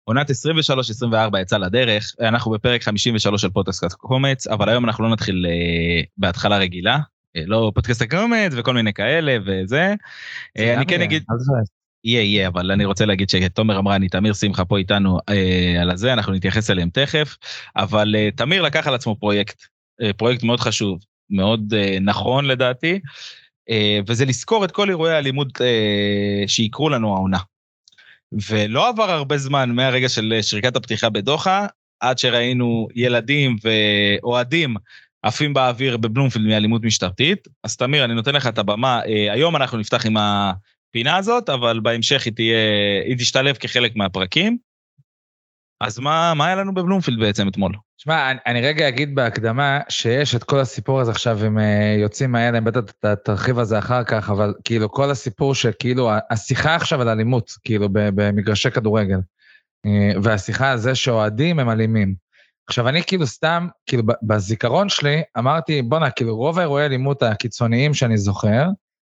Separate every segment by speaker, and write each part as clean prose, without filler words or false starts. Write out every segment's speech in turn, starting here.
Speaker 1: עונת 23-24 יצא לדרך, אנחנו בפרק 53 של פודקאסט קומץ, אבל היום אנחנו לא נתחיל בהתחלה רגילה, לא פודקאסט קומץ וכל מיני כאלה וזה. אני כן אגיד, יהיה, אבל אני רוצה להגיד שתומר אמרה, אני תמיר שמחה פה איתנו על הזה, אנחנו נתייחס אליהם תכף, אבל תמיר לקח על עצמו פרויקט מאוד חשוב, מאוד נכון לדעתי, וזה לזכור את כל אירועי האלימות שיקרו לנו העונה. ולא עבר הרבה זמן מהרגע של שריקת הפתיחה בדוחה, עד שראינו ילדים ואוהדים עפים באוויר בבלומפילד מאלימות משטרתית. אז תמיר, אני נותן לך את הבמה, היום אנחנו נפתח עם הפינה הזאת, אבל בהמשך היא תשתלב כחלק מהפרקים. אז מה היה לנו בבלומפילד בעצם אתמול?
Speaker 2: שמע, אני רגע אגיד בהקדמה שיש את כל הסיפור הזה עכשיו, הם יוצאים מהילם, בטח תרחיב על זה אחר כך, אבל כאילו כל הסיפור שכאילו, השיחה עכשיו על אלימות, כאילו במגרשי כדורגל, והשיחה על זה שאוהדים הם אלימים. עכשיו אני כאילו סתם, כאילו בזיכרון שלי, אמרתי, בונה, כאילו רוב האירועי אלימות הקיצוניים שאני זוכר,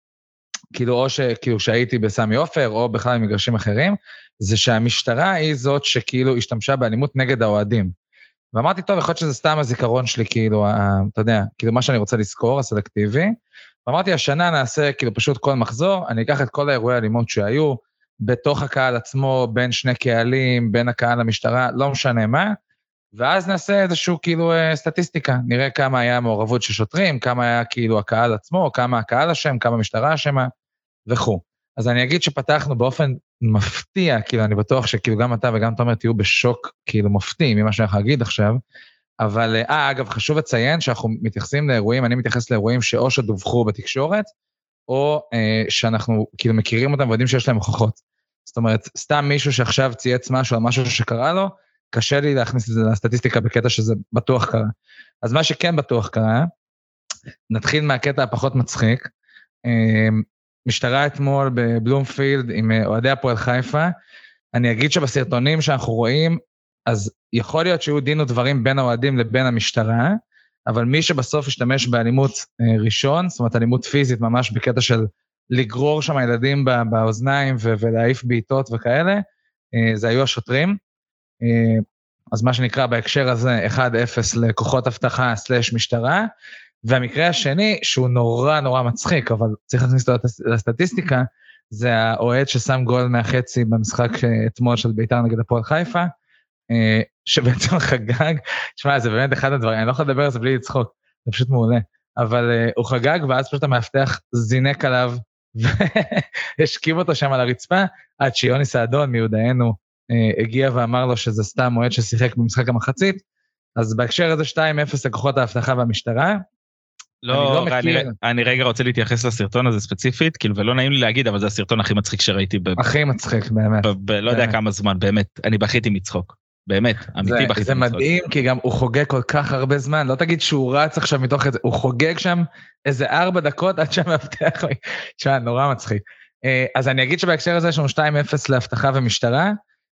Speaker 2: כאילו או שכאילו שהייתי בסמי עופר, או בכלל במגרשים אחרים, זה שהמשטרה היא זאת שכאילו השתמשה באלימות נגד האוהדים. ואמרתי, טוב, יכול להיות שזה סתם הזיכרון שלי, כאילו, אתה יודע, כאילו מה שאני רוצה לזכור, הסלקטיבי. ואמרתי, השנה נעשה כאילו פשוט כל מחזור, אני אקח את כל האירועי האלימות שהיו, בתוך הקהל עצמו, בין שני קהלים, בין הקהל למשטרה, לא משנה מה, ואז נעשה איזשהו כאילו סטטיסטיקה, נראה כמה היה מעורבות של שוטרים, כמה היה כאילו הקהל עצמו, כמה הקהל אשם, כמה המשטרה אשמה, וכו'. אז אני אגיד שפתחנו באופן מפתיע, כאילו אני בטוח שכאילו גם אתה וגם תומר תהיו בשוק כאילו מפתיע ממה שאני יכול להגיד עכשיו, אבל אגב חשוב לציין שאנחנו מתייחסים לאירועים, אני מתייחס לאירועים שאו שדווחו בתקשורת, או שאנחנו כאילו מכירים אותם ויודעים שיש להם הוכחות. זאת אומרת, סתם מישהו שעכשיו צייץ משהו על משהו שקרה לו, קשה לי להכניס את זה לסטטיסטיקה בקטע שזה בטוח קרה. אז מה שכן בטוח קרה, נתחיל מהקטע הפחות מצחיק, משטרה אתמול בבלומפילד עם אוהדי הפועל חיפה, אני אגיד שבסרטונים שאנחנו רואים, אז יכול להיות שיהיו דין ודברים בין האוהדים לבין המשטרה, אבל מי שבסוף השתמש באלימות ראשון, זאת אומרת אלימות פיזית ממש בקטע של לגרור שם הילדים באוזניים ולהעיף בעיטות וכאלה, זה היו השוטרים, אז מה שנקרא בהקשר הזה 1-0 לכוחות הבטחה / משטרה, והמקרה השני, שהוא נורא נורא מצחיק, אבל צריך להכניס אותו לסטטיסטיקה, זה האוהד ששם גול מהחצי במשחק אתמול של בית"ר נגד הפועל חיפה, שבעצם חגג, תשמע, זה באמת אחד הדברים, אני לא יכול לדבר על זה בלי לצחוק, זה פשוט מעולה, אבל הוא חגג, ואז פשוט המאבטח זינק עליו, והשכיב אותו שם על הרצפה, עד שיוני סעדון מיודענו הגיע ואמר לו שזה סתם אוהד ששיחק במשחק המחצית, אז בהקשר הזה 2-0 לכוחות ההבטחה והמשטרה,
Speaker 1: לא, אני רגע רוצה להתייחס לסרטון הזה ספציפית, כאילו, ולא נעים לי להגיד, אבל זה הסרטון הכי מצחיק שראיתי.
Speaker 2: הכי מצחיק, באמת.
Speaker 1: לא יודע כמה זמן, באמת, אני בכיתי מצחוק. באמת, אמיתי בכיתי מצחוק.
Speaker 2: זה מדהים, כי גם הוא חוגג כל כך הרבה זמן, לא תגיד שהוא רץ עכשיו מתוך איזה, הוא חוגג שם איזה 4 דקות עד שהמבטח, תשמע, נורא מצחיק. אז אני אגיד שבהקשר הזה יש לנו 2-0 להבטחה ומשטרה,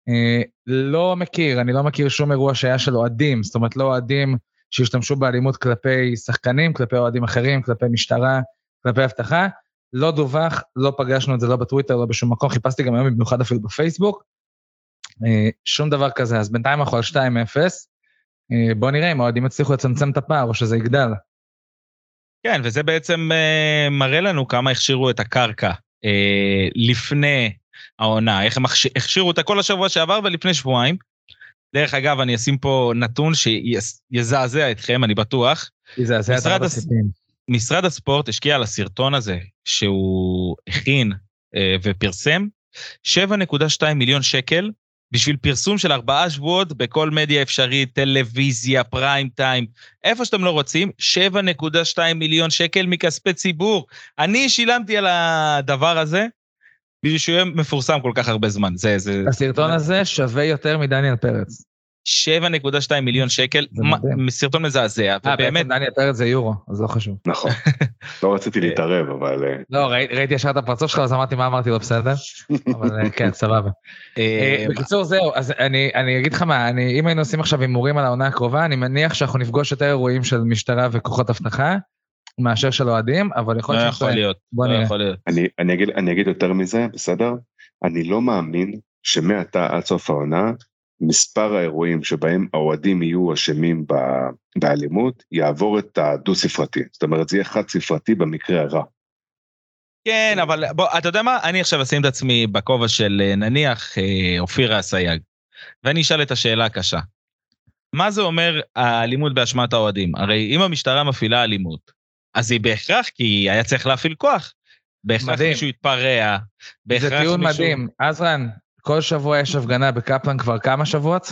Speaker 2: אני לא מכיר שום אירוע שהיה של אוהדים, זאת אומרת לא אוהדים שהשתמשו באלימות כלפי שחקנים, כלפי אוהדים אחרים, כלפי משטרה, כלפי הבטחה, לא דווח, לא פגשנו את זה לא בטוויטר, לא בשום מקום, חיפשתי גם היום במיוחד אפילו בפייסבוק, שום דבר כזה, אז בינתיים אנחנו על 2-0, בוא נראה אם האוהדים הצליחו לצמצם את הפער, או שזה יגדל.
Speaker 1: כן, וזה בעצם מראה לנו כמה הכשירו את הקרקע, לפני העונה, איך הם הכשירו אותה כל השבוע שעבר ולפני שבועיים, דרך אגב, אני אשים פה נתון שיזעזע אתכם, אני בטוח. משרד הספורט השקיע על הסרטון הזה, שהוא הכין ופרסם, 7.2 מיליון שקל, בשביל פרסום של 4 שבועות, בכל מדיה אפשרית, טלוויזיה, פריים טיים, איפה שאתם לא רוצים, 7.2 מיליון שקל מכספי ציבור. אני שילמתי על הדבר הזה, בשביל שהוא יהיה מפורסם כל כך הרבה זמן.
Speaker 2: הסרטון הזה שווה יותר מדניאל פרץ.
Speaker 1: 7.2 מיליון שקל, סרטון מזעזע.
Speaker 2: בעצם דניאל פרץ זה יורו, אז לא חשוב.
Speaker 3: נכון, לא רציתי להתערב, אבל...
Speaker 2: לא, ראיתי ישר את הפרצוף שלך, אז אמרתי מה אמרתי לו בסדר, אבל כן, סבבה. בקיצור זהו, אז אני אגיד לך מה, אם היינו עושים עכשיו הימורים על העונה הקרובה, אני מניח שאנחנו נפגוש יותר אירועים של משטרה וכוחות הבטחה, מאשר של אוהדים, אבל יכול
Speaker 1: להיות.
Speaker 3: אני אגיד יותר מזה, בסדר? אני לא מאמין שמעתה עד סוף העונה, מספר האירועים שבהם האוהדים יהיו אשמים באלימות, יעבור את הדו ספרתי, זאת אומרת, זה יהיה חד ספרתי במקרה הרע.
Speaker 1: כן, אבל בוא, אתה יודע מה? אני עכשיו אשים את עצמי בכובע של נניח אופירה אסייג, ואני אשאל את השאלה הקשה. מה זה אומר האלימות באשמת האוהדים? הרי אם המשטרה מפעילה אלימות, אז היא בהכרח, כי היה צריך להפעיל כוח. בהכרח מישהו יתפרע.
Speaker 2: זה טיעון מדהים. עזרן, כל שבוע יש הפגנה בקפלן כבר כמה שבועות?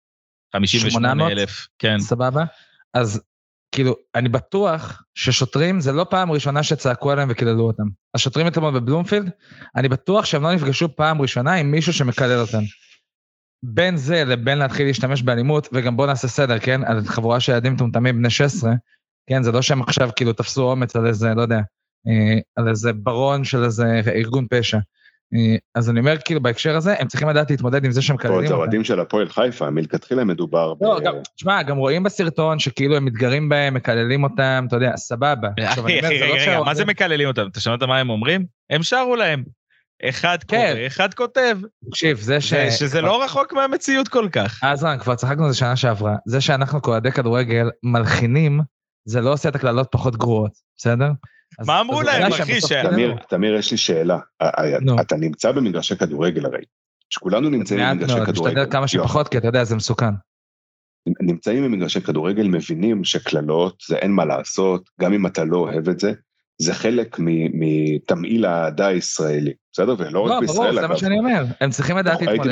Speaker 1: 58,000, כן.
Speaker 2: סבבה? אז כאילו, אני בטוח ששוטרים, זה לא פעם ראשונה שצעקו עליהם וכללו אותם. השוטרים אתמול בבלומפילד, אני בטוח שהם לא נפגשו פעם ראשונה עם מישהו שמקלל אותם. בין זה לבין להתחיל להשתמש באלימות, וגם בוא נעשה סדר, כן? על חבורה של ילדים טומטמים בני 16, כן? זה לא שהם עכשיו כאילו תפסו אומץ על איזה, לא יודע, על איזה ברון של איזה ארגון פשע. אז אני אומר, כאילו, בהקשר הזה, הם צריכים לדעת להתמודד עם זה שהם מקללים אותם.
Speaker 3: זה אוהדים של הפועל חיפה, מלכתחילה מדובר
Speaker 2: לא, תשמע, גם רואים בסרטון שכאילו הם מתגרים בהם, מקללים אותם, אתה יודע, סבבה.
Speaker 1: רגע, מה זה מקללים אותם? אתה שמעת מה הם אומרים? הם שרו להם. אחד קורא, אחד כותב.
Speaker 2: תקשיב, זה
Speaker 1: שזה לא רחוק מהמציאות כל כך.
Speaker 2: אז כבר צחקנו זה שנה שעברה. זה שאנחנו כועדי כדורגל מלחינים, זה לא עושה את הכללות פחות גרועות, בסדר?
Speaker 1: מה אמרו להם, אחי?
Speaker 3: תמיר, יש לי שאלה. אתה נמצא במגרשי כדורגל הרי. שכולנו נמצאים במגרשי כדורגל.
Speaker 2: משתדל כמה שפחות, כי אתה יודע, זה מסוכן.
Speaker 3: נמצאים במגרשי כדורגל, מבינים שכללות, זה אין מה לעשות, גם אם אתה לא אוהב את זה, זה חלק מתמעיל העדה הישראלי. בסדר? ולא רק בישראל.
Speaker 2: לא, ברור, זה מה שאני אומר. הם צריכים לדעת להתמודד.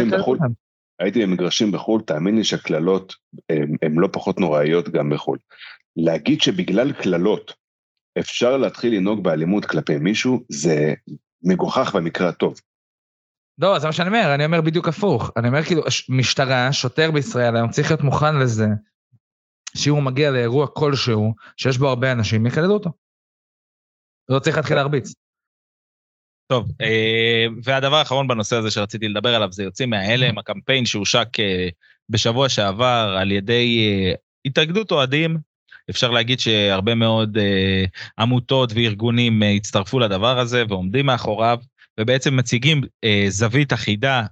Speaker 3: הייתי במגרשים בחול, תאמין לי שהכללות הן לא פחות נוראיות גם בחול. להגיד שבגלל כללות אפשר להתחיל לנהוג באלימות כלפי מישהו, זה מגוחך במקרה הטוב.
Speaker 2: לא, זה מה שאני אומר, אני אומר בדיוק הפוך. אני אומר כאילו, משטרה, שוטר בישראל, היום צריך להיות מוכן לזה, שהוא מגיע לאירוע כלשהו, שיש בו הרבה אנשים, יקללו אותו. לא צריך להתחיל להרביץ.
Speaker 1: טוב, והדבר האחרון בנושא הזה שרציתי לדבר עליו, זה יוצאים מההלם, הקמפיין שהושק בשבוע שעבר על ידי התאגדות אוהדים, אפשר להגיד שהרבה מאוד עמותות וארגונים הצטרפו לדבר הזה ועומדים מאחוריו, ובעצם מציגים זווית אחידה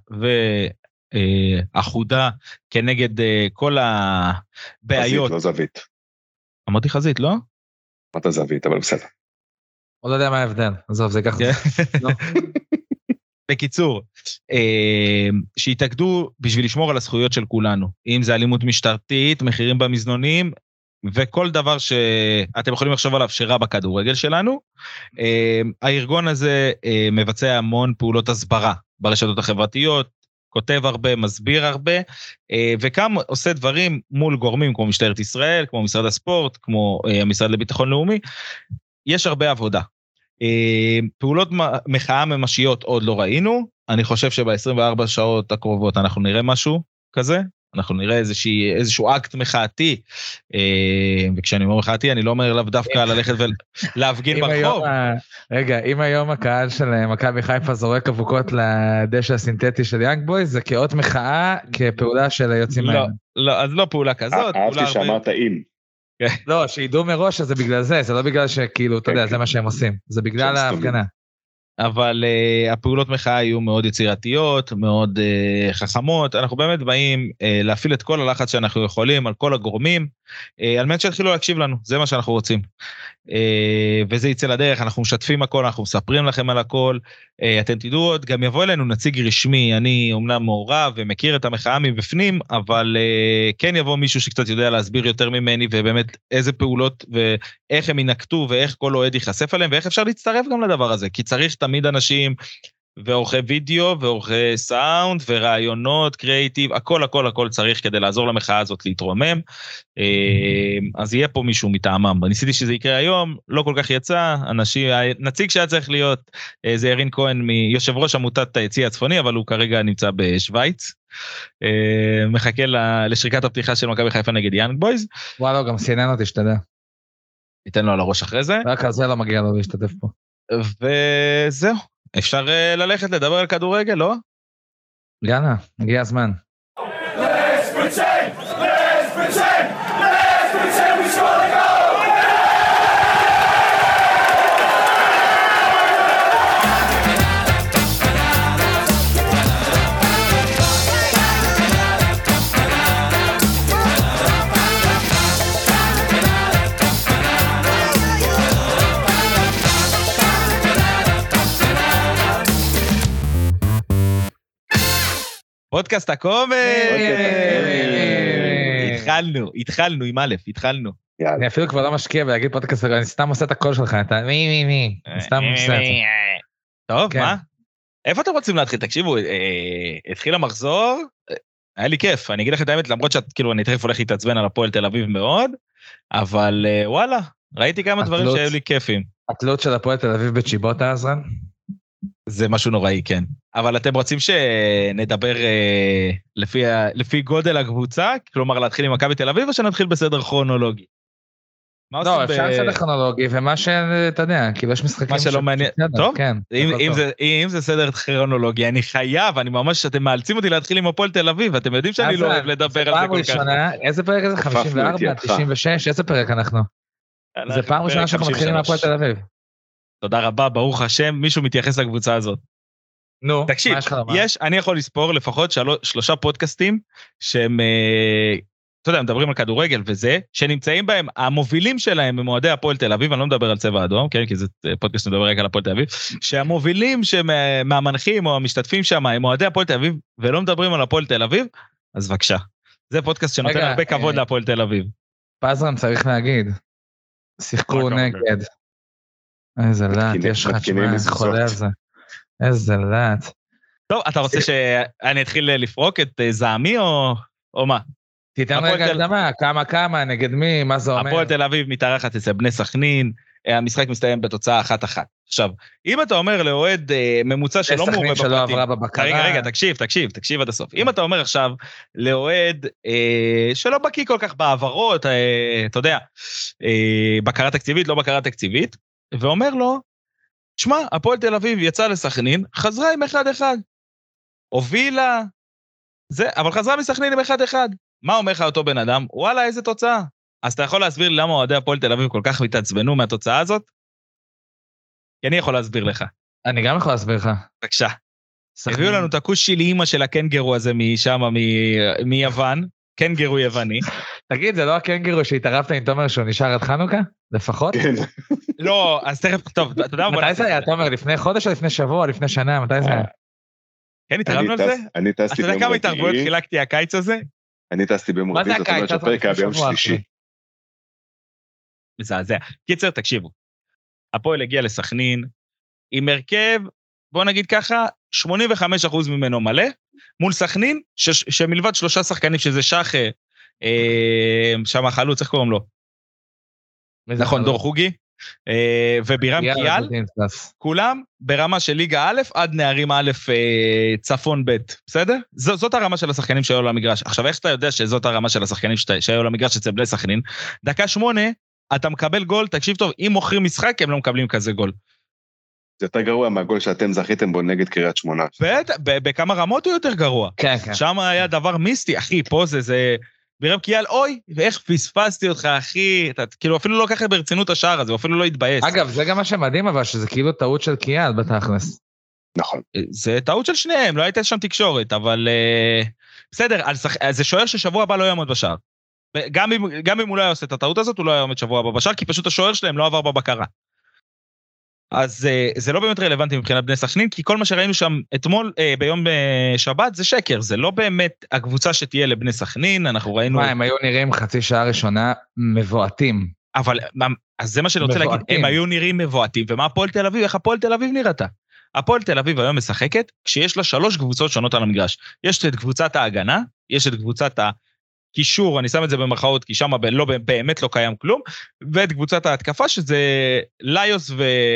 Speaker 1: ואחודה כנגד כל הבעיות.
Speaker 3: חזית, לא זווית.
Speaker 1: אמרתי חזית, לא?
Speaker 3: אמרת זווית, אבל בסדר.
Speaker 2: עוד לא יודע מה ההבדל, עזוב, זה ככה.
Speaker 1: בקיצור, שהתאגדו בשביל לשמור על הזכויות של כולנו, אם זה אלימות משטרתית, מחירים במזנונים, וכל דבר שאתם יכולים לחשוב עליו שרע בכדורגל שלנו. הארגון הזה מבצע המון פעולות הסברה ברשתות החברתיות, כותב הרבה, מסביר הרבה, וכם עושה דברים מול גורמים כמו משטרת ישראל, כמו משרד הספורט, כמו המשרד לביטחון לאומי. יש הרבה עבודה. פעולות מחאה ממשיות עוד לא ראינו, אני חושב שב-24 שעות הקרובות אנחנו נראה משהו כזה, אנחנו נראה איזשהו אקט מחאתי, וכשאני אומר מחאתי, אני לא אומר לאו דווקא ללכת ולהפגין ברחוב.
Speaker 2: רגע, אם היום הקהל של מכבי חיפה זורק אבוקות לדשא הסינתטי של יאנג בויז, זה כאות מחאה, כפעולה של היוצאים האלה.
Speaker 1: לא, אז לא פעולה כזאת.
Speaker 3: אהבתי שאמרת אם.
Speaker 2: לא, שידעו מראש, זה בגלל זה, זה לא בגלל שכאילו, אתה יודע, זה מה שהם עושים, זה בגלל ההפגנה.
Speaker 1: אבל הפעולות מחאה היו מאוד יצירתיות, מאוד חכמות, אנחנו באמת באים להפעיל את כל הלחץ שאנחנו יכולים על כל הגורמים, על מנת שהתחילו להקשיב לנו, זה מה שאנחנו רוצים. וזה יצא לדרך, אנחנו משתפים הכל, אנחנו מספרים לכם על הכל, אתם תדעו עוד, גם יבוא אלינו נציג רשמי, אני אומנם מעורב ומכיר את המחאה מבפנים, אבל כן יבוא מישהו שקצת יודע להסביר יותר ממני, ובאמת איזה פעולות ואיך הם ינקטו, ואיך כל אוהד ייחשף עליהם, ואיך אפשר להצטרף גם לדבר הזה, כי צריך תמיד אנשים, ועורכי וידאו, ועורכי סאונד, ורעיונות, קריאיטיב, הכל צריך כדי לעזור למחאה הזאת להתרומם, אז יהיה פה מישהו מטעמם, ניסיתי שזה יקרה היום, לא כל כך יצא, נציג שהיה צריך להיות, זה ירין כהן, מיושב ראש עמותת היציא הצפוני, אבל הוא כרגע נמצא בשוויץ, מחכה לשריקת הפתיחה של מכבי חיפה נגד יאנג בויז.
Speaker 2: וואלה, גם סינן אותי, שתדע.
Speaker 1: ניתן לו על הראש אחרי זה.
Speaker 2: רק על זה לא מגיע לו להשתתף פה.
Speaker 1: וזהו. אפשר ללכת לדבר על כדורגל, לא?
Speaker 2: יאללה, הגיע הזמן.
Speaker 1: פודקאסט הקומץ! התחלנו עם א', התחלנו.
Speaker 2: אני אפילו כבר לא משקיע ולהגיד פודקאסט, אני סתם עושה את הקול שלך, אתה מי, סתם עושה את זה.
Speaker 1: טוב, מה? איפה אתם רוצים להתחיל? תקשיבו, התחיל המחזור, היה לי כיף, אני אגיד לכם את האמת, למרות שאת, כאילו, אני תכף הולך להתעצבן על הפועל תל אביב מאוד, אבל וואלה, ראיתי כמה דברים שהיו לי כיפים.
Speaker 2: התלות של הפועל תל אביב בצ'יבוטה, עזרן?
Speaker 1: זה משהו נוראי, כן. אבל אתם רוצים שנדבר לפי גודל הקבוצה, כלומר להתחיל עם מכבי תל אביב, או שנתחיל בסדר כרונולוגי?
Speaker 2: לא, אפשר בסדר כרונולוגי, ומה שאתה יודע, כאילו יש משחקים...
Speaker 1: מה שלא מעניין, טוב, אם זה סדר כרונולוגי, אני חייב, אני ממש, אתם מאלצים אותי להתחיל עם הפועל תל אביב, ואתם יודעים שאני לא אוהב לדבר על זה כל כך.
Speaker 2: איזה פרק זה? 54, 96, איזה פרק אנחנו? זה פעם ראשונה שאנחנו מתחילים מהפועל תל אביב.
Speaker 1: תודה רבה, ברוך השם, מישהו מתייחס לקבוצה הזאת.
Speaker 2: נו,
Speaker 1: תקשיב, אני יכול לספור לפחות 3 פודקאסטים שהם, אתה יודע, מדברים על כדורגל וזה, שנמצאים בהם, המובילים שלהם הם אוהדי הפועל תל אביב, אני לא מדבר על צבע אדום, כן, כי זה פודקאסט מדבר רק על הפועל תל אביב, שהמובילים מהמנחים או המשתתפים שם הם אוהדי הפועל תל אביב, ולא מדברים על הפועל תל אביב, אז בבקשה. זה פודקאסט שנותן הרבה כבוד להפועל תל אביב.
Speaker 2: פזרן צריך להגיד, שיחקו נגד. איזה לאט, יש לך תשמע, חולה על זה. איזה לאט.
Speaker 1: טוב, אתה רוצה שאני אתחיל לפרוק את זעמי או מה?
Speaker 2: תיתן רגע הקדמה, כמה, נגד מי, מה זה אומר?
Speaker 1: הפועל תל אביב מתארחת אצל בני סכנין, המשחק מסתיים בתוצאה 1-1. עכשיו, אם אתה אומר לאוהד ממוצע שלא מעורה בפרטים, רגע, תקשיב עד הסוף. אם אתה אומר עכשיו לאוהד שלא בקיא כל כך בעברות, אתה יודע, בקרה תקציבית, לא בקרה תקציבית, ואומר לו, שמע, הפועל תל אביב יצא לסכנין, חזרה עם 1-1. הובילה, אבל חזרה מסכנין עם 1-1. מה אומר לך אותו בן אדם? וואלה, איזה תוצאה. אז אתה יכול להסביר לי למה אוהדי הפועל תל אביב כל כך מתעצבנו מהתוצאה הזאת? כי אני יכול להסביר לך.
Speaker 2: אני גם יכול להסביר לך.
Speaker 1: בבקשה. הביאו לנו את הכושי לאמא של הקנגרו הזה משם, מיוון, קנגרו יווני.
Speaker 2: תגיד, זה לא הקנגרו שהתערבת עם תומר שהוא נשאר עד חנוכה? לפחות?
Speaker 3: כן.
Speaker 1: לא, אז תכף, טוב, אתה יודע מה...
Speaker 2: מתי זה היה, תומר? לפני חודש או לפני שבוע, לפני שנה? מתי זה היה?
Speaker 1: כן, התערבנו על זה?
Speaker 3: אני טסתי
Speaker 1: אתה יודע כמה התערבויות חילקתי הקיץ הזה?
Speaker 3: אני טסתי ביום רביעי, זאת אומרת שהפרק היה ביום שלישי.
Speaker 1: מזעזע. קיצר, תקשיבו. הפועל הגיע לסכנין, עם הרכב, בוא נגיד ככה, 85% ממנו מלא, מול סכנין, שמלבד 3 שחקנים, שזה שחה, שם החלוץ, איך קוראים לו? נכון, דור חוגי, ובירם קיאל, כולם ברמה של ליגה א' עד נערים א' צפון ב', בסדר? זאת הרמה של השחקנים שהיו למגרש. עכשיו, איך אתה יודע שזאת הרמה של השחקנים שהיו למגרש אצל בני סכנין? דקה 8, אתה מקבל גול, תקשיב טוב, אם מוכרים משחק, הם לא מקבלים כזה גול.
Speaker 3: זה יותר גרוע מהגול שאתם זכיתם בו נגד קריית שמונה.
Speaker 1: בכמה רמות הוא יותר גרוע.
Speaker 2: כן.
Speaker 1: שם היה דבר מיסטי, אחי, פה זה... בירם קיאל, אוי, ואיך פספסתי אותך, אחי, אתה כאילו אפילו לא ככה ברצינות השער הזה, הוא אפילו לא התבאס.
Speaker 2: אגב, זה גם מה שמדהים, אבל שזה כאילו טעות של קיאל בתכלס.
Speaker 3: נכון.
Speaker 1: זה טעות של שניהם, לא הייתה שם תקשורת, אבל בסדר, זה שוער ששבוע הבא לא יעמוד בשער. גם אם הוא לא היה עושה את הטעות הזאת, הוא לא יעמוד שבוע הבא בשער, כי פשוט השוער שלהם לא עבר בבקרה. אז זה לא באמת רלוונטי מבחינת בני סכנין, כי כל מה שראינו שם אתמול, ביום שבת, זה שקר, זה לא באמת הקבוצה שתהיה לבני סכנין, אנחנו ראינו...
Speaker 2: מה, הם היו נראים חצי שעה ראשונה מבועטים.
Speaker 1: אבל, אז זה מה שאני רוצה להגיד, הם היו נראים מבועטים, ומה הפועל תל אביב, איך הפועל תל אביב נראתה? הפועל תל אביב היום משחקת, כשיש לה 3 קבוצות שונות על המגרש. יש את קבוצת ההגנה, יש את קבוצת קישור, אני שם את זה במרכאות, כי שם באמת לא קיים כלום, ואת קבוצת ההתקפה, שזה ליוס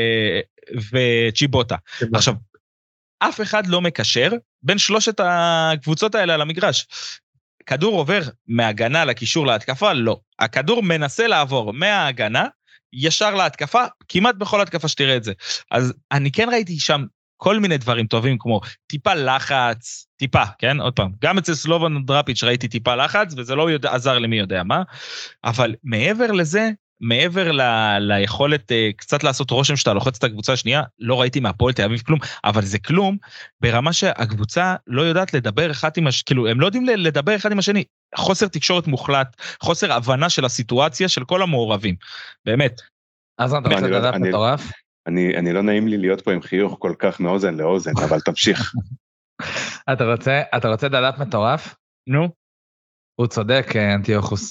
Speaker 1: וצ'יבוטה. עכשיו, אף אחד לא מקשר בין 3 הקבוצות האלה על המגרש. כדור עובר מההגנה לקישור להתקפה? לא. הכדור מנסה לעבור מההגנה, ישר להתקפה, כמעט בכל התקפה שתראה את זה. אז אני כן ראיתי שם כל מיני דברים טובים, כמו טיפה לחץ, טיפה, כן? עוד פעם, גם אצל סלובן דראפיץ' ראיתי טיפה לחץ, וזה לא עזר למי יודע מה, אבל מעבר לזה, מעבר ליכולת קצת לעשות רושם שאתה לוחץ את הקבוצה השנייה, לא ראיתי מהפועל תל אביב כלום, אבל זה כלום, ברמה שהקבוצה לא יודעת לדבר אחד עם השני, כאילו, הם לא יודעים לדבר אחד עם השני, חוסר תקשורת מוחלט, חוסר הבנה של הסיטואציה של כל המעורבים, באמת.
Speaker 2: אז אתה רוצה לדעת מטורף?
Speaker 3: אני לא נעים לי להיות פה עם חיוך כל כך מאוזן לאוזן, אבל תמשיך.
Speaker 2: אתה רוצה דלת מטורף?
Speaker 1: נו,
Speaker 2: הוא צודק, אנטיוכוס.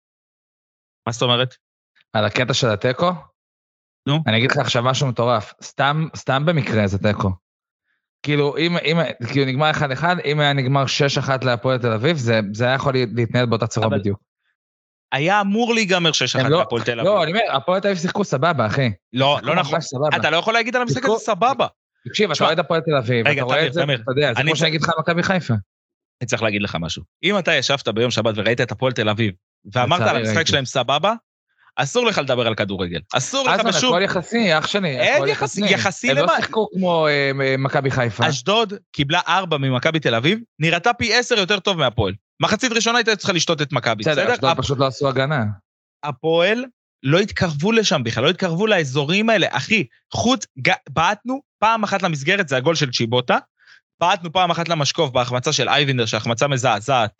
Speaker 1: מה זאת אומרת?
Speaker 2: על הקטע של הטקו?
Speaker 1: נו.
Speaker 2: אני אגיד לך עכשיו משהו מטורף. סתם במקרה זה טקו. כאילו, כאילו נגמר 1-1, אם היה נגמר 6-1 להפועל תל אביב, זה היה יכול להתנהל באותה צורה בדיוק.
Speaker 1: היה אמור להיגמר 6-1 להפועל תל אביב.
Speaker 2: לא, אני אומר, הפועל תל אביב שיחקו סבבה, אחי.
Speaker 1: לא נכון. אתה לא יכול להגיד על המשחק הזה סבבה.
Speaker 2: תקשיב, אתה רואה את הפועל תל אביב, אתה רואה את זה, אתה יודע, זה כמו שאני אגיד לך מכבי חיפה.
Speaker 1: אני צריך להגיד לך משהו. אם אתה ישבת ביום שבת וראית את הפועל תל אביב, ואמרת על המשחק שלהם סבבה, אסור לך לדבר על כדורגל. אסור לך בשום...
Speaker 2: הכל יחסי, אח שלי.
Speaker 1: אין יחסי למה?
Speaker 2: הם לא שיחקו כמו מכבי חיפה.
Speaker 1: אשדוד קיבלה 4 ממכבי תל אביב, נראתה פי 10 יותר טוב מהפועל. מחצית ראשונה הייתה צריכה לשתות את מכבי.
Speaker 2: בסדר, אשדוד פשוט לא עשו הגנה.
Speaker 1: הפועל לא התקרבו לשם בכלל, לא התקרבו לאזורים האלה. אחי, בעטנו פעם אחת למסגרת, זה הגול של צ'יבוטה, בעטנו פעם אחת למשקוף בהחמצה של אייבינדר, שהחמצה מזעזעת,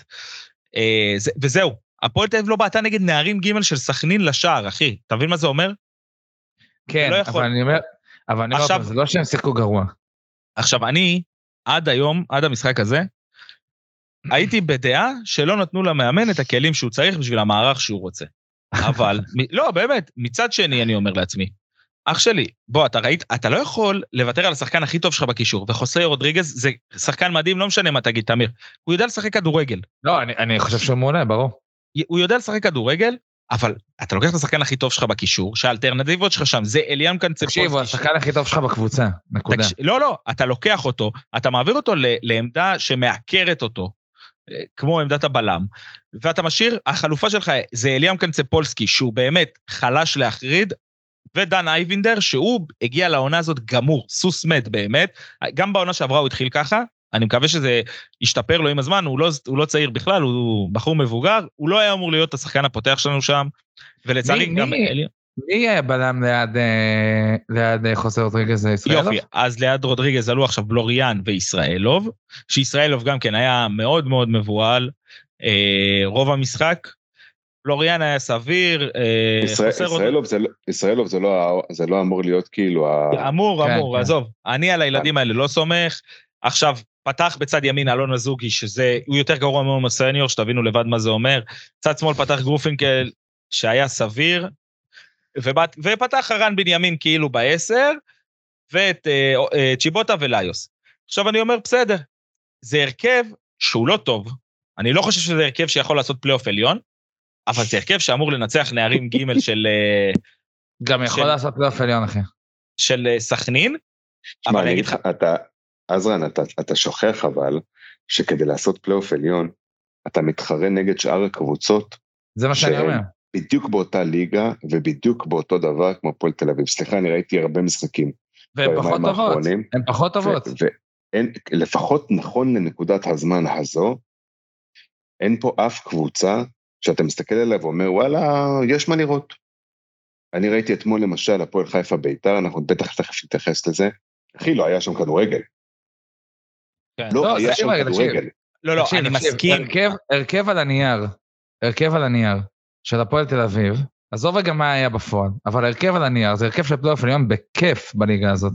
Speaker 1: וזהו. הפועל תל אביב לא בעטה נגד נערים ג' של סכנין לשער, אחי. אתה מבין מה זה אומר?
Speaker 2: כן, אבל אני אומר, עכשיו, זה לא שהם שיחקו גרוע.
Speaker 1: עכשיו, אני, עד היום, עד המשחק הזה, הייתי בדעה שלא נתנו למאמן את הכלים שהוא צריך בשביל המערך שהוא רוצה. אבל, לא, באמת, מצד שני אני אומר לעצמי, אח שלי, בוא, אתה לא יכול לוותר על השחקן הכי טוב שלך בקישור, וחוסי רודריגז זה שחקן מדהים, לא משנה מה תגיד, תמיר. הוא יודע לשחק כדורגל.
Speaker 2: לא, אני חושב שהוא מעולה, ברור.
Speaker 1: הוא יודע לשחק כדורגל, אבל אתה לוקח את השחקן הכי טוב שלך בקישור, שהאלטרנטיבות שלך שם, זה אליאן קנצפולסקי.
Speaker 2: תקשיב, הוא השחקן הכי טוב שלך בקבוצה, נקודה.
Speaker 1: לא, אתה לוקח אותו, אתה מעביר אותו לעמדה שמעקרת אותו, כמו עמדת הבלם, ואתה משאיר, החלופה שלך זה אליאן קנצפולסקי, שהוא באמת חלש להחריד, ודן אייבינדר, שהוא הגיע לעונה הזאת גמור, סוס מת באמת, גם בעונה שעברה הוא התחיל ככה, אני מקווה שזה ישתפר לו עם הזמן, הוא לא צעיר בכלל, הוא בחור מבוגר, הוא לא היה אמור להיות השחקן הפותח שלנו שם, ולצערי גם...
Speaker 2: מי יהיה בלם ליד חוסי רודריגז ישראלוב?
Speaker 1: יופי, אז ליד רודריגז עלו עכשיו בלוריאן וישראלוב, שישראלוב גם כן היה מאוד מאוד מבועל, רוב המשחק, בלוריאן היה סביר,
Speaker 3: ישראלוב זה לא אמור להיות כאילו...
Speaker 1: אמור, עזוב, אני על הילדים האלה לא סומך, עכשיו פתח בצד ימין אלון אזוגי, שהוא יותר גרוע מאוד סניור, שתבינו לבד מה זה אומר, צד שמאל פתח גרופינקל שהיה סביר, ופתח הרן בנימין כאילו ב10, ואת צ'יבוטה וליוס. עכשיו אני אומר, בסדר, זה הרכב שהוא לא טוב, אני לא חושב שזה הרכב שיכול לעשות פלייאוף עליון, אבל זה הרכב שאמור לנצח נערים ג' של...
Speaker 2: גם יכול לעשות פלייאוף עליון, אחי.
Speaker 1: של סכנין.
Speaker 3: תשמע, אני אגיד לך, עזרן, אתה שוכח אבל, שכדי לעשות פלייאוף עליון, אתה מתחרה נגד שאר הקבוצות,
Speaker 2: זה מה שאני אומר.
Speaker 3: בדיוק באותה ליגה, ובדיוק באותו דבר כמו הפועל תל אביב. סליחה, אני ראיתי הרבה משחקים.
Speaker 2: והן פחות טובות. הן פחות טובות.
Speaker 3: לפחות נכון לנקודת הזמן הזו, אין פה אף קבוצה, שאתה מסתכל עליה ואומר, וואלה, יש מה לראות. אני ראיתי אתמול למשל, הפועל חיפה ביתר, אנחנו בטח תכף נתייחס לזה, אחי, לא היה שם כדורגל. לא היה שם כדורגל.
Speaker 1: לא, אני מסכים.
Speaker 2: הרכב על הנייר של הפועל תל אביב, עזוב רגע מה היה בפועל, אבל הרכב על הנייר, זה הרכב של פלייאוף עליון בכיף בליגה הזאת.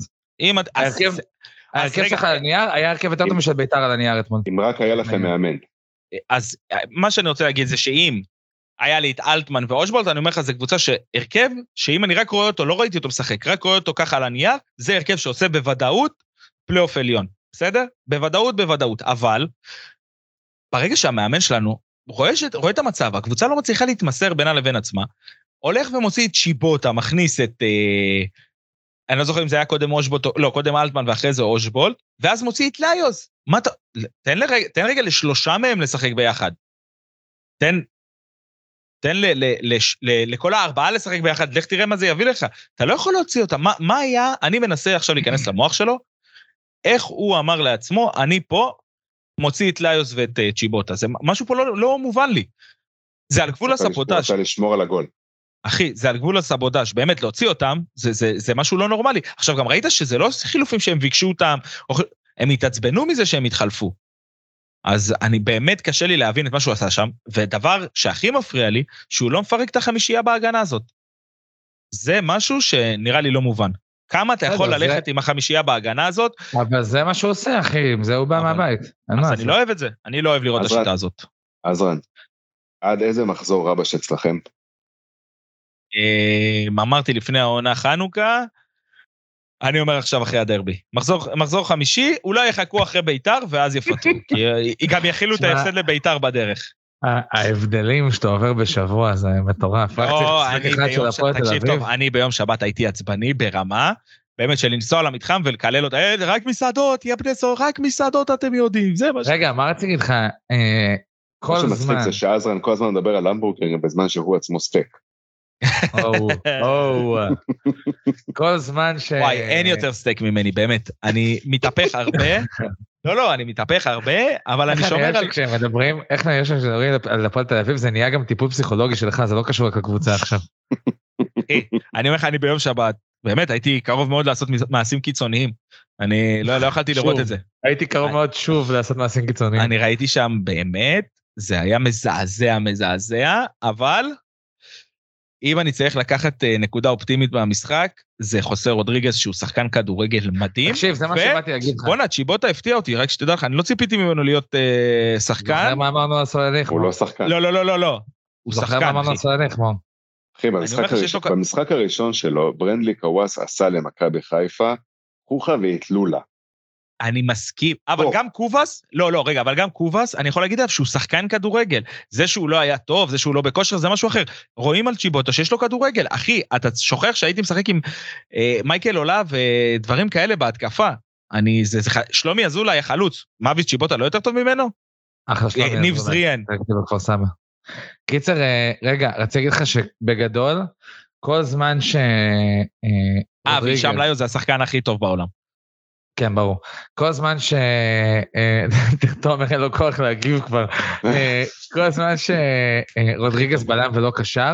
Speaker 2: הרכב שלך על הנייר, היה הרכב יותר טוב משל ביתר על הנייר אתמול.
Speaker 3: אם רק היה לכם מאמן.
Speaker 1: אז מה שאני רוצה להגיד זה שאם היה לי את אלטמן ואושבולט, אני אומר לך, זה קבוצה שהרכב, שאם אני רק רואה אותו, לא ראיתי אותו משחק, רק רואה אותו ככה על הנייר, זה הרכב שעושה בוודאות פלייאוף עליון, בסדר? בוודאות, אבל ברגע שהמאמן שלנו רואה את המצב, הקבוצה לא מצליחה להתמסר בינה לבין עצמה, הולך ומוציא את צ'יבוטה, מכניס את, אני לא זוכר אם זה היה קודם אושבולט, לא, קודם אלטמן ואחרי זה אושבולט, ואז מוציא את ליוס. תן רגע לשלושה מהם לשחק ביחד. תן לכל הארבעה לשחק ביחד, לך תראה מה זה יביא לך. אתה לא יכול להוציא אותה. מה היה, אני מנסה עכשיו להיכנס למוח שלו, איך הוא אמר לעצמו, אני פה מוציא את ליוס ואת צ'יבוטה. זה משהו פה לא מובן לי. זה על גבול הסבוטאז'.
Speaker 3: אתה לשמור על הגול.
Speaker 1: אחי, זה על גבול הסבוטאז', באמת להוציא אותם, זה משהו לא נורמלי. עכשיו גם ראית שזה לא חילופים שהם ביקשו אותם, הם התעצבנו מזה שהם התחלפו. אז אני באמת קשה לי להבין את מה שהוא עשה שם, ודבר שהכי מפריע לי, שהוא לא מפרק את החמישייה בהגנה הזאת. זה משהו שנראה לי לא מובן. כמה אתה יכול ללכת עם החמישייה בהגנה הזאת?
Speaker 2: אבל זה מה שהוא עושה, אחי, אם זה הוא בא מהבית.
Speaker 1: אז אני לא אוהב את זה, אני לא אוהב לראות את השיטה הזאת.
Speaker 3: עזרן, עד איזה מחזור רבש אצלכם?
Speaker 1: אמרתי לפני העונה חנוכה, אני אומר עכשיו אחרי הדרבי. מחזור חמישי, אולי יחכו אחרי ביתר, ואז יפתרו, כי גם יכילו את ההפסד לביתר בדרך.
Speaker 2: ההבדלים שאתה עובר בשבוע, זה מטורף.
Speaker 1: תקשיב טוב, אני ביום שבת הייתי עצבני ברמה, באמת של לנסוע למתחם ולקלל אותה, רק מסעדות, יא בני זוהר, רק מסעדות אתם יודעים, זה מה ש...
Speaker 2: רגע, מה רציתי לך, כל זמן...
Speaker 3: מה שמצחיק זה שעזרן כל הזמן מדבר על המבורגר בזמן שהוא עצמו סטייק.
Speaker 2: כל זמן ש...
Speaker 1: וואי, אין יותר סטייק ממני, באמת. אני מתהפך הרבה, לא, אני מתהפך הרבה, אבל אני שומר על...
Speaker 2: כשהם מדברים, איך נראה שמדברים על הפועל תל אביב, זה נהיה גם טיפול פסיכולוגי שלך, זה לא קשור רק לקבוצה עכשיו.
Speaker 1: אני אומר לך, אני ביום שבת, באמת, הייתי קרוב מאוד לעשות מעשים קיצוניים. אני לא יכולתי לראות את זה.
Speaker 2: הייתי קרוב מאוד שוב לעשות מעשים קיצוניים.
Speaker 1: אני ראיתי שם באמת, זה היה מזעזע, אבל אם אני צריך לקחת נקודה אופטימית מהמשחק, זה חוסה רודריגז שהוא שחקן כדורגל מדהים.
Speaker 2: תקשיב, זה מה שבאתי להגיד לך.
Speaker 1: בוא'נה, צ'יבוטה הפתיע אותי, רק שתדע לך, אני לא ציפיתי ממנו להיות שחקן.
Speaker 2: מה אמרנו על סולליך?
Speaker 3: הוא לא שחקן.
Speaker 1: לא. הוא שחקן,
Speaker 2: מה אמרנו על סולליך, מו?
Speaker 3: אחי, במשחק הראשון שלו, ברנדלי קוואס עשה למכבי חיפה, חוכה והתלולה.
Speaker 1: אני מסכים, אבל גם קובס, רגע, אבל גם קובס, אני יכול להגיד עליו שהוא שחקן כדורגל, זה שהוא לא היה טוב, זה שהוא לא בכושר, זה משהו אחר, רואים על צ'יבוטה שיש לו כדורגל, אחי, אתה שוכח שהייתי משחק עם מייקל עולה ודברים כאלה בהתקפה, שלומי אזולאי החלוץ, מאביס צ'יבוטה לא יותר טוב ממנו?
Speaker 2: אחלה שלומי אזולאי.
Speaker 1: ניב זריאן.
Speaker 2: קיצר, רגע, רציתי להגיד לך שבגדול, כל זמן ש...
Speaker 1: וישם ליו זה השחקן הכי טוב בעולם.
Speaker 2: כן, ברור. כל זמן ש... תרתום, אין לו כוח להגיב כבר. כל זמן שרודריגז בלם ולא קשר,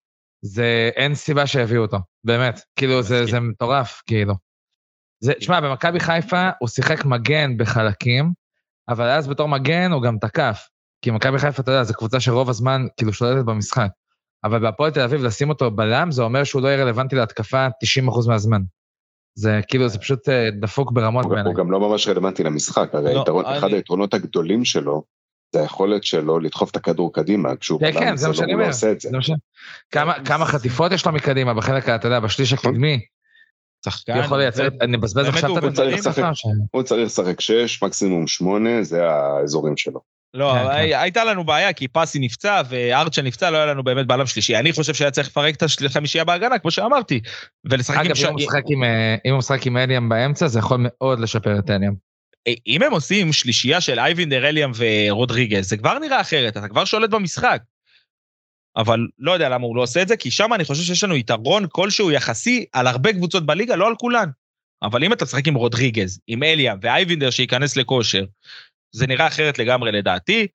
Speaker 2: אין סיבה שהביאו אותו, באמת. כאילו, זה מטורף, כאילו. תשמע, במכבי חיפה הוא שיחק מגן בחלקים, אבל אז בתור מגן הוא גם תקף. כי מכבי חיפה, אתה יודע, זו קבוצה שרוב הזמן כאילו שולטת במשחק. אבל בהפועל תל אביב לשים אותו בלם, זה אומר שהוא לא יהיה רלוונטי להתקפה 90% מהזמן. זה כאילו, זה פשוט דפוק ברמות בעיניי.
Speaker 3: הוא גם לא ממש רלוונטי למשחק, הרי אחד היתרונות הגדולים שלו, זה היכולת שלו לדחוף את הכדור קדימה, כשהוא
Speaker 2: בלם, זה לא עושה את זה. כמה חטיפות יש לו מקדימה, בחלק, אתה יודע, בשליש הקדמי, יכול לייצר, אני מבזבז עכשיו את הדברים.
Speaker 3: הוא צריך לשחק 6, מקסימום 8, זה האזורים שלו.
Speaker 1: לא, הייתה לנו בעיה, כי פאסי נפצע, וארצ'ה נפצע, לא היה לנו באמת בעלם שלישי. אני חושב שהיה צריך לפרק את החמישייה בהגנה, כמו שאמרתי.
Speaker 2: אגב, אם הוא משחק עם אליאם באמצע, זה יכול מאוד לשפר את אליאם.
Speaker 1: אם הם עושים שלישייה של אייבינדר, אליאם ורודריגז, זה כבר נראה אחרת, אתה כבר שולט במשחק. אבל לא יודע למה הוא לא עושה את זה, כי שם אני חושב שיש לנו יתרון כלשהו יחסי על הרבה קבוצות בליגה, לא על כולן. אבל אם אתה משחק עם רודריגז, עם אליאם ואייבינדר שייכנס לכושר, זה נראה אחרת לגמרי לדעתי,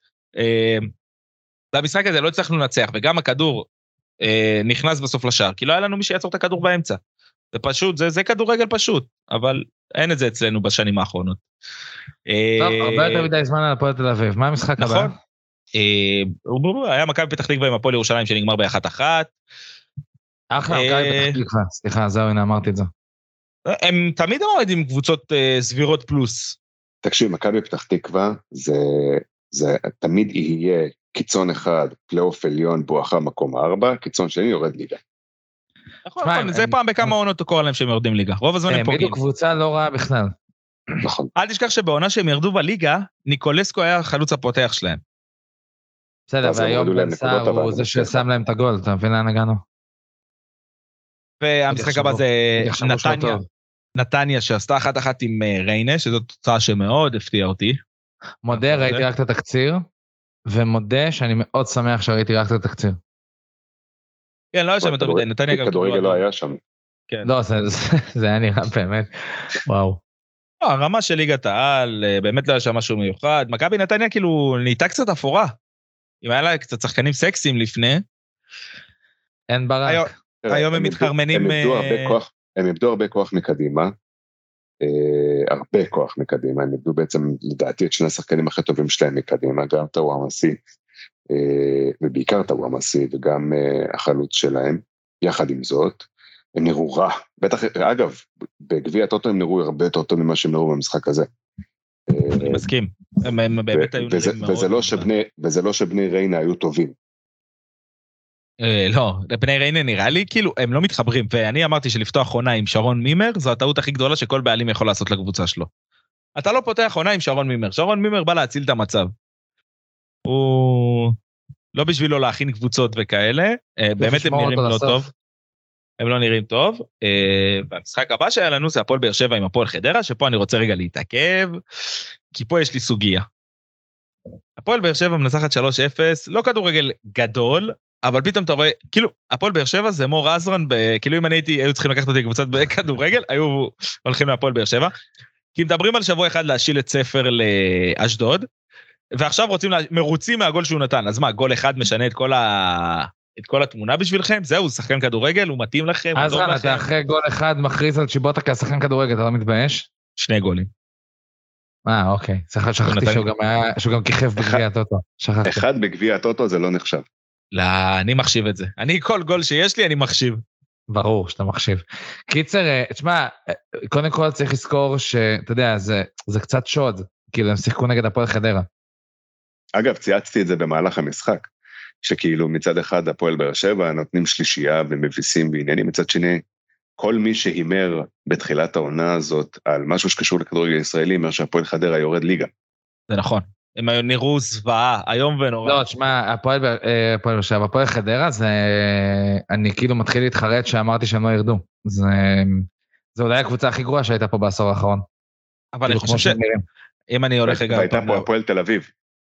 Speaker 1: במשחק הזה לא הצלחנו לנצח, וגם הכדור נכנס בסוף לשער, כי לא היה לנו מי שיעצור את הכדור באמצע. זה פשוט, זה כדורגל פשוט, אבל אין את זה אצלנו בשנים האחרונות.
Speaker 2: טוב, הרבה יותר מדי זמן על הפועל תל אביב, מה המשחק הבא?
Speaker 1: נכון, היה מכבי פתח תקווה עם הפועל ירושלים שנגמר ב1-1.
Speaker 2: אחלה, מכבי פתח תקווה, סליחה, זהו, הנה אמרתי את זה.
Speaker 1: הם תמיד עם קבוצות סבירות פלוס.
Speaker 3: תקשיב, מכבי פתח תקווה, זה תמיד יהיה קיצון אחד, פלייאוף עליון בואכה מקום 4, קיצון שני יורד ליגה.
Speaker 1: נכון, זה פעם בכמה עונות קורה להם שהם יורדים ליגה, רוב הזמן הם פוגעים.
Speaker 2: בדיוק קבוצה לא רעה בכלל.
Speaker 3: נכון.
Speaker 1: אל תשכח שבעונה שהם ירדו בליגה, ניקולסקו היה החלוץ הפותח שלהם.
Speaker 2: בסדר, והיום בן סער הוא זה ששם להם את הגול, אתה מבין לאן הגענו?
Speaker 1: והמשחק הבא זה נתניה שעשתה 1-1 עם ריינה, שזו תוצאה שמאוד הפתיעה אותי.
Speaker 2: מודה, ראיתי רק את התקציר, ומודה שאני מאוד שמח שראיתי רק את התקציר.
Speaker 1: כן, לא היה שם יותר מדי, נתניה גם...
Speaker 3: כדורגל לא היה שם.
Speaker 2: לא, זה היה נראה באמת, וואו.
Speaker 1: הרמה של ליגת העל, באמת לא היה שם משהו מיוחד. מכבי נתניה כאילו נהייתה קצת אפורה. אם היה לה קצת שחקנים סקסיים לפני.
Speaker 2: אין ברק.
Speaker 1: היום הם מתחרמנים...
Speaker 3: הם איבדו הרבה כוח מקדימה, הרבה כוח מקדימה, הם איבדו בעצם לדעתי את שני השחקנים הכי טובים שלהם מקדימה, גם טוואמאסי, ובעיקר טוואמאסי, וגם החלוץ שלהם, יחד עם זאת, הם נראו רע, בטח, אגב, בגביע הטוטו הם נראו הרבה יותר טוב ממה שהם נראו במשחק הזה.
Speaker 1: אני מסכים, הם באמת היו נראים מאוד.
Speaker 3: וזה לא שבני ריינה היו טובים.
Speaker 1: לא, בני ריינה נראה לי, כאילו, הם לא מתחברים, ואני אמרתי שלפתוח עונה עם שרון מימר, זו הטעות הכי גדולה שכל בעלים יכול לעשות לקבוצה שלו. אתה לא פותח עונה עם שרון מימר, שרון מימר בא להציל את המצב. הוא לא בשבילו להכין קבוצות וכאלה, באמת הם נראים לא טוב. הם לא נראים טוב. במשחק הבא שהיה לנו זה הפועל באר שבע עם הפועל חדרה, שפה אני רוצה רגע להתעכב, כי פה יש לי סוגיה. הפועל באר שבע מנצחת 3-0, לא כדורגל גדול, אבל פתאום אתה רואה, כאילו, הפועל באר שבע זה מור עזרן, כאילו אם אני היו צריכים לקחת אותי קבוצת בכדורגל, היו הולכים להפועל באר שבע, כי מדברים על שבוע אחד להשיל את ספר לאשדוד, ועכשיו מרוצים מהגול שהוא נתן, אז מה, גול אחד משנה את כל התמונה בשבילכם? זהו, שחקן כדורגל, הוא מתאים לכם?
Speaker 2: עזרן, אתה אחרי גול אחד מכריז על צ'יבוטה כשחקן כדורגל, אתה לא מתבייש?
Speaker 1: 2 גולים.
Speaker 2: אוקיי, שכחתי שהוא גם כיכב בגביע הטוטו.
Speaker 3: אחד בגביע הטוטו זה לא נחשב.
Speaker 1: לא, אני מחשיב את זה. כל גול שיש לי, אני מחשיב.
Speaker 2: ברור שאתה מחשיב. קיצר, תשמע, קודם כל צריך לזכור שאתה יודע, זה קצת שוד, כאילו הם שיחקו נגד הפועל חדרה.
Speaker 3: אגב, צייצתי את זה במהלך המשחק, שכאילו מצד אחד הפועל באר שבע נותנים שלישייה ומביסים בעניינים, מצד שני, כל מי שהימר בתחילת העונה הזאת על משהו שקשור לכדורגל ישראלי, אומר שהפועל חדרה יורד ליגה.
Speaker 1: זה נכון. הם נראו זוועה, היום ונורא.
Speaker 2: לא, תשמע, הפועל חדרה, אני כאילו מתחיל להתחרט שאמרתי שהם לא ירדו. זה אולי הקבוצה הכי גרועה שהייתה פה בעשור האחרון.
Speaker 1: אבל אני חושב שאם אני הולך רגע...
Speaker 3: והייתה פה הפועל תל אביב.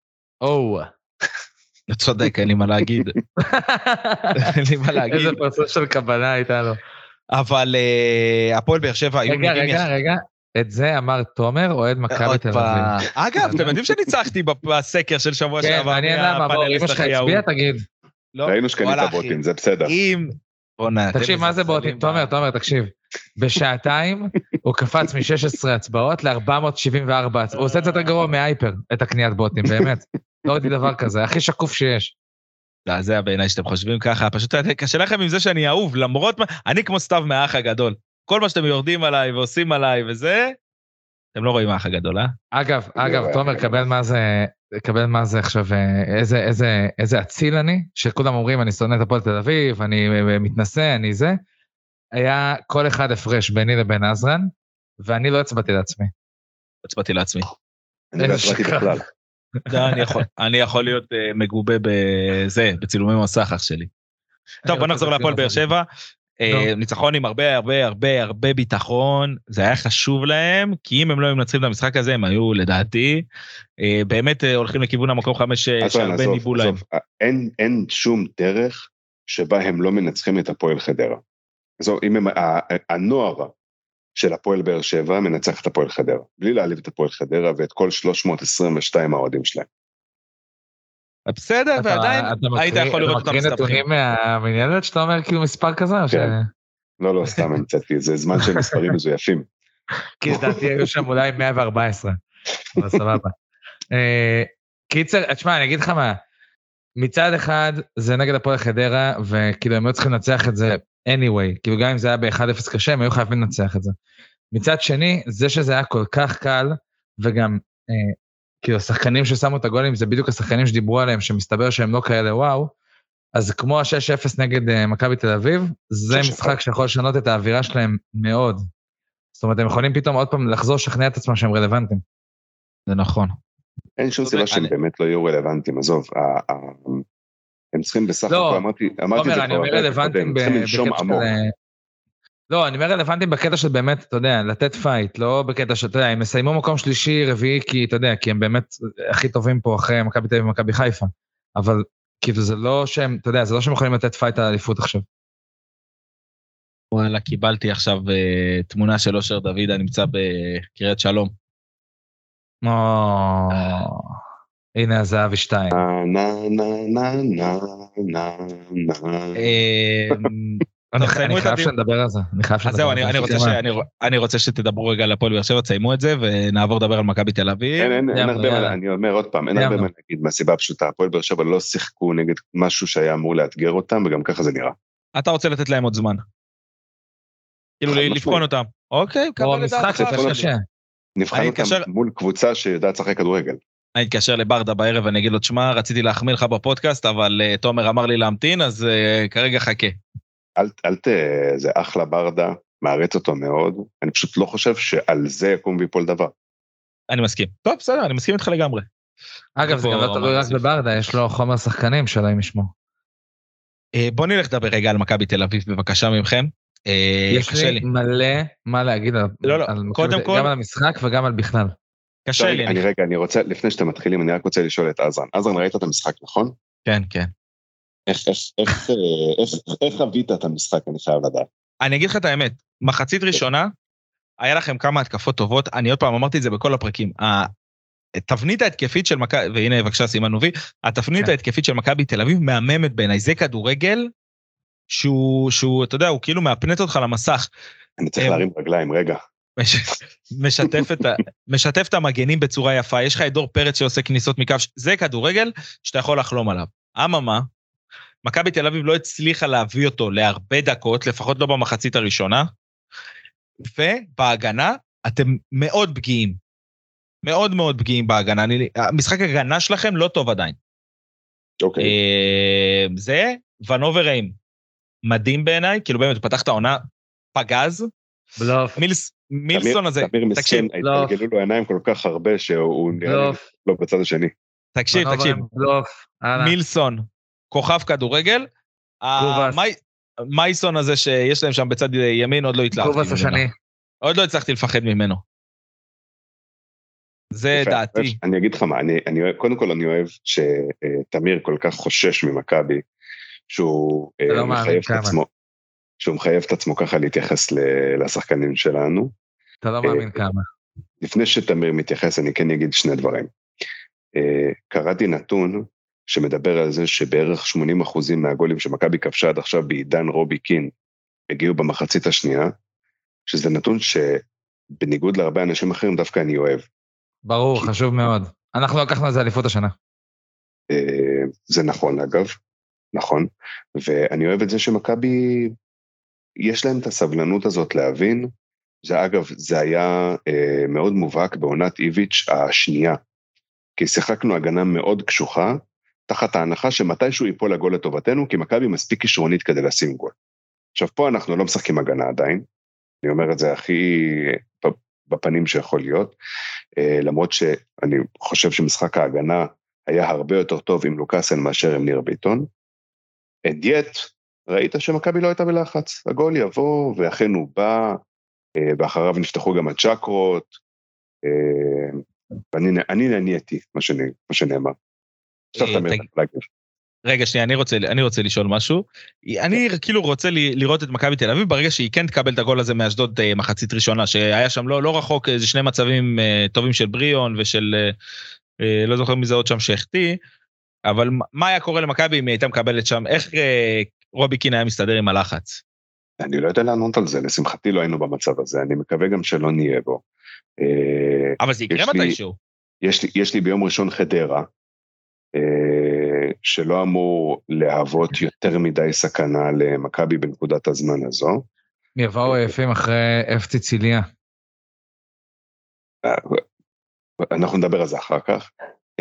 Speaker 1: צודק, אין לי מה להגיד. אין לי מה להגיד.
Speaker 2: איזה פרסום של קבלה הייתה לו.
Speaker 1: אבל הפועל באר שבע...
Speaker 2: רגע. את זה אמר תומר, אוהד מכבי תל אביב.
Speaker 1: אגב, אתם יודעים שניצחתי בסקר של שבוע שעבר?
Speaker 2: כן, מעניין למה, בוא, אמא שלך הצביע, תגיד.
Speaker 3: ראינו שקנית בוטים, זה בסדר.
Speaker 2: תקשיב, מה זה בוטים? תומר, תקשיב. בשעתיים הוא קפץ מ-16 הצבעות ל-474 הצבעות. הוא עושה את זה יותר גרוע מהייפר, את הקניית בוטים, באמת. לא ראיתי דבר כזה, הכי שקוף שיש.
Speaker 1: לא, זה בעיניי שאתם חושבים ככה, פשוט קשה לכם עם זה שאני אהוב, למרות מה, אני כמו סתיו מהאח הגדול. כל מה שאתם יורדים עליי ועושים עליי וזה, אתם לא רואים האח הגדול, אה?
Speaker 2: אגב, תומר, קבל מה זה עכשיו, איזה אציל אני, שכולם אומרים, אני שונא את הפועל תל אביב, אני מתנסה, אני זה, היה כל אחד הפרש ביני לבין עזרן, ואני לא הצבעתי לעצמי.
Speaker 1: הצבעתי לעצמי.
Speaker 3: אני לא הצבעתי בכלל.
Speaker 1: אני יכול להיות מגובה בזה, בצילומי מסך אח שלי. טוב, בוא נחזור להפועל באר שבע. ניצחון עם הרבה ביטחון, זה היה חשוב להם, כי אם הם לא היו מנצחים את המשחק הזה, הם היו לדעתי, באמת הולכים לכיוון המקום 5 שהרבה ניבאו להם.
Speaker 3: אין שום דרך שבה הם לא מנצחים את הפועל חדרה. הנוער של הפועל באר שבע מנצח את הפועל חדרה, בלי להעליב את הפועל חדרה ואת כל 322 האוהדים שלהם.
Speaker 1: בסדר, ועדיין היית יכול לראות אותם מסתבכים.
Speaker 2: אתה מקריא נתונים מהמנהלת שאתה אומר כאילו מספר כזה?
Speaker 3: לא, סתם המצאתי, זה זמן של מספרים מזויפים.
Speaker 2: כי לדעתי היו שם אולי 114, אבל סבבה. קיצר, תשמע, אני אגיד לך מה, מצד אחד זה נגד הפועל חדרה, וכאילו הם היו צריכים לנצח את זה anyway, כאילו גם אם זה היה ב-1-0 קשה, הם היו חייבים לנצח את זה. מצד שני, זה שזה היה כל כך קל, וגם כאילו השחקנים ששמו את הגולים, זה בדיוק השחקנים שדיברו עליהם, שמסתבר שהם לא כאלה וואו, אז כמו ה-6-0 נגד מכבי תל אביב, זה משחק שיכול לשנות את האווירה שלהם מאוד. זאת אומרת, הם יכולים פתאום עוד פעם לחזור לשכנע את עצמם שהם רלוונטיים.
Speaker 1: זה נכון.
Speaker 3: אין שום סיבה שהם באמת לא יהיו רלוונטיים, עזוב, הם צריכים בסך הכל, אמרתי את זה כבר, הם צריכים לנשום עמוק.
Speaker 2: לא, אני אומר רלוונטיים בקטע של באמת, אתה יודע, לתת פייט, לא בקטע של, אתה יודע, הם מסיימו מקום שלישי, רביעי, כי אתה יודע, כי הם באמת הכי טובים פה אחרי מכבי תל אביב ומכבי חיפה, אבל כאילו זה לא שהם, אתה יודע, זה לא שהם יכולים לתת פייט על האליפות עכשיו.
Speaker 1: וואלה, קיבלתי עכשיו תמונה של אושר דוד, הנמצא בקריית שלום.
Speaker 2: הנה הזהב 2. אני חייב שנדבר על זה.
Speaker 1: אז זהו, אני רוצה שתדברו רגע על הפועל באר שבע, תסיימו את זה, ונעבור לדבר על מכבי תל אביב.
Speaker 3: אין הרבה, אני אומר עוד פעם, אין הרבה מה להגיד מהסיבה הפשוטה, הפועל באר שבע לא שיחקו נגד משהו שהיה אמור לאתגר אותם, וגם ככה זה נראה.
Speaker 1: אתה רוצה לתת להם עוד זמן. כאילו לבחון אותם. אוקיי,
Speaker 2: או משחק יותר קשה.
Speaker 3: נבחן אותם מול קבוצה שיודעת לשחק כדורגל.
Speaker 1: אני אתקשר לברדה בערב ואני אגיד לו, תשמע, רציתי להחמיא לך בפודקאסט, אבל תומר אמר לי להמתין, אז כרגע חכה.
Speaker 3: זה אחלה ברדה, מערץ אותו מאוד, אני פשוט לא חושב שעל זה יקום ויפול דבר.
Speaker 1: אני מסכים. טוב, בסדר, אני מסכים איתך לגמרי.
Speaker 2: אגב, זה גם לא תלוי רק בברדה, יש לו חומר שחקנים שלהם ישמעו.
Speaker 1: בוא נלך לדבר רגע על מכבי תל אביב, בבקשה ממכם.
Speaker 2: יש לי מלא מה להגיד על מכבי, גם על המשחק וגם על בכלל.
Speaker 1: קשה לי.
Speaker 3: אני רוצה, לפני שאתם מתחילים, אני רק רוצה לשאול את עזרן. עזרן, ראית את המשחק, נכון?
Speaker 1: כן, כן.
Speaker 3: איך חווית את המשחק, אני חייב לדעת?
Speaker 1: אני אגיד לך את האמת, מחצית ראשונה, היה לכם כמה התקפות טובות, אני עוד פעם אמרתי את זה בכל הפרקים, התפנית ההתקפית של מכבי, והנה בבקשה סימן נובי, התפנית ההתקפית של מכבי תל אביב מהממת בעיניי, זה כדורגל, שהוא, אתה יודע, הוא כאילו מאפנט אותך למסך.
Speaker 3: אני צריך להרים רגליים, רגע.
Speaker 1: משתף את המגנים בצורה יפה, יש לך את דור פרץ שעושה כניסות מקו, זה כדורגל שאתה יכול לחלום עליו. אממה, מכבי תל אביב לא הצליחה להביא אותו להרבה דקות, לפחות לא במחצית הראשונה, ובהגנה אתם מאוד פגיעים. מאוד מאוד פגיעים בהגנה. המשחק הגנה שלכם לא טוב עדיין.
Speaker 3: אוקיי.
Speaker 1: זה ונובראים. מדהים בעיניי, כאילו באמת פתח את העונה פגז.
Speaker 2: בלוף.
Speaker 1: מילסון הזה.
Speaker 3: תמיר מסכן, התגלגלו לו עיניים כל כך הרבה שהוא נראה לי לא בצד השני.
Speaker 1: תקשיב. מילסון, כוכב כדורגל. מייסון הזה שיש להם שם בצד ימין עוד לא הצלחתי.
Speaker 2: קובס השני.
Speaker 1: עוד לא הצלחתי לפחד ממנו. זה דעתי.
Speaker 3: אני אגיד לך מה, קודם כל אני אוהב שתמיר כל כך חושש ממכבי, שהוא מחייב את עצמו ככה להתייחס לשחקנים שלנו.
Speaker 2: אתה לא מאמין כמה.
Speaker 3: לפני שתמיר מתייחס, אני כן אגיד שני דברים. קראתי נתון שמדבר על זה שבערך 80% מהגולים שמכבי כבשה עד עכשיו בעידן רובי קין, הגיעו במחצית השנייה, שזה נתון שבניגוד להרבה אנשים אחרים דווקא אני אוהב.
Speaker 2: ברור, חשוב מאוד. אנחנו לקחנו על זה אליפות השנה.
Speaker 3: זה נכון אגב, נכון, ואני אוהב את זה שמכבי, יש להם את הסבלנות הזאת להבין, זה אגב, זה היה מאוד מובהק בעונת איביץ' השנייה, כי שיחקנו הגנה מאוד קשוחה, תחת ההנחה שמתישהו ייפול הגול לטובתנו, כי מכבי מספיק כישרונית כדי לשים גול. עכשיו פה אנחנו לא משחקים הגנה עדיין, אני אומר את זה הכי בפנים שיכול להיות, למרות שאני חושב שמשחק ההגנה היה הרבה יותר טוב עם לוקאסן מאשר עם ניר ביטון, אדיית, ראית שמכבי לא הייתה בלחץ, הגול יבוא ואכן הוא בא, ואחריו נפתחו גם הצ'קרות, ואני נהניתי, מה שנאמר. עכשיו תמיר, להגיד.
Speaker 1: רגע שנייה, אני רוצה לשאול משהו, אני כאילו רוצה לראות את מכבי תל אביב, ברגע שהיא כן תקבל את הגול הזה מאשדוד מחצית ראשונה, שהיה שם לא רחוק, איזה שני מצבים טובים של בריאון, ושל, לא זוכר מי זה עוד שם שהחטיא, אבל מה היה קורה למכבי אם היא הייתה מקבלת שם, איך רובי קין היה מסתדר עם הלחץ?
Speaker 3: אני לא יודע לענות על זה, לשמחתי לא היינו במצב הזה, אני מקווה גם שלא נהיה בו.
Speaker 1: אבל זה יקרה מתישהו.
Speaker 3: יש לי ביום ראשון חדרה, שלא אמור להוות יותר מדי סכנה למכבי בנקודת הזמן הזו.
Speaker 2: יבואו עייפים אחרי אפצי ציליה.
Speaker 3: אנחנו נדבר על זה אחר כך.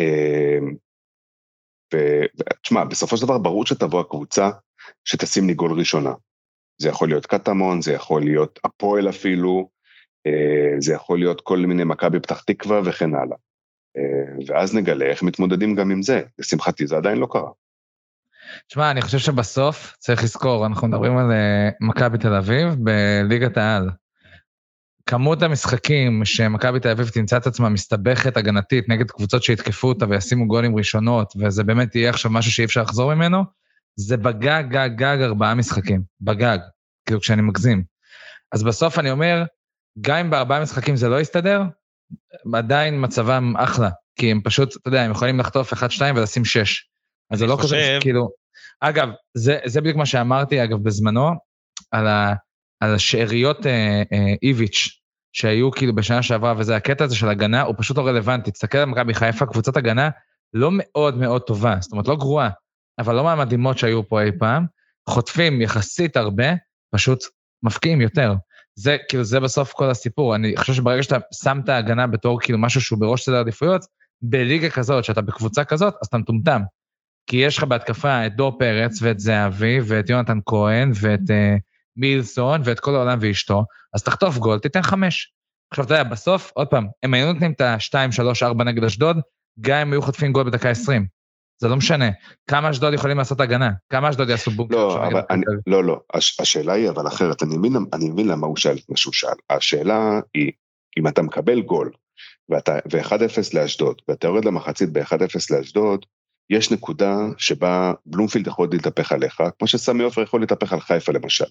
Speaker 3: ותשמע, בסופו של דבר ברור שתבוא הקבוצה שתשים לי גול ראשונה. זה יכול להיות קטמון, זה יכול להיות הפועל אפילו, זה יכול להיות כל מיני מכבי פתח תקווה וכן הלאה. ואז נגלה איך מתמודדים גם עם זה. לשמחתי זה עדיין לא קרה.
Speaker 2: תשמע, אני חושב שבסוף צריך לזכור, אנחנו מדברים על מכבי תל אביב בליגת העל. כמות המשחקים שמכבי תל אביב תמצא את עצמה מסתבכת הגנתית נגד קבוצות שהתקפו אותה וישימו גולים ראשונות, וזה באמת יהיה עכשיו משהו שאי אפשר לחזור ממנו, זה בגג 4 משחקים, בגג, כאילו כשאני מגזים. אז בסוף אני אומר, גם אם ב4 משחקים זה לא יסתדר, עדיין מצבם אחלה, כי הם פשוט, אתה יודע, הם יכולים לחטוף 1-2 ולשים 6. אז זה לא כזה, כאילו, אגב, זה בדיוק מה שאמרתי, אגב, בזמנו, על השאריות איביץ' שהיו כאילו בשנה שעברה, וזה הקטע הזה של הגנה, הוא פשוט לא רלוונטי. תסתכל על מכבי חיפה, קבוצת הגנה לא מאוד מאוד טובה, זאת אומרת, לא גרועה, אבל לא מהמדהימות שהיו פה אי פעם, חוטפים יחסית הרבה, פשוט מפקיעים יותר. זה, כאילו, זה בסוף כל הסיפור. אני חושב שברגע שאתה שם את ההגנה בתור כאילו משהו שהוא בראש סדר עדיפויות, בליגה כזאת, שאתה בקבוצה כזאת, אז אתה מטומטם. כי יש לך בהתקפה את דור פרץ ואת זהבי ואת יונתן כהן ואת מילסון ואת כל העולם ואשתו, אז תחטוף גול, תיתן 5. עכשיו אתה יודע, בסוף, עוד פעם, הם היו נותנים את ה-2, 3, 4 נגד אשדוד, גם הם היו חוטפים גול בדקה 20. זה לא משנה. כמה אשדוד יכולים לעשות הגנה? כמה אשדוד יעשו בונקר?
Speaker 3: לא, השאלה היא אבל אחרת, אני מבין למה הוא שאל את מה שהוא שאל. השאלה היא, אם אתה מקבל גול, ו-1-0 לאשדוד, ואתה יורד למחצית ב-1-0 לאשדוד, יש נקודה שבה בלומפילד יכול להתהפך עליך, כמו שסמי עופר יכול להתהפך על חיפה למשל.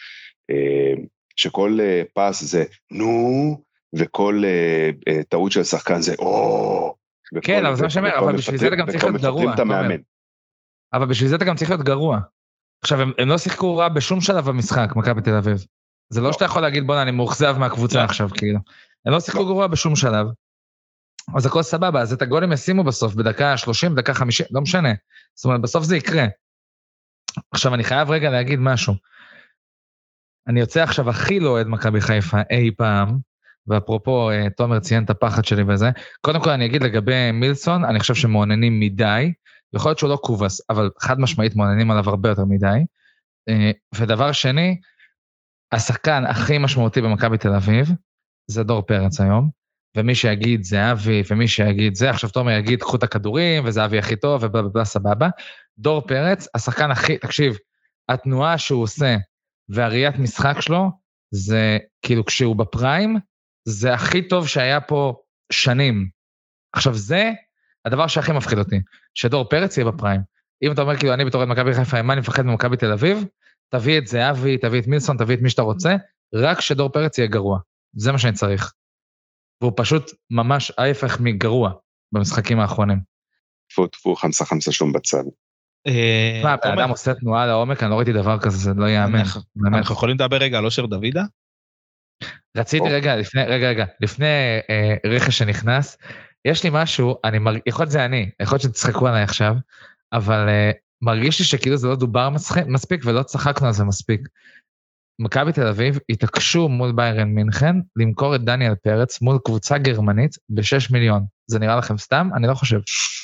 Speaker 3: שכל פס זה נו, וכל טעות של שחקן זה או.
Speaker 2: כן, אבל זה מה שאומר, אבל בשביל זה אתה גם צריך להיות גרוע. אבל בשביל זה אתה גם צריך להיות גרוע. עכשיו, הם לא שיחקו רע בשום שלב במשחק, מכבי תל אביב. זה לא שאתה יכול להגיד, בוא, אני מאוכזב מהקבוצה עכשיו, כאילו. הם לא שיחקו גרוע בשום שלב. אז הכל סבבה, אז את הגולים ישימו בסוף, בדקה 30, בדקה 50, לא משנה. זאת אומרת, בסוף זה יקרה. עכשיו, אני חייב רגע להגיד משהו. אני יוצא עכשיו הכי לא אוהד מכבי חיפה אי פעם, ואפרופו, תומר ציין את הפחד שלי וזה, קודם כל אני אגיד לגבי מילסון, אני חושב שמעוננים מדי, יכול להיות שהוא לא קובס, אבל חד משמעית מעוננים עליו הרבה יותר מדי, ודבר שני, השחקן הכי משמעותי במכבי תל אביב, זה דור פרץ היום, ומי שיגיד זה אבי, ומי שיגיד זה, עכשיו תומר יגיד, קחו את הכדורים, וזה אבי הכי טוב, ובלה סבבה, דור פרץ, השחקן הכי, תקשיב, התנועה שהוא עושה, והראיית משחק שלו, זה כאילו כשהוא בפריים, זה הכי טוב שהיה פה שנים. עכשיו זה הדבר שהכי מפחיד אותי, שדור פרץ יהיה בפריים. אם אתה אומר כאילו אני בתור את מכבי חיפה, מה אני מפחד ממכבי תל אביב, תביא את זהבי, תביא את מילסון, תביא את מי שאתה רוצה, רק שדור פרץ יהיה גרוע. זה מה שאני צריך. והוא פשוט ממש ההפך מגרוע במשחקים האחרונים.
Speaker 3: טפו, חמסה שום בצד.
Speaker 2: מה, האדם עושה תנועה לעומק, אני לא ראיתי דבר כזה, זה לא יאמן.
Speaker 1: אנחנו יכולים לדבר רגע על אושר דוידה?
Speaker 2: רציתי רגע, לפני רכש שנכנס, יש לי משהו, יכול להיות זה אני, יכול להיות שתצחקו עליי עכשיו, אבל מרגיש לי שכאילו זה לא דובר מספיק, ולא צחקנו על זה מספיק. מכבי תל אביב התעקשו מול ביירן מינכן, למכור את דניאל פרץ מול קבוצה גרמנית ב6 מיליון. זה נראה לכם סתם? אני לא חושב.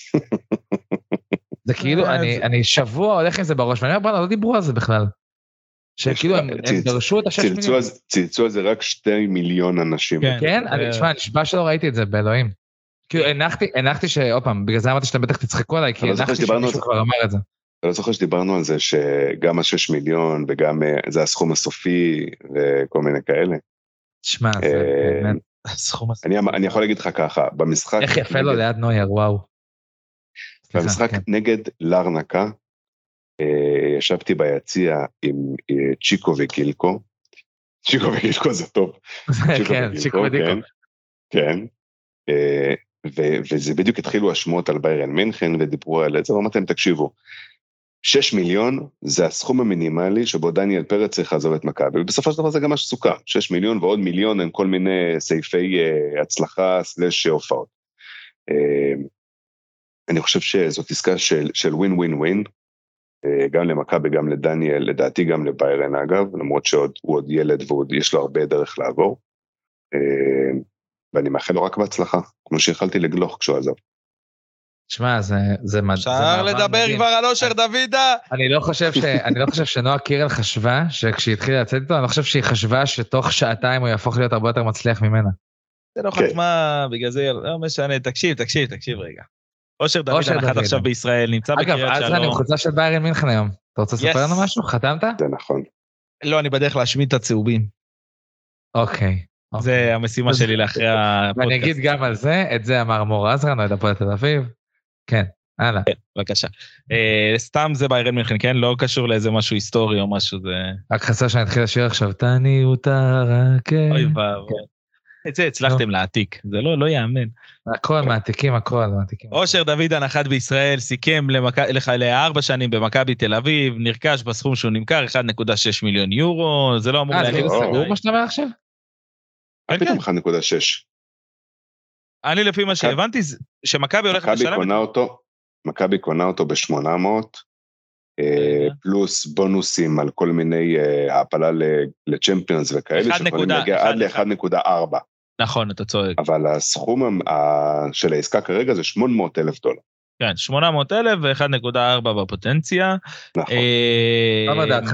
Speaker 2: זה כאילו, אני שבוע הולך עם זה בראש, ואני אומר, לא דיברו על זה בכלל. שכאילו הם דרשו את ה6 מיליון.
Speaker 3: צייצו על זה רק 2 מיליון אנשים.
Speaker 2: כן? אני נשבע שלא ראיתי את זה באלוהים. כאילו הנחתי עוד פעם, בגלל זה אמרתי שאתם בטח תצחקו עליי, כי הנחתי שמישהו כבר אמר את זה.
Speaker 3: אני לא זוכר שדיברנו על זה שגם ה6 מיליון וגם זה הסכום הסופי וכל מיני כאלה.
Speaker 2: תשמע, זה באמת
Speaker 1: הסכום הסופי.
Speaker 3: אני יכול להגיד לך ככה, במשחק...
Speaker 2: איך יפה לו ליד נויר, וואו.
Speaker 3: במשחק נגד לרנקה, ישבתי ביציע עם צ'יקו וגילקו. צ'יקו וגילקו זה טוב.
Speaker 2: כן, צ'יקו וגילקו.
Speaker 3: כן. וזה בדיוק התחילו השמועות על ביירן מינכן, ודיברו על זה, ואמרתם, תקשיבו, 6 מיליון זה הסכום המינימלי שבו דניאל פרץ צריך לעזוב את מכבי, ובסופו של דבר זה גם מה שסוכם, 6 מיליון ועוד מיליון הם כל מיני סעיפי הצלחה סלש הופעות. אני חושב שזאת עסקה של ווין ווין ווין, גם למכבי, גם לדניאל, לדעתי גם לביירן אגב, למרות שהוא עוד ילד ועוד יש לו הרבה דרך לעבור, ואני מאחל לו רק בהצלחה, כמו שיכלתי לגלוך כשהוא עזב.
Speaker 2: תשמע, זה
Speaker 1: אפשר לדבר כבר על אושר דוידה?
Speaker 2: אני לא חושב שנועה קירל חשבה, שכשהיא התחילה לצאת איתו, אני לא חושב שהיא חשבה שתוך שעתיים הוא יהפוך להיות הרבה יותר מצליח ממנה.
Speaker 1: זה לא חתמה, בגלל זה לא משנה, תקשיב רגע. אושר דוידה נחת עכשיו בישראל, נמצא בקריית שלום.
Speaker 2: אגב, אז אני מחוצה של ביירן מינכן היום. אתה רוצה לספר לנו משהו? חתמת?
Speaker 3: זה נכון.
Speaker 1: לא, אני בדרך להשמיד את הצהובים.
Speaker 2: אוקיי.
Speaker 1: זה המשימה שלי לאחרי הפודקאסט.
Speaker 2: ואני אגיד גם על זה, את זה אמר מור עזרן, אוהד הפועל תל אביב. כן, הלאה.
Speaker 1: בבקשה. סתם זה ביירן מינכן, כן? לא קשור לאיזה משהו היסטורי או משהו, זה...
Speaker 2: רק חסר שאני אתחיל לשיר עכשיו, תני אותה, כן.
Speaker 1: אוי ואבוי. את זה הצלחתם להעתיק, זה לא יאמן.
Speaker 2: הכל מעתיקים.
Speaker 1: אושר דוידה נחת בישראל, סיכם ל4 שנים במכבי תל אביב, נרכש בסכום שהוא נמכר, 1.6 מיליון יורו, זה לא אמור
Speaker 2: להגיד. זה סגור מה שאתה אומר עכשיו?
Speaker 3: פתאום 1.6.
Speaker 1: אני לפי מה שהבנתי, שמכבי הולכת לשלם...
Speaker 3: מכבי קונה אותו ב-800, פלוס בונוסים על כל מיני העפלה לצ'מפיונס וכאלה, שיכולים להגיע עד ל-1.4.
Speaker 1: נכון, אתה צועק.
Speaker 3: אבל הסכום של העסקה כרגע זה $800,000.
Speaker 1: כן, 800,000 ו-1.4 בפוטנציה.
Speaker 3: נכון.
Speaker 2: כמה דעתך?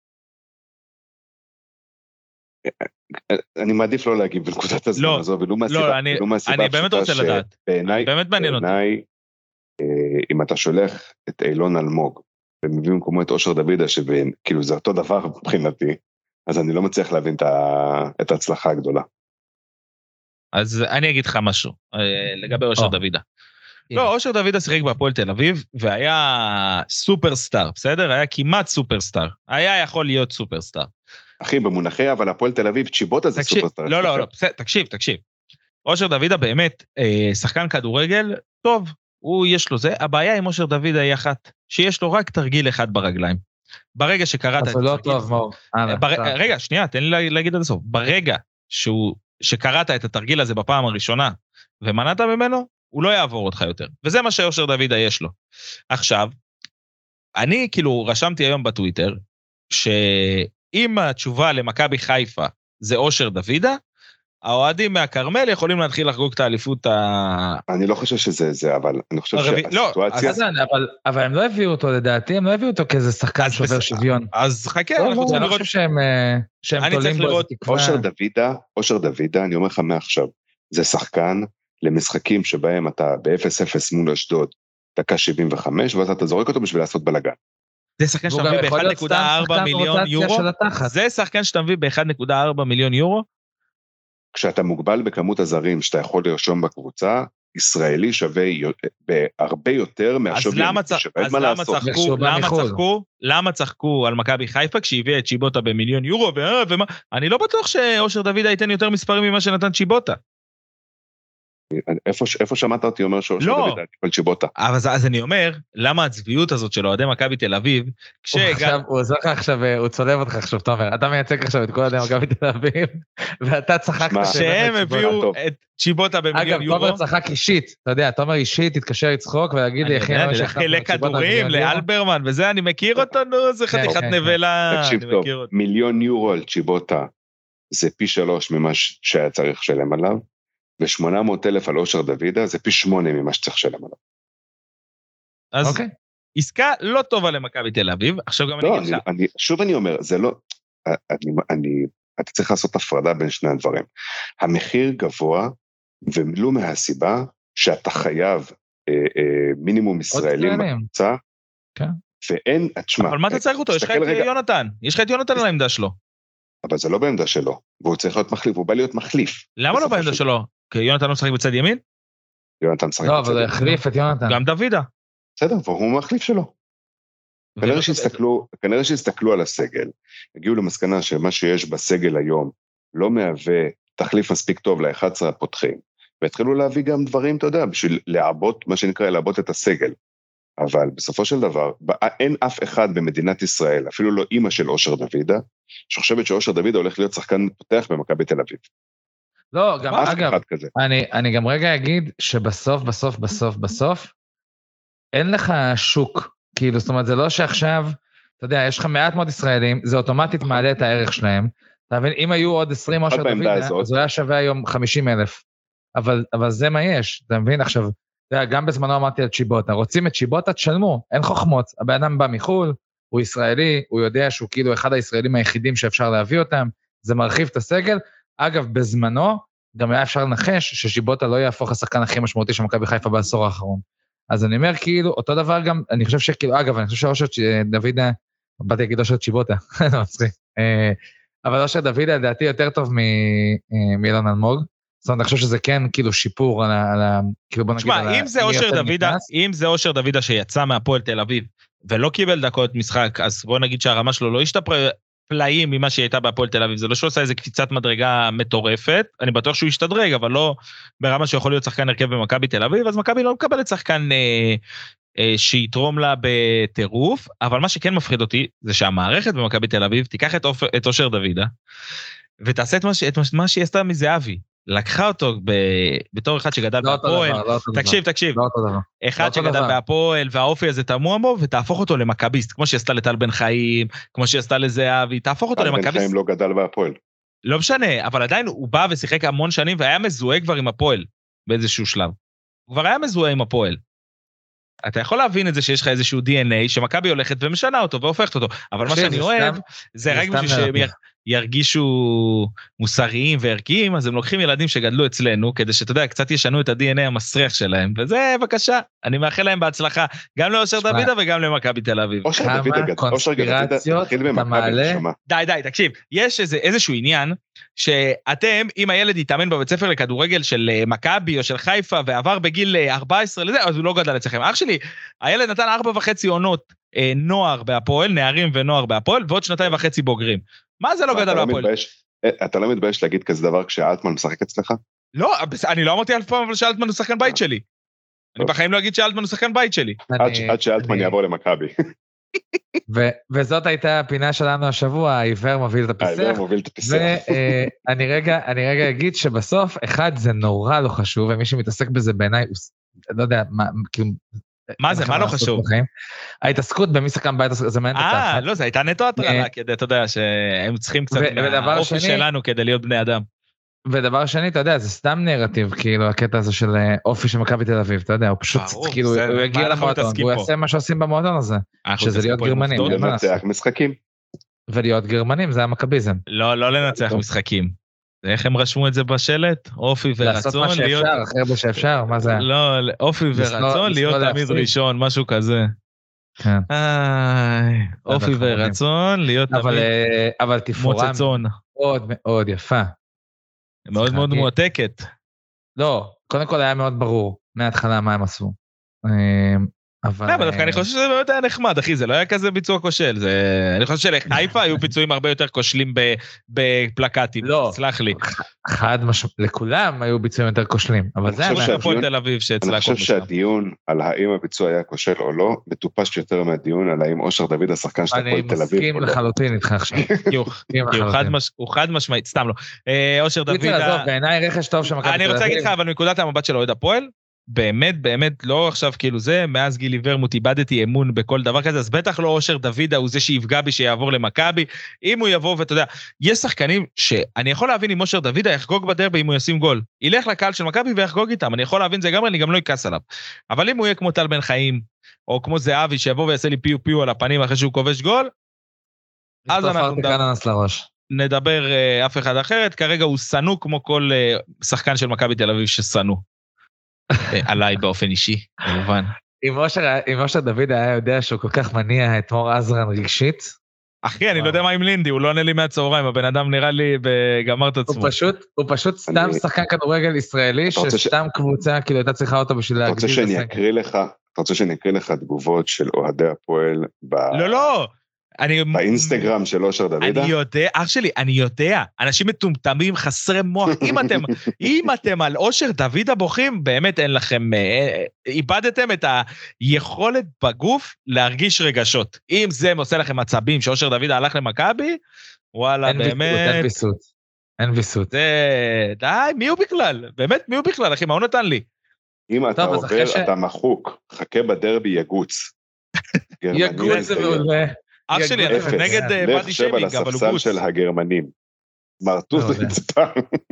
Speaker 3: אני מעדיף לא להגיב בנקודת הזמן הזו, ולא מהסיבה
Speaker 1: אני באמת רוצה לדעת. באמת מעניין אותי.
Speaker 3: בעיניי, אם אתה שולח את אילון אלמוג, ומביא במקומו את אושר דוידה, שכאילו זה אותו דבר מבחינתי, אז אני לא מצליח להבין את ההצלחה הגדולה.
Speaker 1: אז אני אגיד לך משהו, לגבי אושר דוידה. לא, אושר דוידה שיחק בהפועל תל אביב, והיה סופרסטאר, בסדר? היה כמעט סופרסטאר. היה יכול להיות סופרסטאר.
Speaker 3: אחי, במונחי, אבל הפועל תל אביב, צ'יבוטה זה סופרסטאר.
Speaker 1: לא, תקשיב. אושר דוידה באמת שחקן כדורגל טוב, יש לו זה. הבעיה עם אושר דוידה היא אחת, שיש לו רק תרגיל אחד ברגליים. ברגע שקראת...
Speaker 2: אז הוא לא טוב, מור.
Speaker 1: רגע, שנייה, תן לי להגיד עד הסוף. ברגע שקראת את התרגיל הזה בפעם הראשונה, ומנעת ממנו, הוא לא יעבור אותך יותר. וזה מה שאושר דוידה יש לו. עכשיו, אני כאילו רשמתי היום בטוויטר, שאם התשובה למכבי חיפה זה אושר דוידה, האוהדים מהקרמל יכולים להתחיל לחגוג את האליפות
Speaker 3: אני לא חושב שזה זה, אבל אני חושב שהסיטואציה...
Speaker 2: אבל הם לא הביאו אותו לדעתי, הם לא הביאו אותו כאיזה שחקן שובר שוויון.
Speaker 1: אז חכה,
Speaker 2: אני חושב שהם תולים בו איזה תקווה.
Speaker 3: אושר דוידה, אני אומר לך מעכשיו, זה שחקן למשחקים שבהם אתה ב-0-0 מול אשדוד, דקה 75, ואז אתה זורק אותו בשביל לעשות בלגן.
Speaker 1: זה שחקן שאתה מביא ב-1.4 מיליון יורו? זה שחקן שאתה מביא ב-1.4 מיליון יורו?
Speaker 3: כשאתה מוגבל בכמות הזרים שאתה יכול לרשום בקבוצה, ישראלי שווה בהרבה יותר מהשווי.
Speaker 1: למה צחקו על מכבי חיפה כשהביאה את צ'יבוטה במיליון יורו? אני לא בטוח שאושר דוידה ייתן יותר מספרים ממה שנתן צ'יבוטה.
Speaker 3: איפה שמעת אותי אומר שאושר דוידה טיפל צ'יבוטה?
Speaker 1: אז אני אומר, למה הצביעות הזאת של אוהדי מכבי תל אביב,
Speaker 2: הוא עוזר לך עכשיו, הוא צולב אותך עכשיו, תומר, אתה מייצג עכשיו את כל אוהדי מכבי תל אביב, ואתה צחקת
Speaker 1: שהם הביאו את צ'יבוטה במיליון יורו.
Speaker 2: אגב, תומר צחק אישית, אתה יודע, תומר אישית תתקשר לצחוק ולהגיד לי,
Speaker 1: אני יודע, לכדורים, לאלברמן, וזה אני מכיר אותו, נו, זה חתיכת נבלה.
Speaker 3: תקשיב טוב, מיליון יורו על צ'יבוטה, זה פי 3 ממה שהיה צריך לשלם עליו, ו800,000 על אושר דוידה, זה פי 8 ממה שצריך לשלם עליו.
Speaker 1: אז עסקה לא טובה למכבי תל אביב, עכשיו גם אני אגיד לך.
Speaker 3: שוב אני אומר, זה לא, אתה צריך לעשות הפרדה בין שני הדברים. המחיר גבוה, ולא מהסיבה שאתה חייב מינימום ישראלים בקבוצה, ואין, תשמע.
Speaker 1: אבל מה אתה צריך אותו? יש לך את יונתן, יש לך את יונתן על העמדה שלו.
Speaker 3: אבל זה לא בעמדה שלו, והוא צריך להיות מחליף, הוא בא להיות מחליף.
Speaker 1: למה לא בעמדה שלו? כי יונתן לא משחק בצד ימין?
Speaker 3: יונתן משחק בצד
Speaker 2: ימין. לא, אבל הוא החליף את יונתן.
Speaker 1: גם דוידה.
Speaker 3: בסדר, והוא מחליף שלו. כנראה שהסתכלו על הסגל, הגיעו למסקנה שמה שיש בסגל היום, לא מהווה תחליף מספיק טוב ל-11 הפותחים, והתחילו להביא גם דברים, אתה יודע, בשביל לעבות, מה שנקרא, לעבות את הסגל. אבל בסופו של דבר, אין אף אחד במדינת ישראל, אפילו לא אמא של אושר דוידה, שחושבת שאושר דוידה הולך להיות שחקן פותח במכבי תל אביב.
Speaker 2: לא, גם אגב, אני גם רגע אגיד שבסוף, בסוף, אין לך שוק, כאילו, זאת אומרת, זה לא שעכשיו, אתה יודע, יש לך מעט מאוד ישראלים, זה אוטומטית מעלה את הערך שלהם, אתה מבין, אם היו עוד 20 אושר דוידה, אז הוא היה שווה היום 50,000, אבל זה מה יש, אתה מבין, עכשיו, גם בזמנו אמרתי על צ'יבוטה, רוצים את צ'יבוטה, תשלמו, אין חוכמות, הבן אדם בא מחול, הוא ישראלי, הוא יודע שהוא כאילו אחד הישראלים היחידים שאפשר להביא אותם, זה מרחיב את הסגל, אגב, בזמנו, גם היה אפשר לנחש שצ'יבוטה לא יהפוך השחקן הכי משמעותי של מכבי חיפה בעשור האחרון. אז אני אומר כאילו, אותו דבר גם, אני חושב שכאילו, אגב, אני חושב שאושר דוידה, באתי להגיד אושר צ'יבוטה, לא מצחיק, אבל אושר דוידה לדעתי יותר טוב מאילון אלמוג, זאת אומרת, אני חושב שזה כן כאילו שיפור על כאילו בוא נגיד על
Speaker 1: אם זה אושר דוידה שיצא מהפועל תל אביב, ולא קיבל דקות משחק, אז בוא נגיד שהרמה שלו לא השתפרה פלאים ממה שהיא הייתה בהפועל תל אביב, זה לא שהוא עושה איזה קפיצת מדרגה מטורפת, אני בטוח שהוא ישתדרג, אבל לא ברמה שיכול להיות שחקן הרכב במכבי תל אביב, אז מכבי לא מקבלת שחקן שיתרום לה בטירוף, אבל מה שכן מפחיד אותי, זה שהמערכת במכבי תל אביב תיקח את אושר דוידה, ותעשה את מה שהיא עשתה מזהבי, לקחה אותו בתור אחד שגדל בהפועל, תקשיב, אחד שגדל בהפועל, והאופי הזה תמוה בו, ותהפוך אותו למכביסט, כמו שעשתה לטל בן חיים, כמו שעשתה לזהבי, תהפוך אותו למכביסט.
Speaker 3: טל בן חיים לא גדל בהפועל.
Speaker 1: לא משנה, אבל עדיין הוא בא ושיחק המון שנים, והיה מזוהה כבר עם הפועל, באיזשהו שלב. הוא כבר היה מזוהה עם הפועל. אתה יכול להבין את זה שיש לך איזשהו DNA, שמכבי הולכת ומשנה אותו, והופכת אותו, אבל מה שאני אוהב, זה רק בשביל שהם ירגישו מוסריים וערכיים, אז הם לוקחים ילדים שגדלו אצלנו, כדי שאתה יודע, קצת ישנו את ה-DNA המסריח שלהם, וזה בבקשה, אני מאחל להם בהצלחה, גם לאושר דוידה וגם למכבי תל אביב.
Speaker 2: כמה קונספירציות אתה מעלה?
Speaker 1: די, תקשיב, יש איזשהו עניין, שאתם, אם הילד יתאמן בבית ספר לכדורגל של מכבי או של חיפה, ועבר בגיל 14 לזה, אז הוא לא גדל אצלכם. אח שלי, הילד נתן 4.5 עונות נוער בהפועל, נערים ונוער בהפועל, ועוד 2.5 בוגרים. מה זה לא גדל בהפועל?
Speaker 3: אתה לא מתבייש להגיד כזה דבר כשאלטמן משחק אצלך?
Speaker 1: לא, אני לא אמרתי אף פעם, אבל שאלטמן הוא שחקן בית שלי. אני בחיים לא אגיד שאלטמן הוא שחקן בית שלי.
Speaker 3: עד שאלטמן יעבור למכבי.
Speaker 2: וזאת הייתה הפינה שלנו השבוע, העיוור מוביל את הפיסח. ואני רגע אגיד שבסוף, אחד זה נורא לא חשוב, ומי שמתעסק בזה בעיניי, לא יודע,
Speaker 1: מה זה, מה לא חשוב?
Speaker 2: ההתעסקות במי שחקן בית, זה מעניין את התחת.
Speaker 1: לא, זה הייתה נטו הטרלה, כדי, אתה יודע, שהם צריכים קצת מהאופי שלנו כדי להיות בני אדם.
Speaker 2: ודבר שני, אתה יודע, זה סתם נרטיב, כאילו, הקטע הזה של אופי של מכבי תל אביב, אתה יודע, הוא פשוט, כאילו, הוא יגיע למועדון, הוא יעשה מה שעושים במועדון הזה, שזה להיות גרמנים.
Speaker 3: לנצח משחקים.
Speaker 2: ולהיות גרמנים, זה המכביזם.
Speaker 1: לא לנצח משחקים. איך הם רשמו את זה בשלט? אופי ורצון.
Speaker 2: לעשות מה שאפשר, אחרי מה שאפשר, מה זה?
Speaker 1: לא, אופי ורצון, להיות תמיד ראשון, משהו כזה. אופי ורצון, להיות תמיד מוצצון.
Speaker 2: מאוד מאוד יפה.
Speaker 1: מאוד מאוד מועתקת.
Speaker 2: לא, קודם כל היה מאוד ברור, מההתחלה מה הם עשו.
Speaker 1: אבל דווקא אני חושב שזה באמת היה נחמד, אחי, זה לא היה כזה ביצוע כושל, אני חושב שלחיפה היו פיצויים הרבה יותר כושלים בפלקטים, סלח לי.
Speaker 2: לכולם היו ביצועים יותר כושלים, אבל זה היה
Speaker 1: הפועל תל אביב
Speaker 3: אני חושב שהדיון על האם הביצוע היה כושל או לא, מטופש יותר מהדיון על האם אושר דוד השחקן של הפועל תל אביב.
Speaker 2: אני מסכים לחלוטין איתך עכשיו.
Speaker 1: הוא חד משמעית, סתם לא. אושר דוד...
Speaker 2: בעיניי רכש טוב שמכבי תל אביב.
Speaker 1: אני רוצה להגיד לך, אבל מנקודת המבט של אוהד הפועל, באמת, לא עכשיו כאילו זה, מאז גילי ורמוט איבדתי אמון בכל דבר כזה, אז בטח לא אושר דוידה הוא זה שיפגע בי שיעבור למכבי, אם הוא יבוא ואתה יודע, יש שחקנים שאני יכול להבין אם אושר דוידה יחגוג בדרבי אם הוא ישים גול, ילך לקהל של מכבי ויחגוג איתם, אני יכול להבין זה גם, אני גם לא אכעס עליו, אבל אם הוא יהיה כמו טל בן חיים, או כמו זהבי שיבוא ויעשה לי פיו פיו על הפנים אחרי שהוא כובש גול, אז אנחנו נדבר אף אחד אחרת, כרגע הוא סנו כמו כל שחקן של מכבי תל אביב שסנו. עליי באופן אישי, כמובן.
Speaker 2: אם אושר דוד היה יודע שהוא כל כך מניע את מור עזרן רגשית.
Speaker 1: אחי, אני לא יודע מה עם לינדי, הוא לא עונה לי מהצהריים, הבן אדם נראה לי בגמר את עצמו.
Speaker 2: הוא פשוט סתם שחקן כדורגל ישראלי, שסתם קבוצה, כאילו הייתה צריכה אותו בשביל להגדיל את הסגל.
Speaker 3: אתה רוצה שאני אקריא לך תגובות של אוהדי הפועל
Speaker 1: לא.
Speaker 3: באינסטגרם של אושר דוידה?
Speaker 1: אני יודע, אח שלי, אני יודע, אנשים מטומטמים, חסרי מוח, אם אתם על אושר דוידה בוכים, באמת אין לכם, איבדתם את היכולת בגוף להרגיש רגשות. אם זה עושה לכם עצבים שאושר דוידה הלך למכבי, וואלה, באמת.
Speaker 2: אין ויסות.
Speaker 1: די, מי הוא בכלל? באמת, מי הוא בכלל, אחי, מה הוא נתן לי?
Speaker 3: אם אתה עובר, אתה מחוק, חכה בדרבי יגוץ.
Speaker 2: יגוץ זה מעולה.
Speaker 1: אח שלי, אנחנו נגד בדי שיימינג, אבל הוא גוץ.
Speaker 3: לך שב על הספסל של הגרמנים. מרטוס לצפה.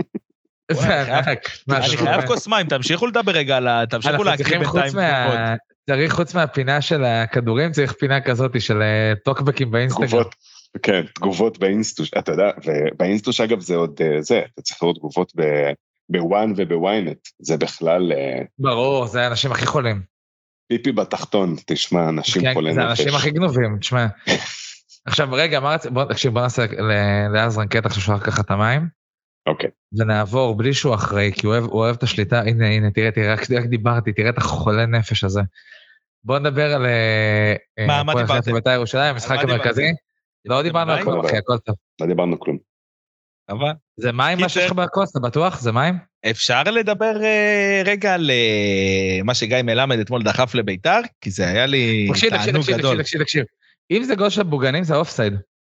Speaker 1: אני חייב כוס מים, תמשיכו לדבר רגע, תמשיכו להקריא בינתיים.
Speaker 2: צריך חוץ מהפינה של הכדורים, צריך פינה כזאת של טוקבקים באינסטגרם.
Speaker 3: כן, תגובות באינסטוש, אתה יודע, ובאינסטוש אגב זה עוד זה, אתה צריך לראות תגובות בוואן ובוויינט, זה בכלל...
Speaker 2: ברור, זה האנשים הכי חולים.
Speaker 3: פיפי בתחתון, תשמע, אנשים חולים נפש.
Speaker 2: זה האנשים הכי גנובים, תשמע. עכשיו, רגע, תקשיב, בוא נעשה לעזרן קטע ששולח ככה את המים.
Speaker 3: אוקיי.
Speaker 2: ונעבור בלי שהוא אחראי, כי הוא אוהב את השליטה, הנה, תראה, רק דיברתי, תראה את החולה נפש הזה. בוא נדבר על...
Speaker 1: מה דיברתם?
Speaker 2: בית"ר ירושלים, המשחק המרכזי. לא דיברנו על כלום, אחי, הכל טוב.
Speaker 3: לא דיברנו כלום.
Speaker 2: זה מים מה שיש לך בכוס, אתה בטוח? זה מים?
Speaker 1: אפשר לדבר רגע על מה שגיא מלמד אתמול דחף לביתר, כי זה היה לי תענוג גדול.
Speaker 2: תקשיב. אם זה גול של בוגנים זה אופסייד.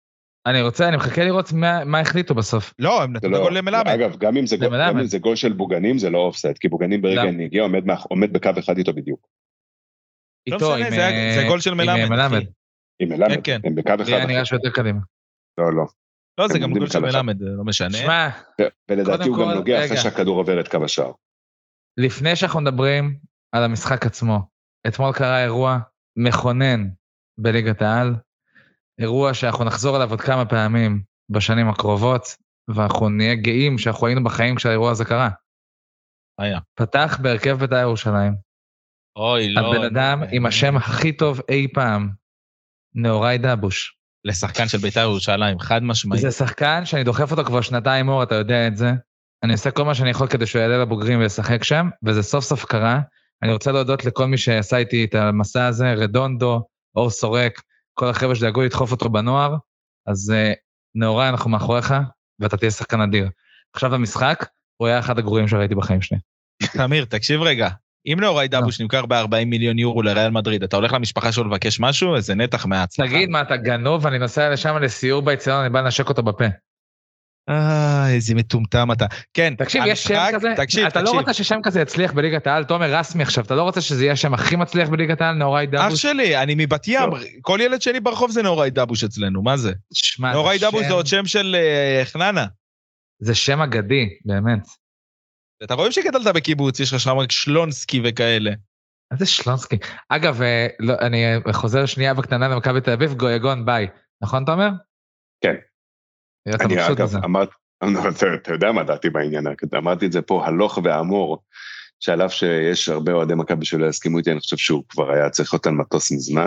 Speaker 2: אני מחכה לראות מה החליטו בסוף.
Speaker 1: לא, הם נתנו גול למלמד.
Speaker 3: אגב, גם אם זה גול של בוגנים, זה לא אופסייד, כי בוגנים ברגע הנגיעה עומד בקו אחד איתו בדיוק.
Speaker 1: לא משנה, זה גול של מלמד.
Speaker 3: עם מלמד, הם בקו אחד.
Speaker 2: אני נראה שיותר קדימה.
Speaker 3: לא.
Speaker 1: לא, זה גם גול של מלמד, לא משנה.
Speaker 2: שמע,
Speaker 3: ולדעתי הוא גם נוגע אחרי שהכדור עובר את קו השער.
Speaker 2: לפני שאנחנו מדברים על המשחק עצמו, אתמול קרה אירוע מכונן בליגת העל, אירוע שאנחנו נחזור עליו עוד כמה פעמים בשנים הקרובות, ואנחנו נהיה גאים שאנחנו היינו בחיים כשהאירוע הזה קרה.
Speaker 1: היה.
Speaker 2: פתח בהרכב בית"ר ירושלים.
Speaker 1: אוי, לא.
Speaker 2: הבן אדם עם השם הכי טוב אי פעם, נאורי דבוש.
Speaker 1: לשחקן של בית"ר ירושלים, חד משמעית.
Speaker 2: זה שחקן שאני דוחף אותו כבר שנתיים אור, אתה יודע את זה. אני עושה כל מה שאני יכול כדי שהוא יעלה לבוגרים ולשחק שם, וזה סוף סוף קרה. אני רוצה להודות לכל מי שעשה איתי את המסע הזה, רדונדו, אור סורק, כל החבר'ה שדאגו לדחוף אותו בנוער, אז נאורי אנחנו מאחוריך, ואתה תהיה שחקן אדיר. עכשיו המשחק, הוא היה אחד הגרועים שראיתי בחיים שלי.
Speaker 1: תמיר, תקשיב רגע. אם נאורי דבוש נמכר ב-40 מיליון יורו לריאל מדריד, אתה הולך למשפחה שלו לבקש משהו? איזה נתח מההצלחה.
Speaker 2: תגיד מה, אתה גנוב, אני נוסע לשם לסיור באצטדיון, אני בא לנשק אותו בפה.
Speaker 1: איזה מטומטם אתה. כן,
Speaker 2: תקשיב, יש שם כזה, אתה לא רוצה ששם כזה יצליח בליגת העל, תומר רסמי עכשיו, אתה לא רוצה שזה יהיה השם הכי מצליח בליגת העל, נאורי דבוש?
Speaker 1: אח שלי, אני מבת ים, כל ילד שלי ברחוב זה נאורי דבוש אצלנו, מה זה? נאורי דבוש זה עוד שם של חננה. זה
Speaker 2: שם אגדי, באמת.
Speaker 1: אתה רואים שגדלת בקיבוץ, יש לך שם רק שלונסקי וכאלה.
Speaker 2: איזה שלונסקי? אגב, אני חוזר שנייה בקטנה למכבי תל אביב, גויגון ביי. נכון, תומר?
Speaker 3: כן. אני אגב, אתה יודע מה דעתי בעניין, אמרתי את זה פה, הלוך ואמור, שעליו שיש הרבה אוהדי מכבי שלא יסכימו איתי, אני חושב שהוא כבר היה צריך להיות על מטוס מזמן.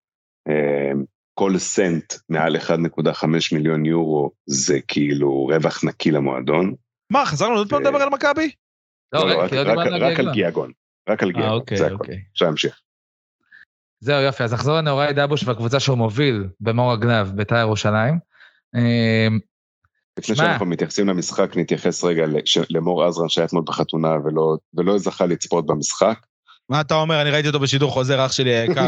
Speaker 3: כל סנט מעל 1.5 מיליון יורו, זה כאילו רווח נקי למועדון.
Speaker 1: מה, חזרנו עוד פעם לדבר על מכבי?
Speaker 3: לא, רק על גיאגון. רק על גיאגון, זה הכל. אפשר להמשיך.
Speaker 2: זהו, יופי, אז נחזור לנאורי דבוש והקבוצה שהוא מוביל במור רגליו בית"ר ירושלים.
Speaker 3: לפני שאנחנו מתייחסים למשחק, נתייחס רגע למור עזרן שהיה אתמול בחתונה ולא זכה לצפות במשחק.
Speaker 1: מה אתה אומר? אני ראיתי אותו בשידור חוזר, אח שלי היקר.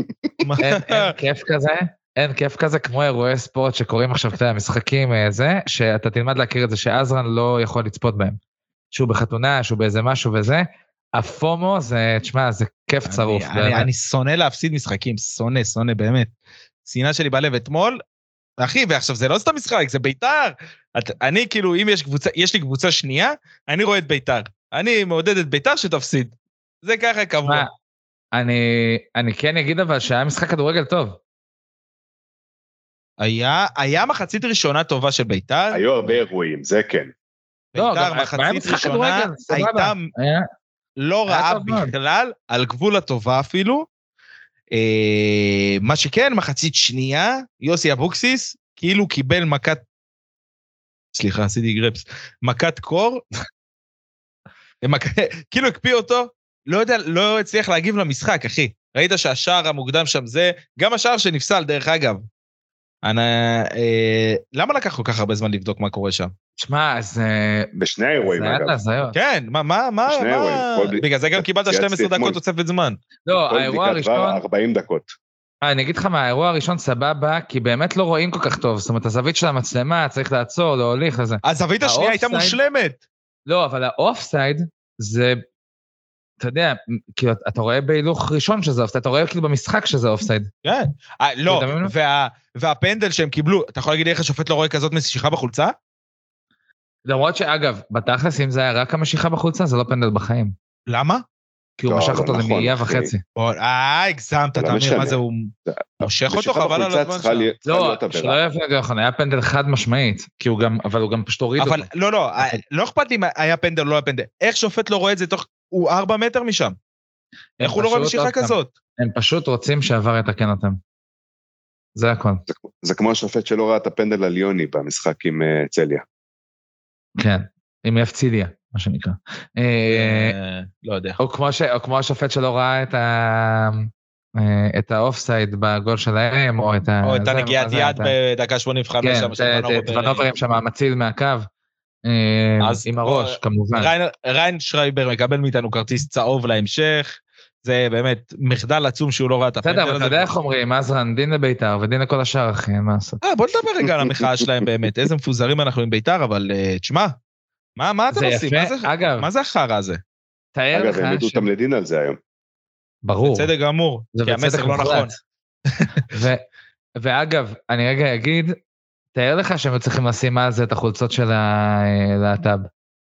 Speaker 2: אין כיף כזה כמו אירועי ספורט שקוראים עכשיו כתבי המשחקים, שאתה תלמד להכיר את זה שעזרן לא יכול לצפות בהם. שהוא בחתונה, שהוא באיזה משהו וזה, הפומו זה, תשמע, זה כיף צרוף.
Speaker 1: אני שונא להפסיד משחקים, שונא באמת. שנאה שלי בלב אתמול, אחי, ועכשיו זה לא סתם משחק, זה בית"ר. אני כאילו, אם יש לי קבוצה שנייה, אני רואה את בית"ר. אני מעודד את בית"ר שתפסיד. זה ככה קבוע.
Speaker 2: אני כן אגיד אבל שהיה משחק כדורגל טוב.
Speaker 1: היה מחצית ראשונה טובה של בית"ר.
Speaker 3: היו הרבה אירועים, זה כן.
Speaker 1: בית"ר מחצית ראשונה הייתה לא רעה בכלל, על גבול הטובה אפילו. מה שכן, מחצית שנייה, יוסי אבוקסיס, כאילו קיבל מכת, סליחה, עשיתי גרפס, מכת קור, כאילו הקפיא אותו, לא יודע, לא הצליח להגיב למשחק, אחי. ראית שהשער המוקדם שם זה, גם השער שנפסל דרך אגב. למה לקח כל כך הרבה זמן לבדוק מה קורה שם?
Speaker 2: תשמע, אז...
Speaker 3: בשני האירועים, אגב.
Speaker 1: כן, מה? בגלל זה גם קיבלת 12 דקות תוספת זמן.
Speaker 2: לא, האירוע הראשון...
Speaker 3: 40 דקות.
Speaker 2: אני אגיד לך מה, האירוע הראשון סבבה, כי באמת לא רואים כל כך טוב. זאת אומרת, הזווית של המצלמה, צריך לעצור, להוליך לזה.
Speaker 1: הזווית השנייה הייתה מושלמת.
Speaker 2: לא, אבל האופסייד זה... אתה יודע, כאילו, אתה רואה בהילוך ראשון שזה אופסייד, אתה רואה כאילו במשחק שזה אופסייד.
Speaker 1: כן, לא, והפנדל שהם קיבלו, אתה יכול להגיד איך השופט לא רואה כזאת משיכה בחולצה?
Speaker 2: למרות שאגב, בתכלס, אם זה היה רק המשיכה בחולצה, זה לא פנדל בחיים.
Speaker 1: למה?
Speaker 2: כי הוא משך אותו למאייה וחצי.
Speaker 1: הגזמת, תמיר, מה זה, הוא מושך אותו, חבל על הזמן שלו.
Speaker 2: לא, שלא יבין את זה, היה פנדל חד משמעית, אבל הוא גם פשוט הוריד אותו.
Speaker 1: אבל לא אכפת לי אם היה פנדל או לא היה פנדל, איך שופט לא רואה את זה תוך, הוא 4 מטר משם. איך הוא לא רואה משיכה כזאת?
Speaker 2: הם פשוט רוצים שעבר יתקן אותם. זה הכל.
Speaker 3: זה כמו השופט שלא ראה את הפנדל על יוני במשחק עם צליה.
Speaker 2: כן, עם אפציליה, מה שנקרא.
Speaker 1: לא יודע.
Speaker 2: או כמו השופט שלא ראה את האופסייד בגול שלהם, או
Speaker 1: את הנגיעת יד בדקה 85.
Speaker 2: כן, את ונוברים שם, המציל מהקו, עם הראש, כמובן.
Speaker 1: ריין שרייבר מקבל מאיתנו כרטיס צהוב להמשך, זה באמת מחדל עצום שהוא לא ראה את הפנדל הזה.
Speaker 2: בסדר, אתה יודע איך אומרים, עזרן, דין לביתר ודין לכל השאר, אחי, מה לעשות?
Speaker 1: בוא נדבר רגע על המחאה שלהם באמת, איזה מפוזרים אנחנו עם ביתר, אבל תשמע, מה אתם עושים? מה זה החרא הזה?
Speaker 2: תאר לך...
Speaker 3: אגב, הם ידעו אותם לדין על זה היום.
Speaker 2: ברור.
Speaker 1: בצדק גמור, כי המסר לא נכון.
Speaker 2: ואגב, אני רגע אגיד, תאר לך שהם צריכים לשים על זה את החולצות של הלהט"ב.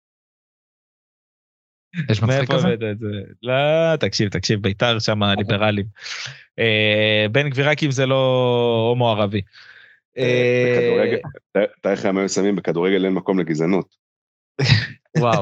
Speaker 2: יש מצחיק כזה?
Speaker 1: לא, תקשיב, ביתר שם ליברלים. בן גבירקים זה לא הומו ערבי.
Speaker 3: תאר לך הם היו שמים בכדורגל אין מקום לגזענות.
Speaker 2: וואו.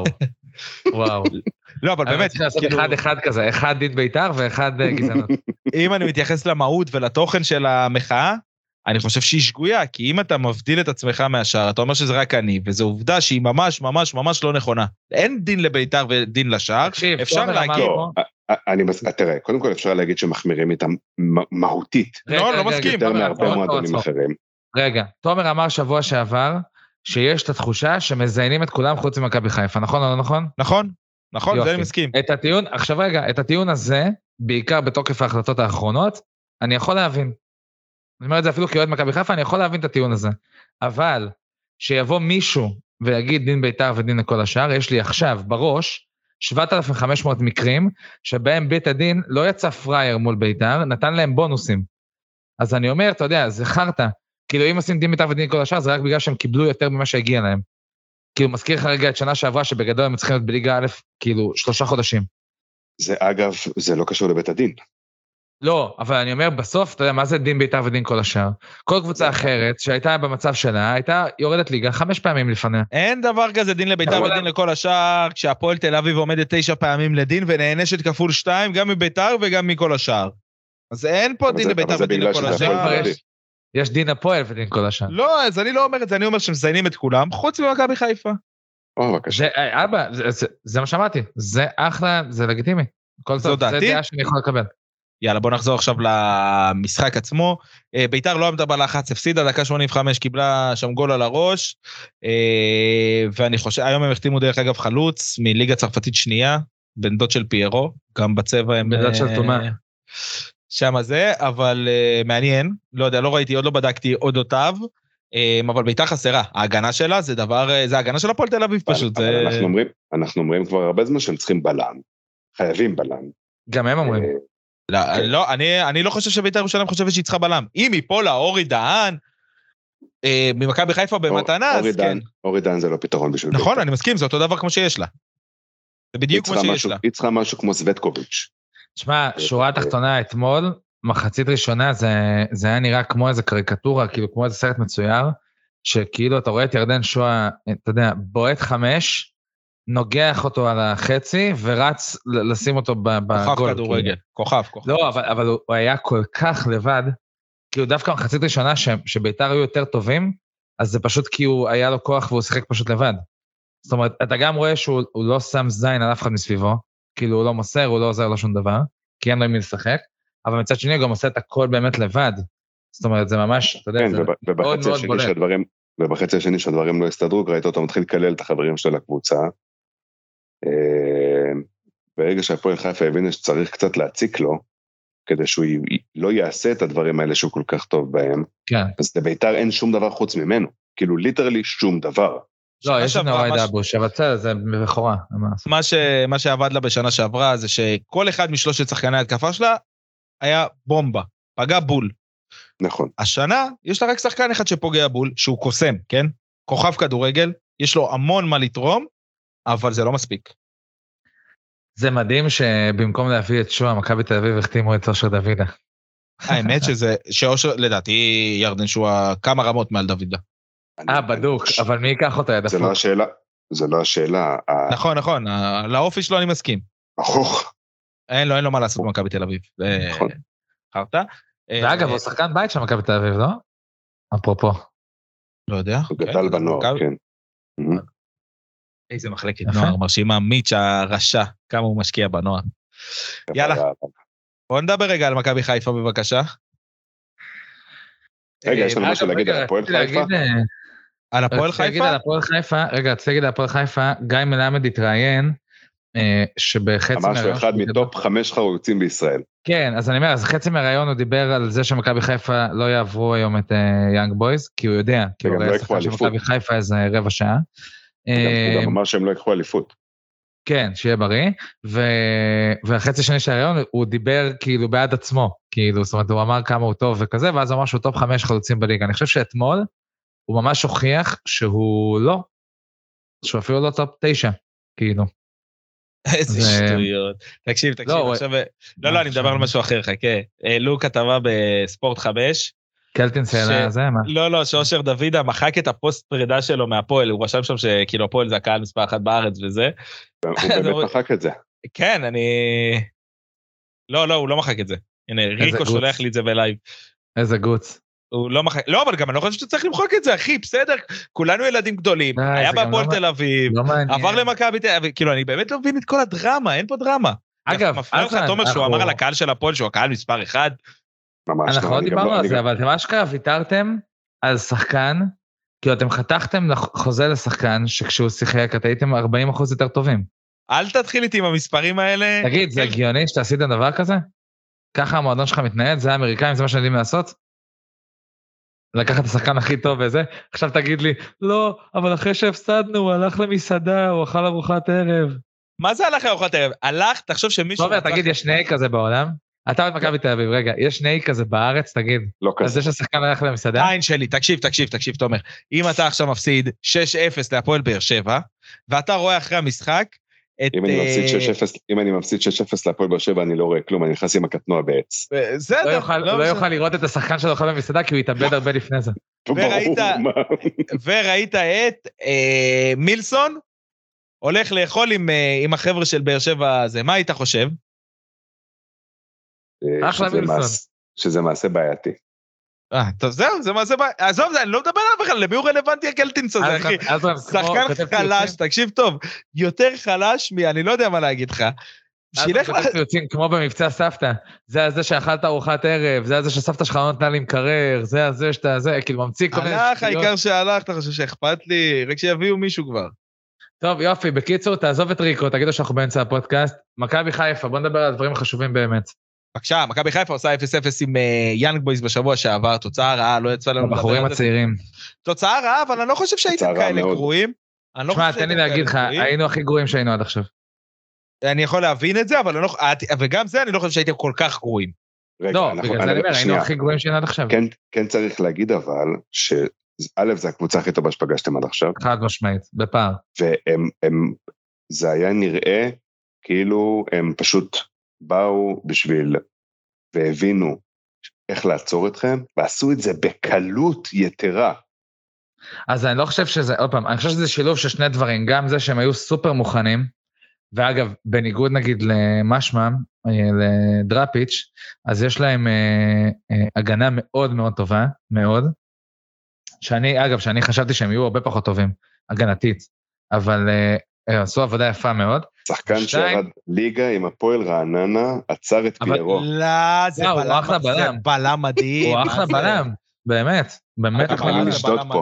Speaker 1: לא, אבל באמת,
Speaker 2: צריך לעשות אחד כזה, אחד דין ביתר ואחד גזענות.
Speaker 1: אם אני מתייחס למהות ולתוכן של המחאה, אני חושב שהיא שגויה, כי אם אתה מבדיל את עצמך מהשאר, אתה אומר שזה רק אני, וזו עובדה שהיא ממש לא נכונה. אין דין לביתר ודין לשאר, אפשר להגיד...
Speaker 3: תראה, קודם כל אפשר להגיד שמחמירים איתם מהותית.
Speaker 1: לא מסכים.
Speaker 3: יותר מהרבה מועדונים אחרים.
Speaker 2: רגע, תומר אמר שבוע שעבר, שיש את התחושה שמזיינים את כולם חוץ ממכבי חיפה, נכון או לא נכון?
Speaker 1: נכון, זה אני מסכים.
Speaker 2: את הטיעון הזה, בעיקר בתוקף ההחלטות האחרונות, אני יכול להבין. אני אומר את זה אפילו כאוהד מכבי חיפה, אני יכול להבין את הטיעון הזה. אבל, שיבוא מישהו ויגיד דין ביתר ודין לכל השאר, יש לי עכשיו בראש 7,500 מקרים, שבהם בית הדין לא יצא פרייר מול ביתר, נתן להם בונוסים. אז אני אומר, אתה יודע, זה חרטה. כאילו אם עושים דין ביתר ודין לכל השאר, זה רק בגלל שהם קיבלו יותר ממה שהגיע להם. כאילו מזכיר לך רגע את שנה שעברה, שבגדול הם צריכים להיות בליגה א', כאילו 3 חודשים.
Speaker 3: זה אגב, זה לא קשור לבית הדין.
Speaker 2: לא, אבל אני אומר, בסוף, אתה יודע, מה זה דין ביתר ודין כל השאר? כל קבוצה אחרת שהייתה במצב שלה, הייתה יורדת ליגה 5 פעמים לפניה.
Speaker 1: אין דבר כזה דין לביתר ודין לכל השאר, כשהפועל תל אביב עומדת 9 פעמים לדין, ונענשת כפול 2, גם מביתר וגם מכל השאר. אז אין פה דין לביתר ודין לכל השאר.
Speaker 2: יש דין הפועל ודין כל השאר.
Speaker 1: לא, אז אני לא אומר את זה, אני אומר שמזיינים את כולם, חוץ ממכבי חיפה.
Speaker 2: אבא, זה מה שאמרתי, זה אחלה, זה לגיטימי. זה דעה שאני יכול לקבל.
Speaker 1: יאללה, בוא נחזור עכשיו למשחק עצמו. ביתר לא עמדה בלחץ, הפסידה, דקה 85, קיבלה שם גול על הראש, ואני חושב, היום הם החתימו דרך אגב חלוץ, מליגה צרפתית שנייה, בן דוד של פיירו, גם בצבע הם...
Speaker 2: בן דוד של תומה.
Speaker 1: שם הזה, אבל מעניין, לא יודע, לא ראיתי, עוד לא בדקתי אודותיו, אבל ביתר חסרה, ההגנה שלה זה דבר, זה ההגנה של הפועל תל אביב פשוט.
Speaker 3: אנחנו אומרים כבר הרבה זמן שהם צריכים בלם, חייבים בלם.
Speaker 2: גם הם אומרים.
Speaker 1: לא, אני לא חושב שביתר ירושלים חושבת שהיא צריכה בלם. אם יפול לה אורי דהן, ממכבי חיפה במתנה, אז כן.
Speaker 3: אורי דהן זה לא פתרון בשביל
Speaker 1: ביתר. נכון, אני מסכים, זה אותו דבר כמו שיש לה. זה בדיוק כמו שיש לה.
Speaker 3: היא צריכה משהו כמו סווטקוביץ'.
Speaker 2: תשמע, שורה התחתונה אתמול, מחצית ראשונה, זה היה נראה כמו איזה קריקטורה, כאילו כמו איזה סרט מצויר, שכאילו אתה רואה את ירדן שואה, אתה יודע, בועט 5, נוגח אותו על החצי, ורץ לשים אותו בגול.
Speaker 1: כוכב כדורגל, כוכב.
Speaker 2: לא, אבל הוא היה כל כך לבד, כאילו דווקא מחצית ראשונה שביתר היו יותר טובים, אז זה פשוט כי הוא היה לו כוח והוא שיחק פשוט לבד. זאת אומרת, אתה גם רואה שהוא לא שם זין על אף אחד מסביבו, כאילו הוא לא מוסר, הוא לא עוזר לו שום דבר, כי אין לו מי לשחק, אבל מצד שני הוא גם עושה את הכל באמת לבד. זאת אומרת, זה ממש, אתה יודע,
Speaker 3: כן,
Speaker 2: זה מאוד מאוד בולט.
Speaker 3: ובחצי השני שהדברים לא הסתדרו, ראית אותו מתחיל לקלל את החברים של הקבוצה, ברגע שהפועל חיפה הבינה שצריך קצת להציק לו, כדי שהוא לא יעשה את הדברים האלה שהוא כל כך טוב בהם,
Speaker 2: כן.
Speaker 3: אז לביתר אין שום דבר חוץ ממנו, כאילו ליטרלי שום דבר.
Speaker 2: לא, יש לנו אוהד אבוש, אבל זה מבחורה.
Speaker 1: מה שעבד לה בשנה שעברה, זה שכל אחד משלושת שחקני ההתקפה שלה, היה בומבה, פגע בול.
Speaker 3: נכון.
Speaker 1: השנה, יש לה רק שחקן אחד שפוגע בול, שהוא קוסם, כן? כוכב כדורגל, יש לו המון מה לתרום, אבל זה לא מספיק.
Speaker 2: זה מדהים שבמקום להביא את שואה, מכבי תל אביב החתימו את אושר דוידה.
Speaker 1: האמת שאושר, לדעתי, ירדן שואה כמה רמות מעל דוידה.
Speaker 2: בדוק, אבל מי ייקח אותה ידפות?
Speaker 3: זה לא השאלה.
Speaker 1: נכון, לאופי שלו אני מסכים. אין לו מה לעשות במכבי תל אביב.
Speaker 3: נכון.
Speaker 1: חרטה.
Speaker 2: ואגב, הוא שחקן בית של מכבי תל אביב, לא? אפרופו.
Speaker 1: לא יודע.
Speaker 3: הוא גדל בנוער, כן.
Speaker 1: איזה מחלקת נוער, מרשימה, מיץ' הרשע, כמה הוא משקיע בנוער. יאללה, בוא נדבר רגע על מכבי חיפה בבקשה.
Speaker 3: רגע, יש לנו משהו להגיד על הפועל חיפה?
Speaker 1: על הפועל חיפה?
Speaker 2: רגע, רציתי להגיד על הפועל חיפה, גיא מלמד התראיין, שבחצי
Speaker 3: אמר שהוא אחד מטופ 5 חרוצים בישראל.
Speaker 2: כן, אז אני אומר, אז חצי מהרעיון הוא דיבר על זה שמכבי חיפה לא יעברו היום את יאנג בויז, כי הוא יודע, כי הוא רואה שחקן של מכבי חיפה איזה רבע שעה.
Speaker 3: הוא גם אמר שהם לא יקחו אליפות.
Speaker 2: כן, שיהיה בריא, והחצי שני של הרעיון הוא דיבר כאילו בעד עצמו, כאילו, זאת אומרת, הוא אמר כמה הוא טוב וכזה, ואז הוא אמר שהוא טופ 5 חלוצים בליגה. אני חושב שאתמול הוא ממש הוכיח שהוא לא, שהוא אפילו לא טופ 9, כאילו.
Speaker 1: איזה שטויות. תקשיב, עכשיו... לא, אני מדבר על משהו אחר, חכה. העלו כתבה בספורט 5.
Speaker 2: קלטינס העלה זה, מה?
Speaker 1: לא, שאושר דוידה מחק את הפוסט פרידה שלו מהפועל, הוא רשם שם שכאילו הפועל זה הקהל מספר 1 בארץ וזה.
Speaker 3: הוא באמת מחק את זה.
Speaker 1: כן, לא, הוא לא מחק את זה. הנה, ריקו שולח לי את זה בלייב.
Speaker 2: איזה גוץ.
Speaker 1: הוא לא מחק, לא, אבל גם אני לא חושב שצריך למחוק את זה, אחי, בסדר, כולנו ילדים גדולים, היה בהפועל תל אביב, עבר למכבי תל אביב, כאילו, אני באמת לא מבין את כל הדרמה, אין פה דרמה.
Speaker 2: אגב,
Speaker 1: מפריע לך, תומר, שהוא אמר על הקהל של הפועל, שהוא הקהל מספר 1?
Speaker 2: אנחנו לא דיברנו על זה, אבל אתם אשכרה ויתרתם על שחקן, כאילו אתם חתכתם חוזה לשחקן, שכשהוא שיחק, אתם הייתם 40% יותר טובים.
Speaker 1: אל תתחיל איתי עם המספרים האלה.
Speaker 2: תגיד, זה הגיוני שתעשית דבר כזה? ככה המועדון שלך מתנהל, זה האמריקאים, זה מה שיודעים לעשות? לקחת את השחקן הכי טוב וזה, עכשיו תגיד לי, לא, אבל אחרי שהפסדנו, הוא הלך למסעדה, הוא אכל ארוחת ערב.
Speaker 1: מה זה הלך לארוחת ערב? הלך, תחשוב שמישהו...
Speaker 2: טוב, תגיד, יש שני כזה בעולם? אתה עוד מכבי תל אביב, רגע, יש שני כזה בארץ, תגיד.
Speaker 3: לא כזה.
Speaker 2: אז זה שהשחקן הלך למסעדה?
Speaker 1: עין שלי, תקשיב, תומר. אם אתה עכשיו מפסיד 6-0 להפועל באר שבע, ואתה רואה אחרי המשחק,
Speaker 3: אם אני מפסיד 6-0 להפועל באר שבע, אני לא רואה כלום, אני נכנס עם הקטנוע בעץ.
Speaker 2: לא יוכל לראות את השחקן שלו אוכל במסעדה, כי הוא יתאבד הרבה לפני זה.
Speaker 1: וראית את מילסון, הולך לאכול עם החבר'ה של באר שבע הזה, מה היית חושב?
Speaker 2: אחלה מילסון.
Speaker 3: שזה מעשה בעייתי.
Speaker 1: טוב, זהו, זה מעשה בעייתי. עזוב, אני לא מדבר עליו בכלל, למי הוא רלוונטי הקלטינס הזה, אחי? שחקן חלש, תקשיב טוב, יותר חלש אני לא יודע מה להגיד לך.
Speaker 2: כמו במבצע סבתא, זה שאכלת ארוחת ערב, זה שסבתא שלך לא נתנה לי מקרר, זה שאתה, כאילו ממציא כל מיני...
Speaker 1: הלך, העיקר שהלך, אתה חושב שאכפת לי, רק שיביאו מישהו כבר.
Speaker 2: טוב, יופי, בקיצור, תעזוב את ריקו, תגידו שאנחנו באמצע הפודקאסט. מכבי חיפה, בוא נדבר על הדברים החשובים באמת.
Speaker 1: בבקשה, מכבי חיפה עושה 0-0 עם יאנג בויז בשבוע שעבר, תוצאה רעה, לא יצא לנו...
Speaker 2: הבחורים הצעירים.
Speaker 1: תוצאה רעה, אבל אני לא חושב שהייתם כאלה גרועים.
Speaker 2: תשמע, תן לי להגיד לך, היינו הכי גרועים שהיינו עד עכשיו.
Speaker 1: אני יכול להבין את זה, אבל וגם זה אני לא חושב שהייתם כל כך גרועים.
Speaker 2: לא, בגלל זה אני אומר, היינו הכי גרועים שהיינו עד עכשיו.
Speaker 3: כן צריך להגיד אבל, שא' זה הקבוצה הכי טובה שפגשתם עד עכשיו.
Speaker 2: חד משמעית, בפער.
Speaker 3: זה היה נראה כאילו הם פשוט באו בשביל, והבינו איך לעצור אתכם, ועשו את זה בקלות יתרה.
Speaker 2: אז אני לא חושב שזה, עוד פעם, אני חושב שזה שילוב של שני דברים, גם זה שהם היו סופר מוכנים, ואגב, בניגוד נגיד למשמם, לדראפיץ', אז יש להם הגנה מאוד מאוד טובה, מאוד, שאני חשבתי שהם יהיו הרבה פחות טובים, הגנתית, אבל עשו עבודה יפה מאוד.
Speaker 3: שחקן שירד ליגה עם הפועל רעננה, עצר את פיירו.
Speaker 1: לא, זה בלם מדהים.
Speaker 2: הוא אחלה בלם, באמת.
Speaker 3: יכולים לשדות פה.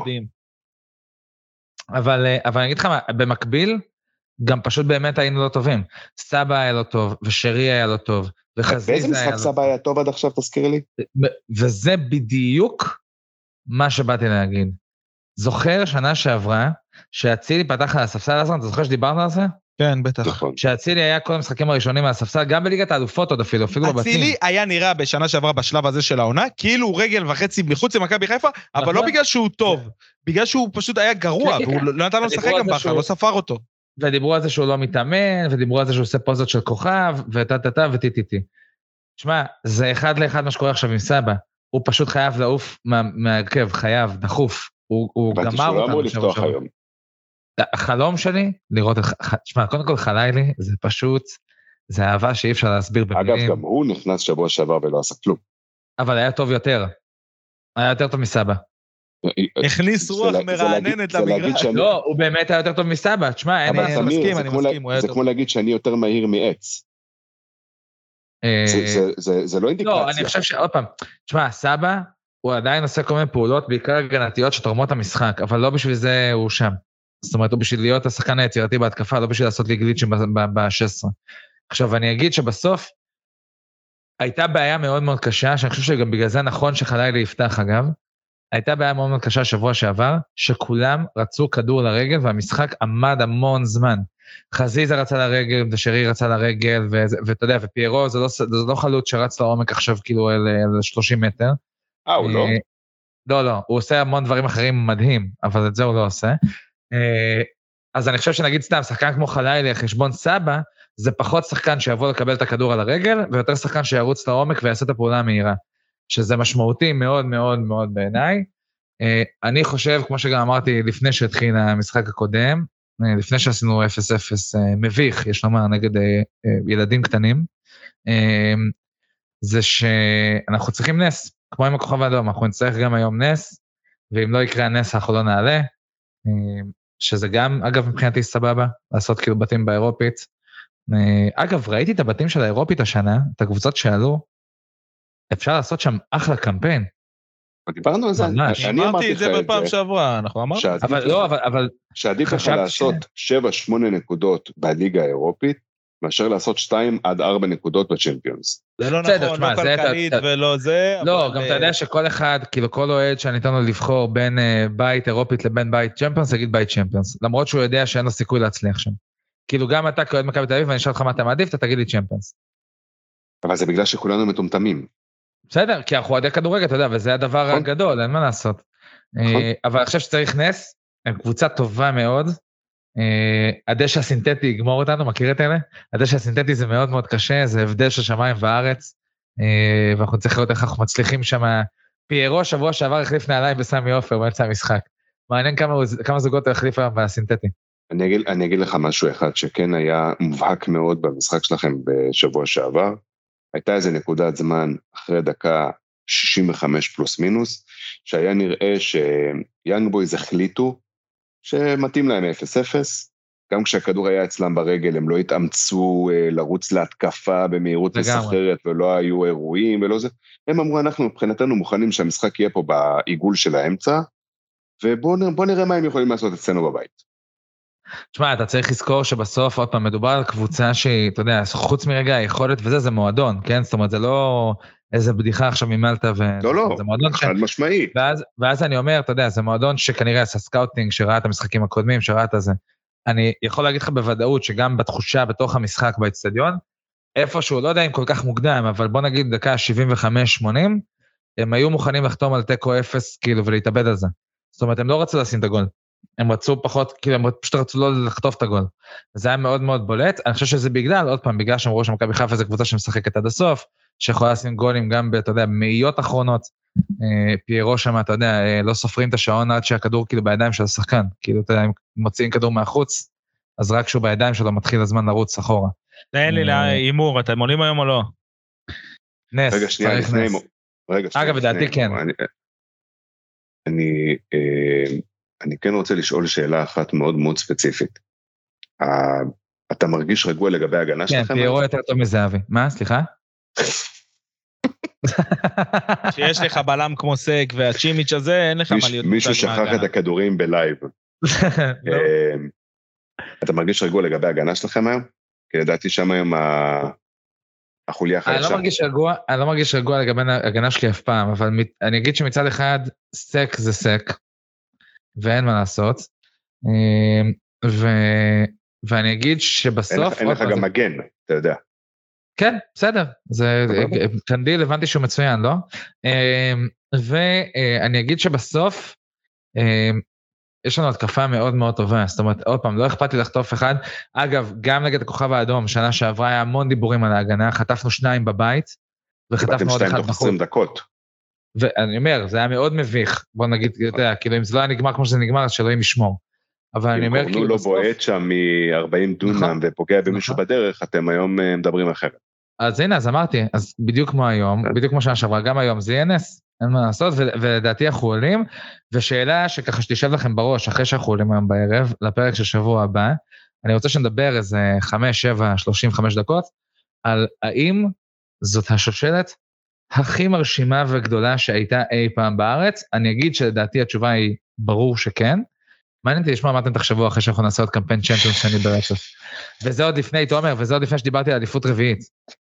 Speaker 2: אבל אני אגיד לך מה, במקביל, גם פשוט באמת היינו לא טובים. סבא היה לא טוב, ושרי היה לא טוב, וחזיזה היה לא טוב.
Speaker 3: באיזה משחק סבא היה טוב עד עכשיו, תזכיר לי?
Speaker 2: וזה בדיוק מה שבאתי להגיד. זוכר שנה שעברה, שהצילי פתח על הספסל הזה, אתה זוכר שדיברנו על זה?
Speaker 1: כן, בטח.
Speaker 2: שהצילי היה כל המשחקים הראשונים על הספסל, גם בליגת האלופות עוד אפילו בבתים.
Speaker 1: הצילי היה נראה בשנה שעברה בשלב הזה של העונה, כאילו הוא רגל וחצי מחוץ למכבי חיפה, אבל לא בגלל שהוא טוב, בגלל שהוא פשוט היה גרוע, והוא לא נתן לו לשחק גם בכלל, לא ספר אותו.
Speaker 2: ודיברו על זה שהוא לא מתאמן, ודיברו על זה שהוא עושה פוזות של כוכב, וטטטה וטיטיטי. תשמע, זה אחד לאחד מה שקורה עכשיו עם סבא, הוא פשוט חייב לעוף מהרכב, חייב, דחוף. הוא גמר אותנו. החלום שלי, לראות, תשמע, קודם כל חלאי לי, זה פשוט, זה אהבה שאי אפשר להסביר במילים.
Speaker 3: אגב, גם הוא נכנס שבוע שעבר ולא עשה כלום.
Speaker 2: אבל היה טוב יותר. היה יותר טוב מסבא.
Speaker 1: הכניס רוח מרעננת למגרש.
Speaker 2: לא, הוא באמת היה יותר טוב מסבא. תשמע, אני מסכים.
Speaker 3: זה כמו להגיד שאני יותר מהיר מעץ. זה לא אינדיקציה.
Speaker 2: לא, אני חושב שעוד פעם, תשמע, סבא, הוא עדיין עושה כל מיני פעולות, בעיקר הגנתיות שתורמות המשחק, אבל לא בשביל זה הוא שם. זאת אומרת, הוא בשביל להיות השחקן היצירתי בהתקפה, לא בשביל לעשות לי גליצ'ים ב-16. עכשיו, אני אגיד שבסוף, הייתה בעיה מאוד מאוד קשה, שאני חושב שגם בגלל זה נכון שחלילי יפתח אגב, הייתה בעיה מאוד מאוד קשה שבוע שעבר, שכולם רצו כדור לרגל, והמשחק עמד המון זמן. חזיזה רצה לרגל, ושרי רצה לרגל, ואתה יודע, ופיירו, זה לא חלוץ שרץ לעומק עכשיו כאילו אל 30 מטר.
Speaker 3: הוא לא?
Speaker 2: לא, הוא עושה המון דברים אחרים מדהים, אבל את זה הוא לא עושה. אז אני חושב שנגיד סתם, שחקן כמו חלילי, חשבון סבא, זה פחות שחקן שיבוא לקבל את הכדור על הרגל, ויותר שחקן שירוץ לעומק ויעשה את הפעולה המהירה. שזה משמעותי מאוד מאוד מאוד בעיניי. אני חושב, כמו שגם אמרתי לפני שהתחיל המשחק הקודם, לפני שעשינו 0-0 מביך, יש לומר, נגד ילדים קטנים, זה שאנחנו צריכים נס, כמו עם הכוכב האדום, אנחנו נצטרך גם היום נס, ואם לא יקרה הנס אנחנו לא נעלה, שזה גם, אגב, מבחינתי סבבה, לעשות כאילו בתים באירופית. אגב, ראיתי את הבתים של האירופית השנה, את הקבוצות שעלו, אפשר לעשות שם אחלה קמפיין.
Speaker 3: דיברנו על זה,
Speaker 1: אני אמרתי את זה בפעם שעברה, אנחנו אמרנו.
Speaker 2: אבל לא, אבל...
Speaker 3: שעדיף לך לעשות 7-8 נקודות בליגה האירופית, מאשר לעשות 2-4 נקודות בצ'מפיונס.
Speaker 1: זה לא נכון, לא כלכלית ולא זה.
Speaker 2: לא, גם אתה יודע שכל אחד, כאילו כל אוהד שאני אתן לו לבחור בין בית אירופית לבין בית צ'מפיונס, יגיד בית צ'מפיונס, למרות שהוא יודע שאין לו סיכוי להצליח שם. כאילו גם אתה כאוהד מכבי תל אביב, ואני אשאל אותך מה אתה מעדיף, אתה תגיד לי צ'מפיונס.
Speaker 3: אבל זה בגלל שכולנו מטומטמים. בסדר,
Speaker 2: כי אנחנו אוהדי כדורגל, אתה יודע, וזה הדבר הגדול, אין מה לעשות. אבל אני חושב שצריך נס, הם קבוצה טובה מאוד, הדשא הסינתטי יגמור אותנו, מכיר את אלה? הדשא הסינתטי זה מאוד מאוד קשה, זה הבדל של שמיים וארץ, ואנחנו צריכים לראות איך אנחנו מצליחים שם, פיירו שבוע שעבר החליף נעליים בסמי עופר באמצע המשחק, מעניין כמה זוגות הוא החליף היום בסינתטי.
Speaker 3: אני אגיד לך משהו אחד שכן היה מובהק מאוד במשחק שלכם בשבוע שעבר, הייתה איזה נקודת זמן אחרי דקה 65 פלוס מינוס, שהיה נראה שיאנג בויז החליטו שמתאים להם 0-0, גם כשהכדור היה אצלם ברגל, הם לא התאמצו לרוץ להתקפה במהירות מסחררת, ולא היו אירועים ולא זה, הם אמרו אנחנו מבחינתנו מוכנים שהמשחק יהיה פה בעיגול של האמצע, ובוא נראה מה הם יכולים לעשות אצלנו בבית.
Speaker 2: תשמע, אתה צריך לזכור שבסוף, עוד פעם, מדובר על קבוצה שהיא, אתה יודע, חוץ מרגע היכולת וזה, זה מועדון, כן? זאת אומרת, זה לא איזה בדיחה עכשיו ממלטה
Speaker 3: לא, חד משמעי.
Speaker 2: ואז אני אומר, אתה יודע, זה מועדון שכנראה עשה סקאוטינג, שראה את המשחקים הקודמים, שראה את זה. אני יכול להגיד לך בוודאות שגם בתחושה, בתוך המשחק באצטדיון, איפשהו, לא יודע אם כל כך מוקדם, אבל בוא נגיד דקה 75-80, הם היו מוכנים לחתום על טקו 0, כאילו, ולהתאבד על זה. זאת אומרת, הם לא רצו לשים את הגול. הם רצו פחות, כאילו, הם פשוט רצו לא לחטוף את הגול. זה היה מאוד מאוד בולט. אני חושב שזה בגלל, עוד פעם, בגלל שהם ראו שמכבי חיפה זו קבוצה שמשחקת עד הסוף, שיכולה לשים גולים גם, אתה יודע, מאיות אחרונות, פיירו שם, אתה יודע, לא סופרים את השעון עד שהכדור כאילו בידיים של השחקן. כאילו, אתה יודע, הם מוציאים כדור מהחוץ, אז רק שהוא בידיים שלו מתחיל הזמן לרוץ אחורה.
Speaker 1: תן לי לאימור, אתם עולים היום או לא?
Speaker 2: נס, צריך נס. אגב, לדעתי כן.
Speaker 3: אני כן רוצה לשאול שאלה אחת מאוד מאוד ספציפית. אתה מרגיש רגוע לגבי ההגנה שלכם?
Speaker 2: כן, פיירו יותר טוב מזהבי. מה? סליחה?
Speaker 1: שיש לך בלם כמו סק והצ'ימיץ' הזה, אין לך מה להיות...
Speaker 3: מישהו שכח את הכדורים בלייב. אתה מרגיש רגוע לגבי ההגנה שלכם היום? כי לדעתי שם היום החוליה חדשה.
Speaker 2: אני לא מרגיש רגוע לגבי ההגנה שלי אף פעם, אבל אני אגיד שמצד אחד סק זה סק. ואין מה לעשות, ואני אגיד שבסוף...
Speaker 3: אין לך גם מגן, אתה יודע.
Speaker 2: כן, בסדר, זה קנדיל, הבנתי שהוא מצוין, לא? ואני אגיד שבסוף, יש לנו התקפה מאוד מאוד טובה, זאת אומרת, עוד פעם, לא אכפת לי לחטוף אחד, אגב, גם נגד הכוכב האדום, שנה שעברה היה המון דיבורים על ההגנה, חטפנו 2 בבית, וחטפנו עוד 1 בחוץ.
Speaker 3: 20 דקות.
Speaker 2: ואני אומר, זה היה מאוד מביך, בוא נגיד, אתה יודע, כאילו אם זה לא היה נגמר כמו שזה נגמר, אז שאלוהים ישמור. אבל אני אומר,
Speaker 3: כאילו לא בועט שם מ-40 דונם ופוגע במישהו בדרך, אתם היום מדברים אחרת.
Speaker 2: אז הנה, אז אמרתי, אז בדיוק כמו היום, בדיוק כמו שנה שעברה, גם היום זה יהיה נס, אין מה לעשות, ולדעתי אנחנו עולים, ושאלה שככה שתשב לכם בראש, אחרי שאנחנו עולים היום בערב, לפרק של שבוע הבא, אני רוצה שנדבר איזה 5, 7, 35 דקות, על האם זאת השושלת הכי מרשימה וגדולה שהייתה אי פעם בארץ. אני אגיד שלדעתי התשובה היא ברור שכן, מעניין אותי לשמוע מה אתם תחשבו אחרי שאנחנו נעשה עוד קמפיין צ'מפיונס שני ברצף. וזה עוד לפני, תומר, וזה עוד לפני שדיברתי על אליפות רביעית.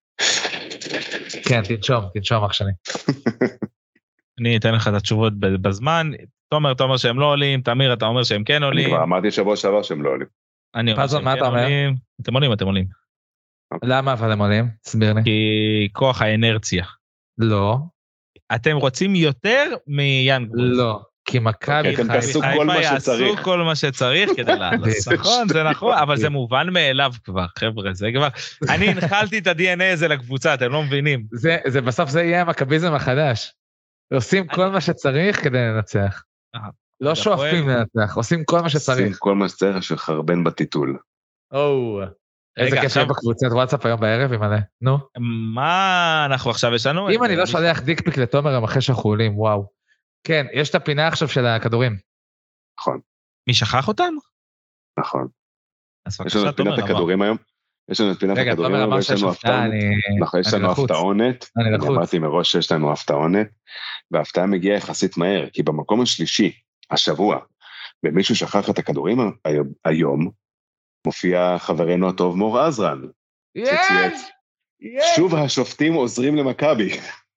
Speaker 2: כן, תנשום אח שלי.
Speaker 1: אני אתן לך את התשובות בזמן. תומר, אתה אומר שהם לא עולים, תמיר, אתה אומר שהם כן עולים.
Speaker 3: אני כבר אמרתי שבוע שעבר שהם לא עולים.
Speaker 2: פזון, מה אתה אומר?
Speaker 1: אתם עולים.
Speaker 2: למה אבל הם עולים? תסביר לי.
Speaker 1: כי כוח האנרציה.
Speaker 2: לא.
Speaker 1: אתם רוצים יותר מיאנג בויז.
Speaker 2: לא. כי מכבי
Speaker 1: חיפה יעשו כל מה שצריך כדי לעלות. נכון, זה נכון, אבל זה מובן מאליו כבר, חבר'ה, זה כבר... אני הנחלתי את ה-DNA הזה לקבוצה, אתם לא מבינים.
Speaker 2: זה בסוף זה יהיה המכביזם החדש. עושים כל מה שצריך כדי לנצח. לא שואפים לנצח, עושים כל מה שצריך.
Speaker 3: עושים כל מה שצריך שחרבן בטיטול.
Speaker 2: איזה כיף בקבוצת וואטסאפ היום בערב, עם עליה. נו.
Speaker 1: מה אנחנו עכשיו יש לנו?
Speaker 2: אם אני לא שולח דיקפיק לתומר אחרי שאנחנו עולים, וואו. כן, יש את הפינה עכשיו של הכדורים.
Speaker 3: נכון.
Speaker 1: מי שכח אותם?
Speaker 3: נכון. יש לנו את פינת הכדורים היום. יש לנו את פינת הכדורים היום, ויש לנו הפתעונת. אני אמרתי מראש שיש לנו הפתעונת, וההפתעה מגיעה יחסית מהר, כי במקום השלישי, השבוע, ומישהו שכח את הכדורים היום, מופיע חברנו הטוב מור עזרן. שצייץ, שוב השופטים עוזרים למכבי.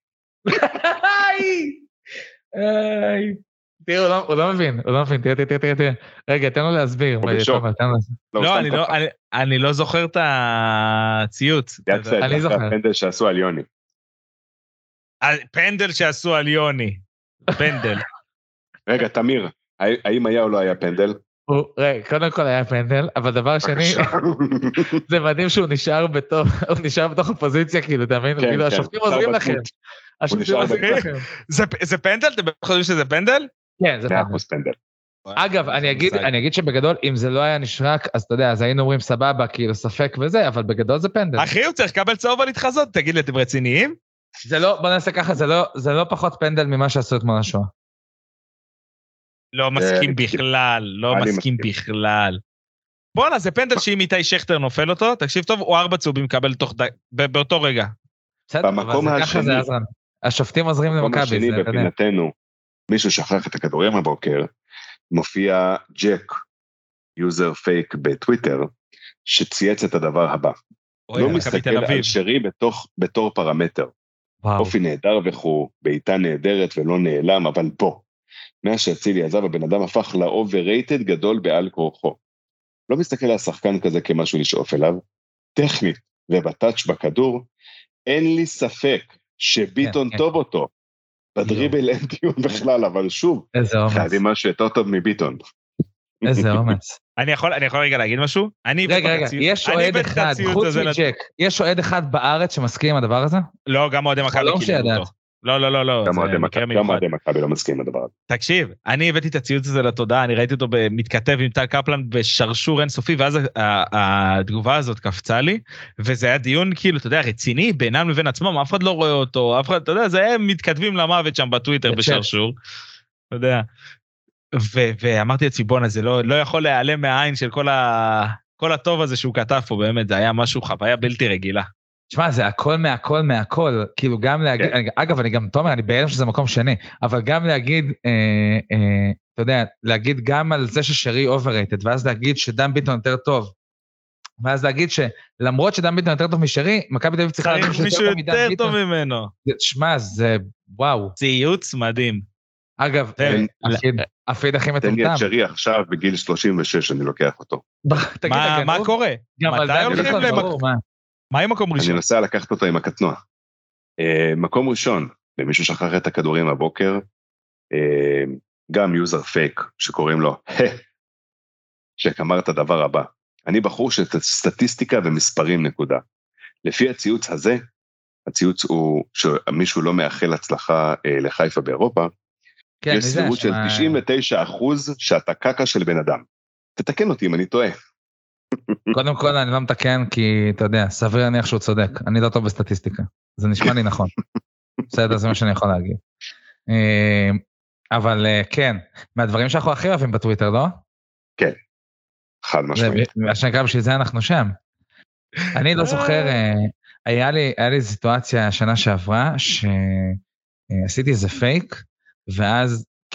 Speaker 2: תראה, הוא לא מבין, תראה. רגע, תן לו להסביר.
Speaker 1: לא, אני לא זוכר את הציוץ.
Speaker 3: אני זוכר. פנדל שעשו על יוני.
Speaker 1: פנדל שעשו על יוני. פנדל.
Speaker 3: רגע, תמיר, האם היה או לא היה פנדל?
Speaker 2: רגע, קודם כל היה פנדל, אבל דבר שני, זה מדהים שהוא נשאר בתוך הפוזיציה, כאילו, אתה מבין? כאילו, השופטים עוזרים לכם.
Speaker 1: זה פנדל? אתם חושבים שזה פנדל?
Speaker 2: כן, זה
Speaker 3: פנדל.
Speaker 2: אגב, אני אגיד שבגדול, אם זה לא היה נשרק, אז אתה יודע, אז היינו אומרים סבבה, כאילו ספק וזה, אבל בגדול זה פנדל.
Speaker 1: אחי, הוא צריך לקבל צהוב ולהתחזות, תגיד לי, אתם רציניים?
Speaker 2: זה לא, בוא נעשה ככה, זה לא פחות פנדל ממה שעשו אתמול השואה.
Speaker 1: לא מסכים בכלל, לא מסכים בכלל. בוא'נה, זה פנדל שאם איתי שכטר נופל אותו, תקשיב טוב, הוא 4 צהובים מקבל באותו רגע.
Speaker 3: במקום השני,
Speaker 2: השופטים עוזרים למכבי.
Speaker 3: במקום השני בפינתנו, מישהו שכח את הכדורים הבוקר, מופיע ג'ק, יוזר פייק בטוויטר, שצייץ את הדבר הבא. לא מסתכל על שרי בתור פרמטר. אופי נהדר וכו', בעיטה נהדרת ולא נעלם, אבל פה. מאז שאצילי עזב, הבן אדם הפך לאובררייטד גדול בעל כורחו. לא מסתכל על שחקן כזה כמשהו לשאוף אליו, טכנית ובטאץ' בכדור, אין לי ספק שביטון טוב אותו, בדריבל אין דיון בכלל, אבל שוב, חייבים משהו יותר טוב מביטון.
Speaker 2: איזה אומץ.
Speaker 1: אני יכול רגע להגיד משהו?
Speaker 2: רגע, יש אוהד אחד, חוץ מג'ק, יש אוהד אחד בארץ שמסכים עם הדבר הזה?
Speaker 1: לא, גם אוהדי מכבי קיבלו אותו. לא.
Speaker 3: גם אוהדי מכבי לא מסכים עם הדבר הזה.
Speaker 1: תקשיב, אני הבאתי את הציוץ הזה לתודעה, אני ראיתי אותו מתכתב עם טל קפלן בשרשור אינסופי, ואז התגובה הזאת קפצה לי, וזה היה דיון כאילו, אתה יודע, רציני, בינם לבין עצמם, אף אחד לא רואה אותו, אף אחד, אתה יודע, זה הם מתכתבים למוות שם בטוויטר בשרשור, אתה יודע, ואמרתי לעצמי, בונה, זה לא יכול להיעלם מהעין של כל הטוב הזה שהוא כתב פה, באמת, זה היה משהו, חוויה בלתי רגילה.
Speaker 2: תשמע, זה הכל מהכל, כאילו גם להגיד, אגב, אני גם, תומר, אני בעצם שזה מקום שני, אבל גם להגיד, אתה יודע, להגיד גם על זה ששרי אובררייטד, ואז להגיד שדם ביטון יותר טוב, ואז להגיד שלמרות שדם ביטון יותר טוב משרי, מכבי תל אביב צריכה להגיד
Speaker 1: מישהו יותר טוב ממנו.
Speaker 2: תשמע, זה וואו.
Speaker 1: ציוץ מדהים.
Speaker 2: אגב, הפיד הכי מטומטם.
Speaker 3: תן לי את שרי עכשיו בגיל 36, אני לוקח אותו.
Speaker 1: מה קורה? מתי הולכים למקום? מה עם מקום ראשון?
Speaker 3: אני נוסע לקחת אותו עם הקטנוע. מקום ראשון, למישהו שכח את הכדורים הבוקר, גם יוזר פייק שקוראים לו, שאמר את הדבר הבא. אני בחור של סטטיסטיקה ומספרים נקודה. לפי הציוץ הזה, הציוץ הוא שמישהו לא מאחל הצלחה לחיפה באירופה, יש סבירות של 99% שאתה קקה של בן אדם. תתקן אותי אם אני טועה.
Speaker 2: קודם כל אני לא מתקן כי אתה יודע, סביר להניח שהוא צודק, אני לא טוב בסטטיסטיקה, זה נשמע לי נכון, בסדר, זה מה שאני יכול להגיד. אבל כן, מהדברים שאנחנו הכי אוהבים בטוויטר, לא?
Speaker 3: כן, חד משמעית.
Speaker 2: מה שנקרא, בשביל זה אנחנו שם. אני לא זוכר, היה לי סיטואציה השנה שעברה, שעשיתי איזה פייק, ואז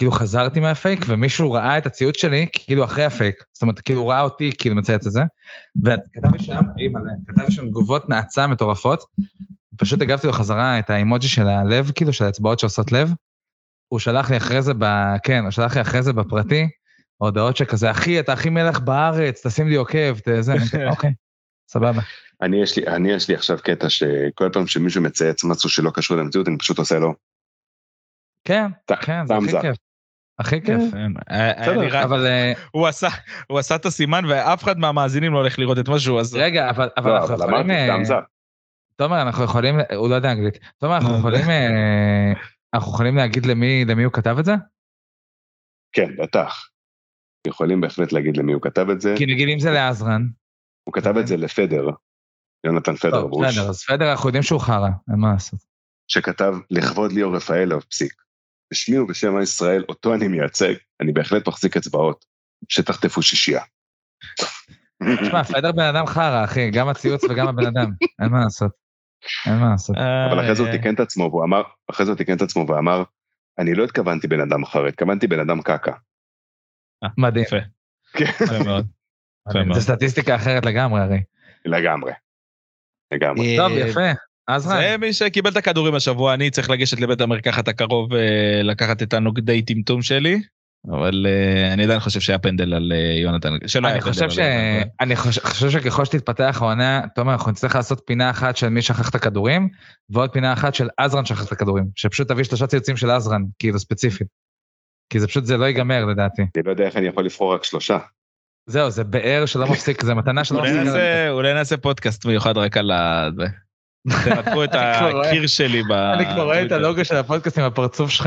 Speaker 2: כאילו חזרתי מהפייק, ומישהו ראה את הציוץ שלי, כאילו אחרי הפייק, זאת אומרת, כאילו הוא ראה אותי, כאילו מצייץ את זה, וכתב לי שם, כתב לי שם תגובות נאצה מטורפות, פשוט הגבתי לו חזרה את האימוג'י של הלב, כאילו של האצבעות שעושות לב, הוא שלח לי אחרי זה, כן, הוא שלח לי אחרי זה בפרטי, הודעות שכזה, אחי, אתה הכי מלך בארץ, תשים לי עוקב, זה, אוקיי, סבבה.
Speaker 3: יש לי עכשיו קטע שכל פעם שמישהו מצייץ משהו שלא קשור למציאות, אני פשוט עושה לו.
Speaker 2: כן, זה הכי כיף. הכי כיף.
Speaker 1: אבל הוא עשה את הסימן, ואף אחד מהמאזינים לא הולך לראות את משהו, אז...
Speaker 2: רגע, אבל אנחנו יכולים... תומר, אנחנו יכולים... הוא לא יודע אנגלית. תומר, אנחנו יכולים להגיד למי הוא כתב את זה?
Speaker 3: כן, בטח. יכולים בהחלט להגיד למי הוא כתב את זה.
Speaker 2: כי נגיד אם זה לעזרן.
Speaker 3: הוא כתב את זה לפדר. יונתן פדר ברוש.
Speaker 2: פדר, אז פדר אנחנו יודעים שהוא חרה, אין מה לעשות.
Speaker 3: שכתב לכבוד ליאור רפאלוב, פסיק. בשמי ובשם הישראל, אותו אני מייצג, אני בהחלט מחזיק אצבעות, שתחטפו שישייה.
Speaker 2: תשמע, פדר בן אדם חרה, אחי, גם הציוץ וגם הבן אדם, אין מה לעשות.
Speaker 3: אבל אחרי זה הוא תיקן את עצמו ואמר, אני לא התכוונתי בן אדם חרה, התכוונתי בן אדם קקה.
Speaker 2: מדהים.
Speaker 1: יפה מאוד.
Speaker 2: זה סטטיסטיקה אחרת לגמרי, הרי.
Speaker 3: לגמרי.
Speaker 2: טוב, יפה.
Speaker 1: זה מי שקיבל את הכדורים השבוע, אני צריך לגשת לבית המרקחת הקרוב לקחת את הנוגדי טמטום שלי, אבל אני עדיין חושב שהיה פנדל על יונתן.
Speaker 2: אני חושב שככל שתתפתח העונה, תומר, אנחנו נצטרך לעשות פינה אחת של מי שכח את הכדורים, ועוד פינה אחת של עזרן שכח את הכדורים, שפשוט תביא 3 ציוצים של עזרן, כאילו ספציפית. כי זה פשוט, זה לא ייגמר לדעתי.
Speaker 3: אני לא יודע איך אני יכול לבחור רק 3.
Speaker 2: זהו, זה באר שלא מפסיק, זה מתנה שלא מפסיק.
Speaker 1: אולי נעשה פודקאסט מיוחד רק על זה. תנתקו את הקיר שלי.
Speaker 2: אני כבר רואה את הלוגו של הפודקאסט עם הפרצוף שלך.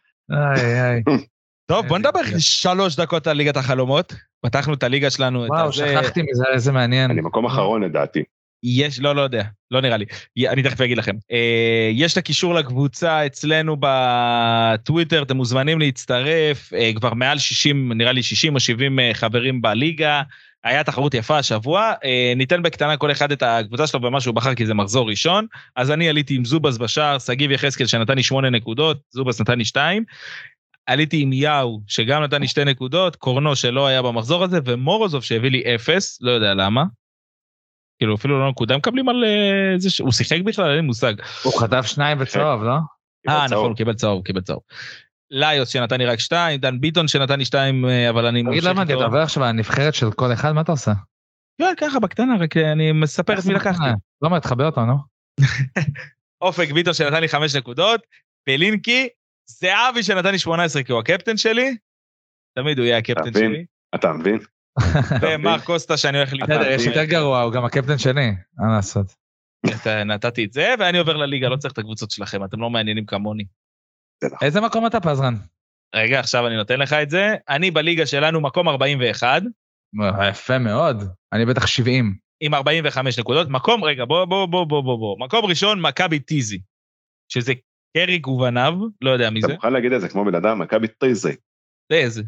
Speaker 1: טוב, בוא נדבר 3 דקות על ליגת החלומות. פתחנו את הליגה שלנו.
Speaker 2: וואו, שכחתי מזה, איזה מעניין.
Speaker 3: אני מקום אחרון לדעתי.
Speaker 1: לא יודע, לא נראה לי. אני תכף אגיד לכם. יש את הקישור לקבוצה אצלנו בטוויטר, אתם מוזמנים להצטרף, כבר מעל 60, נראה לי 60 או 70 חברים בליגה, היה תחרות יפה השבוע, ניתן בקטנה כל אחד את הקבוצה שלו במה שהוא בחר, כי זה מחזור ראשון, אז אני עליתי עם זובס בשער, סגיב יחזקאל שנתן לי 8 נקודות, זובס נתן לי 2, עליתי עם יאו, שגם נתן לי 2 נקודות, קורנו שלא היה במחזור הזה, ומורוזוב שהביא לי 0, לא יודע למה, כאילו אפילו לא נקודה, מקבלים על זה, הוא שיחק בכלל, אין לי מושג.
Speaker 2: הוא חטף 2 בצהוב, לא?
Speaker 1: נכון, הוא קיבל צהוב. ליוס שנתן לי רק 2, דן ביטון שנתן לי 2, אבל אני...
Speaker 2: תגיד למה, אתה עובר עכשיו הנבחרת של כל אחד, מה אתה עושה?
Speaker 1: לא, ככה בקטנה, רק אני מספר את מי לקחתי.
Speaker 2: לא מה, תחבא אותו, נו?
Speaker 1: אופק ביטון שנתן לי 5 נקודות, פלינקי, זהבי שנתן לי 18, כי הוא הקפטן שלי, תמיד הוא יהיה הקפטן שלי.
Speaker 3: אתה מבין?
Speaker 1: ומר קוסטה שאני הולך לבחור.
Speaker 2: יש יותר גרוע, הוא גם הקפטן שלי, אין לעשות.
Speaker 1: נתתי את זה, ואני עובר לליגה, לא צריך את הקבוצות שלכם, אתם לא מעניינים כמוני.
Speaker 2: איזה מקום אתה פזרן?
Speaker 1: רגע, עכשיו אני נותן לך את זה, אני בליגה שלנו מקום 41.
Speaker 2: יפה מאוד, אני בטח 70.
Speaker 1: עם 45 נקודות, מקום, רגע, בוא, מקום ראשון, מכבי טיזי, שזה קריק ובניו, לא יודע מי זה.
Speaker 3: אתה מוכן להגיד את זה כמו בן אדם, מכבי טיזי.
Speaker 1: זה איזה.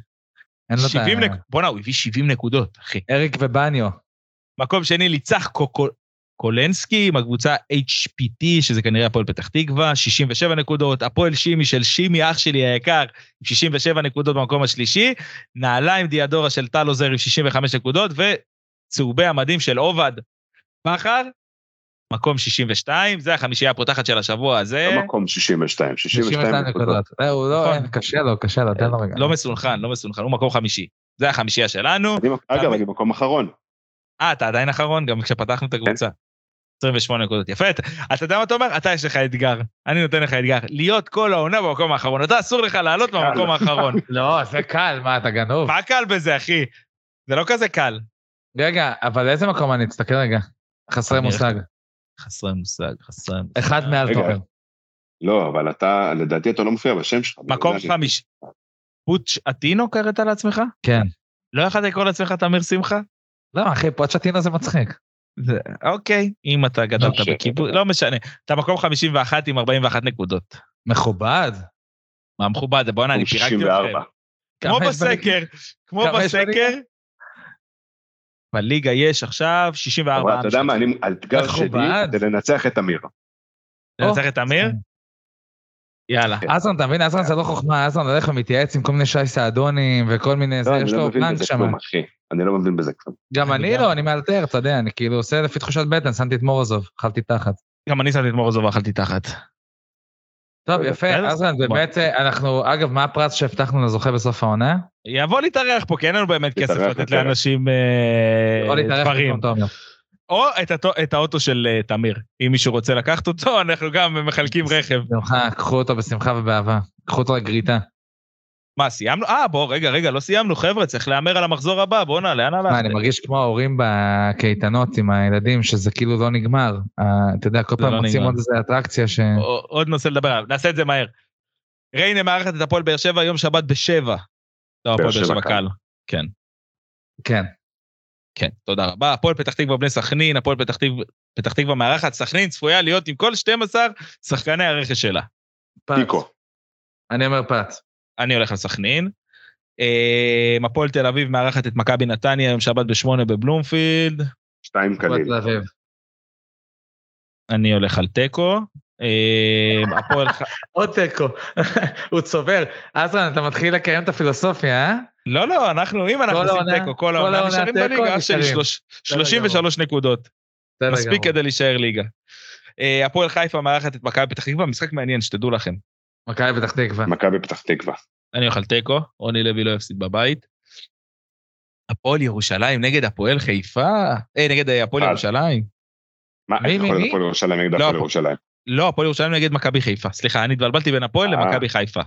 Speaker 1: בוא נע, הוא הביא 70 נקודות, אחי.
Speaker 2: אריק ובניו.
Speaker 1: מקום שני, ליצח קולנסקי, עם הקבוצה HPT, שזה כנראה הפועל פתח תקווה, 67 נקודות, הפועל שימי של שימי, אח שלי היקר, 67 נקודות במקום השלישי, נעליים דיאדורה של טל עוזר עם 65 נקודות, וצהובי המדים של עובד בכר, מקום 62, זה החמישייה הפותחת של השבוע הזה.
Speaker 3: לא מקום 62 נקודות.
Speaker 2: קשה לו, תן לו רגע.
Speaker 1: לא מסונכן, הוא מקום 5. זה החמישייה שלנו.
Speaker 3: אגב, אני מקום אחרון.
Speaker 1: אתה עדיין אחרון, גם כשפתחנו את הקבוצה. 28 נקודות. יפה, אתה יודע מה אתה אומר? אתה יש לך אתגר. אני נותן לך אתגר. להיות כל העונה במקום האחרון. אתה אסור לך לעלות במקום האחרון.
Speaker 2: לא, זה קל, מה, אתה גנוב?
Speaker 1: מה קל בזה, אחי? זה לא כזה קל.
Speaker 2: רגע, אבל איזה מקום אני אצטכל רגע? חסרי מושג. אחד מעל תומר.
Speaker 3: לא, אבל אתה, לדעתי אתה לא מופיע בשם שלך.
Speaker 1: מקום 5. פוץ' אטינו קראת לעצמך?
Speaker 2: כן.
Speaker 1: לא יכולת לקרוא לעצמך תמיר שמחה?
Speaker 2: לא, אחי, פוץ' אטינו זה מצחיק.
Speaker 1: אוקיי, אם אתה גדלת בקיבוץ, לא משנה. אתה מקום 51 עם 41 נקודות.
Speaker 2: מכובד.
Speaker 1: מה מכובד? בוא נע, אני פירקתי אתכם. כמו בסקר. בליגה יש עכשיו 64.
Speaker 3: אבל אתה יודע מה, האתגר שלי זה לנצח את אמיר.
Speaker 1: לנצח את אמיר? יאללה.
Speaker 2: אסרן, אתה מבין, אסרן זה לא חוכמה, אסרן הולך ומתייעץ עם כל מיני שי סעדונים וכל מיני, זה יש לו פלנק שם.
Speaker 3: אני לא מבין בזה כלום.
Speaker 2: גם אני לא, אני מאלתר, אתה יודע, אני כאילו עושה לפי תחושת בטן, שמתי את מורוזוב, אכלתי תחת.
Speaker 1: גם אני שמתי את מורוזוב ואכלתי תחת.
Speaker 2: טוב, יפה, אסרן, באמת, אנחנו, אגב, מה הפרס שהבטחנו לזוכה בסוף העונה?
Speaker 1: יבוא להתארח פה, כי אין לנו באמת כסף לתת לאנשים דברים. או את האוטו של תמיר, אם מישהו רוצה לקחת אותו, אנחנו גם מחלקים רכב.
Speaker 2: שמחה, קחו אותו בשמחה ובאהבה, קחו אותו לגריטה.
Speaker 1: מה, סיימנו? בוא, רגע, לא סיימנו, חבר'ה, צריך לאמר על המחזור הבא, בוא נע, לאן הלכת?
Speaker 2: אני מרגיש כמו ההורים בקייטנות עם הילדים, שזה כאילו לא נגמר. אתה יודע, כל פעם מוצאים עוד איזה אטרקציה ש...
Speaker 1: עוד נושא לדבר עליו, נעשה את זה מהר. ריינה מארחת את הפועל באר שבע, יום שבת ב7. לא, הפועל באר שבע קל. כן.
Speaker 2: כן.
Speaker 1: כן, תודה רבה. הפועל פתח תקווה בני סכנין, הפועל פתח תקווה מארחת, סכנין צפויה להיות עם כל 12 שחקני הרכש שלה.
Speaker 3: פיקו.
Speaker 2: אני אומר פת.
Speaker 1: אני הולך לסכנין. הפועל תל אביב מארחת את מכבי נתניה, יום שבת ב8 בבלומפילד.
Speaker 3: 2 קליל.
Speaker 1: אני הולך על תיקו.
Speaker 2: עוד תיקו. הוא צובר. אסרן, אתה מתחיל לקיים את הפילוסופיה, אה?
Speaker 1: לא, אם אנחנו עושים תיקו, כל העונה נשארים בליגה, אח שלי 33 נקודות. מספיק כדי להישאר ליגה. הפועל חיפה מארחת את מכבי פתח תקווה, משחק מעניין, שתדעו לכם.
Speaker 2: מכבי
Speaker 3: פתח תקווה.
Speaker 1: אני אוכל תיקו, רוני לוי לא יפסיד בבית. הפועל ירושלים נגד הפועל חיפה? נגד הפועל ירושלים.
Speaker 3: מה, איך יכול להיות הפועל ירושלים נגד הפועל ירושלים?
Speaker 1: לא, הפועל ירושלים נגד מכבי חיפה. סליחה, אני התבלבלתי בין הפועל למכבי חיפה.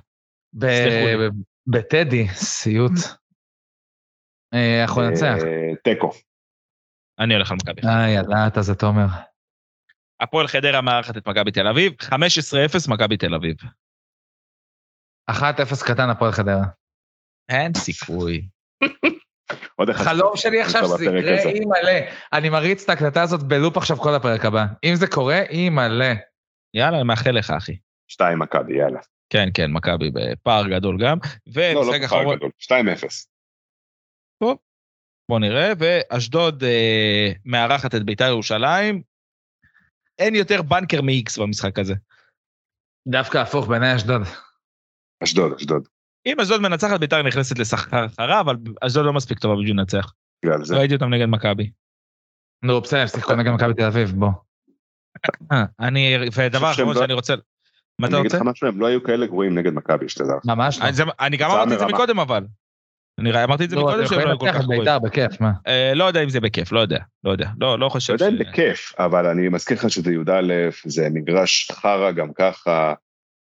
Speaker 2: בטדי, סיוט. אנחנו נצח.
Speaker 3: תיקו.
Speaker 1: אני הולך על מכבי.
Speaker 2: ידעת, זה תומר.
Speaker 1: הפועל חדרה מארחת את מכבי תל אביב, 15-0 מכבי תל אביב.
Speaker 2: 1-0 קטן הפועל חדרה.
Speaker 1: אין סיכוי.
Speaker 2: חלום שלי עכשיו שזה יקרה אי מלא. אני מריץ את ההקלטה הזאת בלופ עכשיו כל הפרק הבא. אם זה קורה, אי מלא.
Speaker 1: יאללה, אני מאחל לך, אחי.
Speaker 3: 2 מכבי, יאללה.
Speaker 1: כן, מכבי בפער גדול גם.
Speaker 3: לא פער גדול, 2-0.
Speaker 1: טוב, בוא נראה, ואשדוד מארחת את בית"ר ירושלים. אין יותר בנקר מ-X במשחק הזה.
Speaker 2: דווקא הפוך בעיני אשדוד.
Speaker 3: אשדוד.
Speaker 1: אם אשדוד מנצחת, בית"ר נכנסת לשחקר חרה, אבל אשדוד לא מספיק טובה בשביל לנצח. ראיתי אותם נגד מכבי.
Speaker 2: נו, בסדר, שיחקו נגד מכבי תל אביב, בוא.
Speaker 1: ודבר אחרון שאני רוצה... מה אתה רוצה?
Speaker 3: אני אגיד לך משהו, הם לא היו כאלה גרועים נגד מכבי, שתדע.
Speaker 2: ממש לא.
Speaker 1: אני גם אמרתי את זה מקודם, אבל. אני אמרתי את זה מקודם שהם לא היו כל כך גרועים.
Speaker 2: בית"ר בכיף, מה?
Speaker 1: לא יודע אם זה בכיף, לא יודע. לא חושב
Speaker 3: ש... לא יודע אם בכיף, אבל אני מזכיר לך שזה י"א, זה מגרש חרה גם ככה,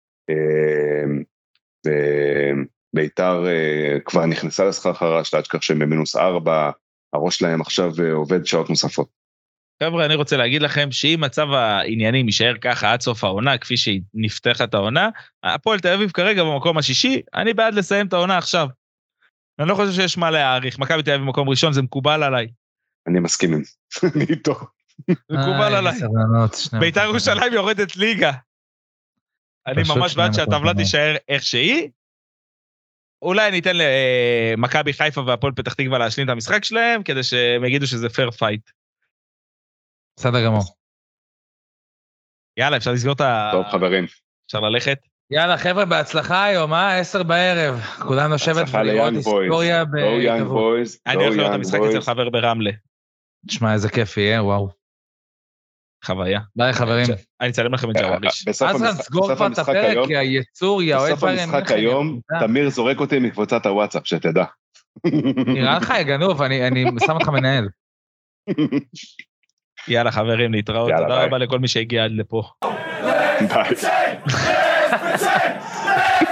Speaker 3: ובית"ר כבר נכנסה לסחרחרה, שתעד כך שהם ב-4, הראש שלהם עכשיו עובד שעות נוספות.
Speaker 1: חבר'ה, אני רוצה להגיד לכם שאם מצב העניינים יישאר ככה עד סוף העונה, כפי שנפתחת העונה, הפועל תל אביב כרגע במקום השישי, אני בעד לסיים את העונה עכשיו. אני לא חושב שיש מה להעריך, מכבי תל אביב במקום ראשון, זה מקובל עליי.
Speaker 3: אני מסכים עם זה, אני איתו.
Speaker 1: מקובל עליי. בית"ר ירושלים יורדת ליגה. אני ממש בעד שהטבלה תישאר איך שהיא. אולי ניתן למכבי חיפה והפועל פתח תקווה להשלים את המשחק שלהם, כדי שהם יגידו שזה פייר פייט.
Speaker 2: בסדר גמור.
Speaker 1: יאללה, אפשר לסגור את ה...
Speaker 3: טוב, חברים.
Speaker 1: אפשר ללכת?
Speaker 2: יאללה, חבר'ה, בהצלחה היום, 10 בערב. כולנו לשבת ולראות היסטוריה בכבוד.
Speaker 1: אני הולך לראות את המשחק אצל חבר ברמלה.
Speaker 2: תשמע, איזה כיף יהיה, וואו.
Speaker 1: חוויה.
Speaker 2: ביי, חברים.
Speaker 1: אני אצלם לכם את ג'אווריש.
Speaker 2: אז סגור כבר את הפרק, כי היצור יעוד
Speaker 3: בסוף המשחק היום, תמיר זורק אותי מקבוצת הוואטסאפ, שתדע.
Speaker 2: נראה לך, גנוב, אני שם אותך מנהל.
Speaker 1: יאללה חברים, להתראות, תודה רבה לכל מי שהגיע עד לפה.
Speaker 3: ביי.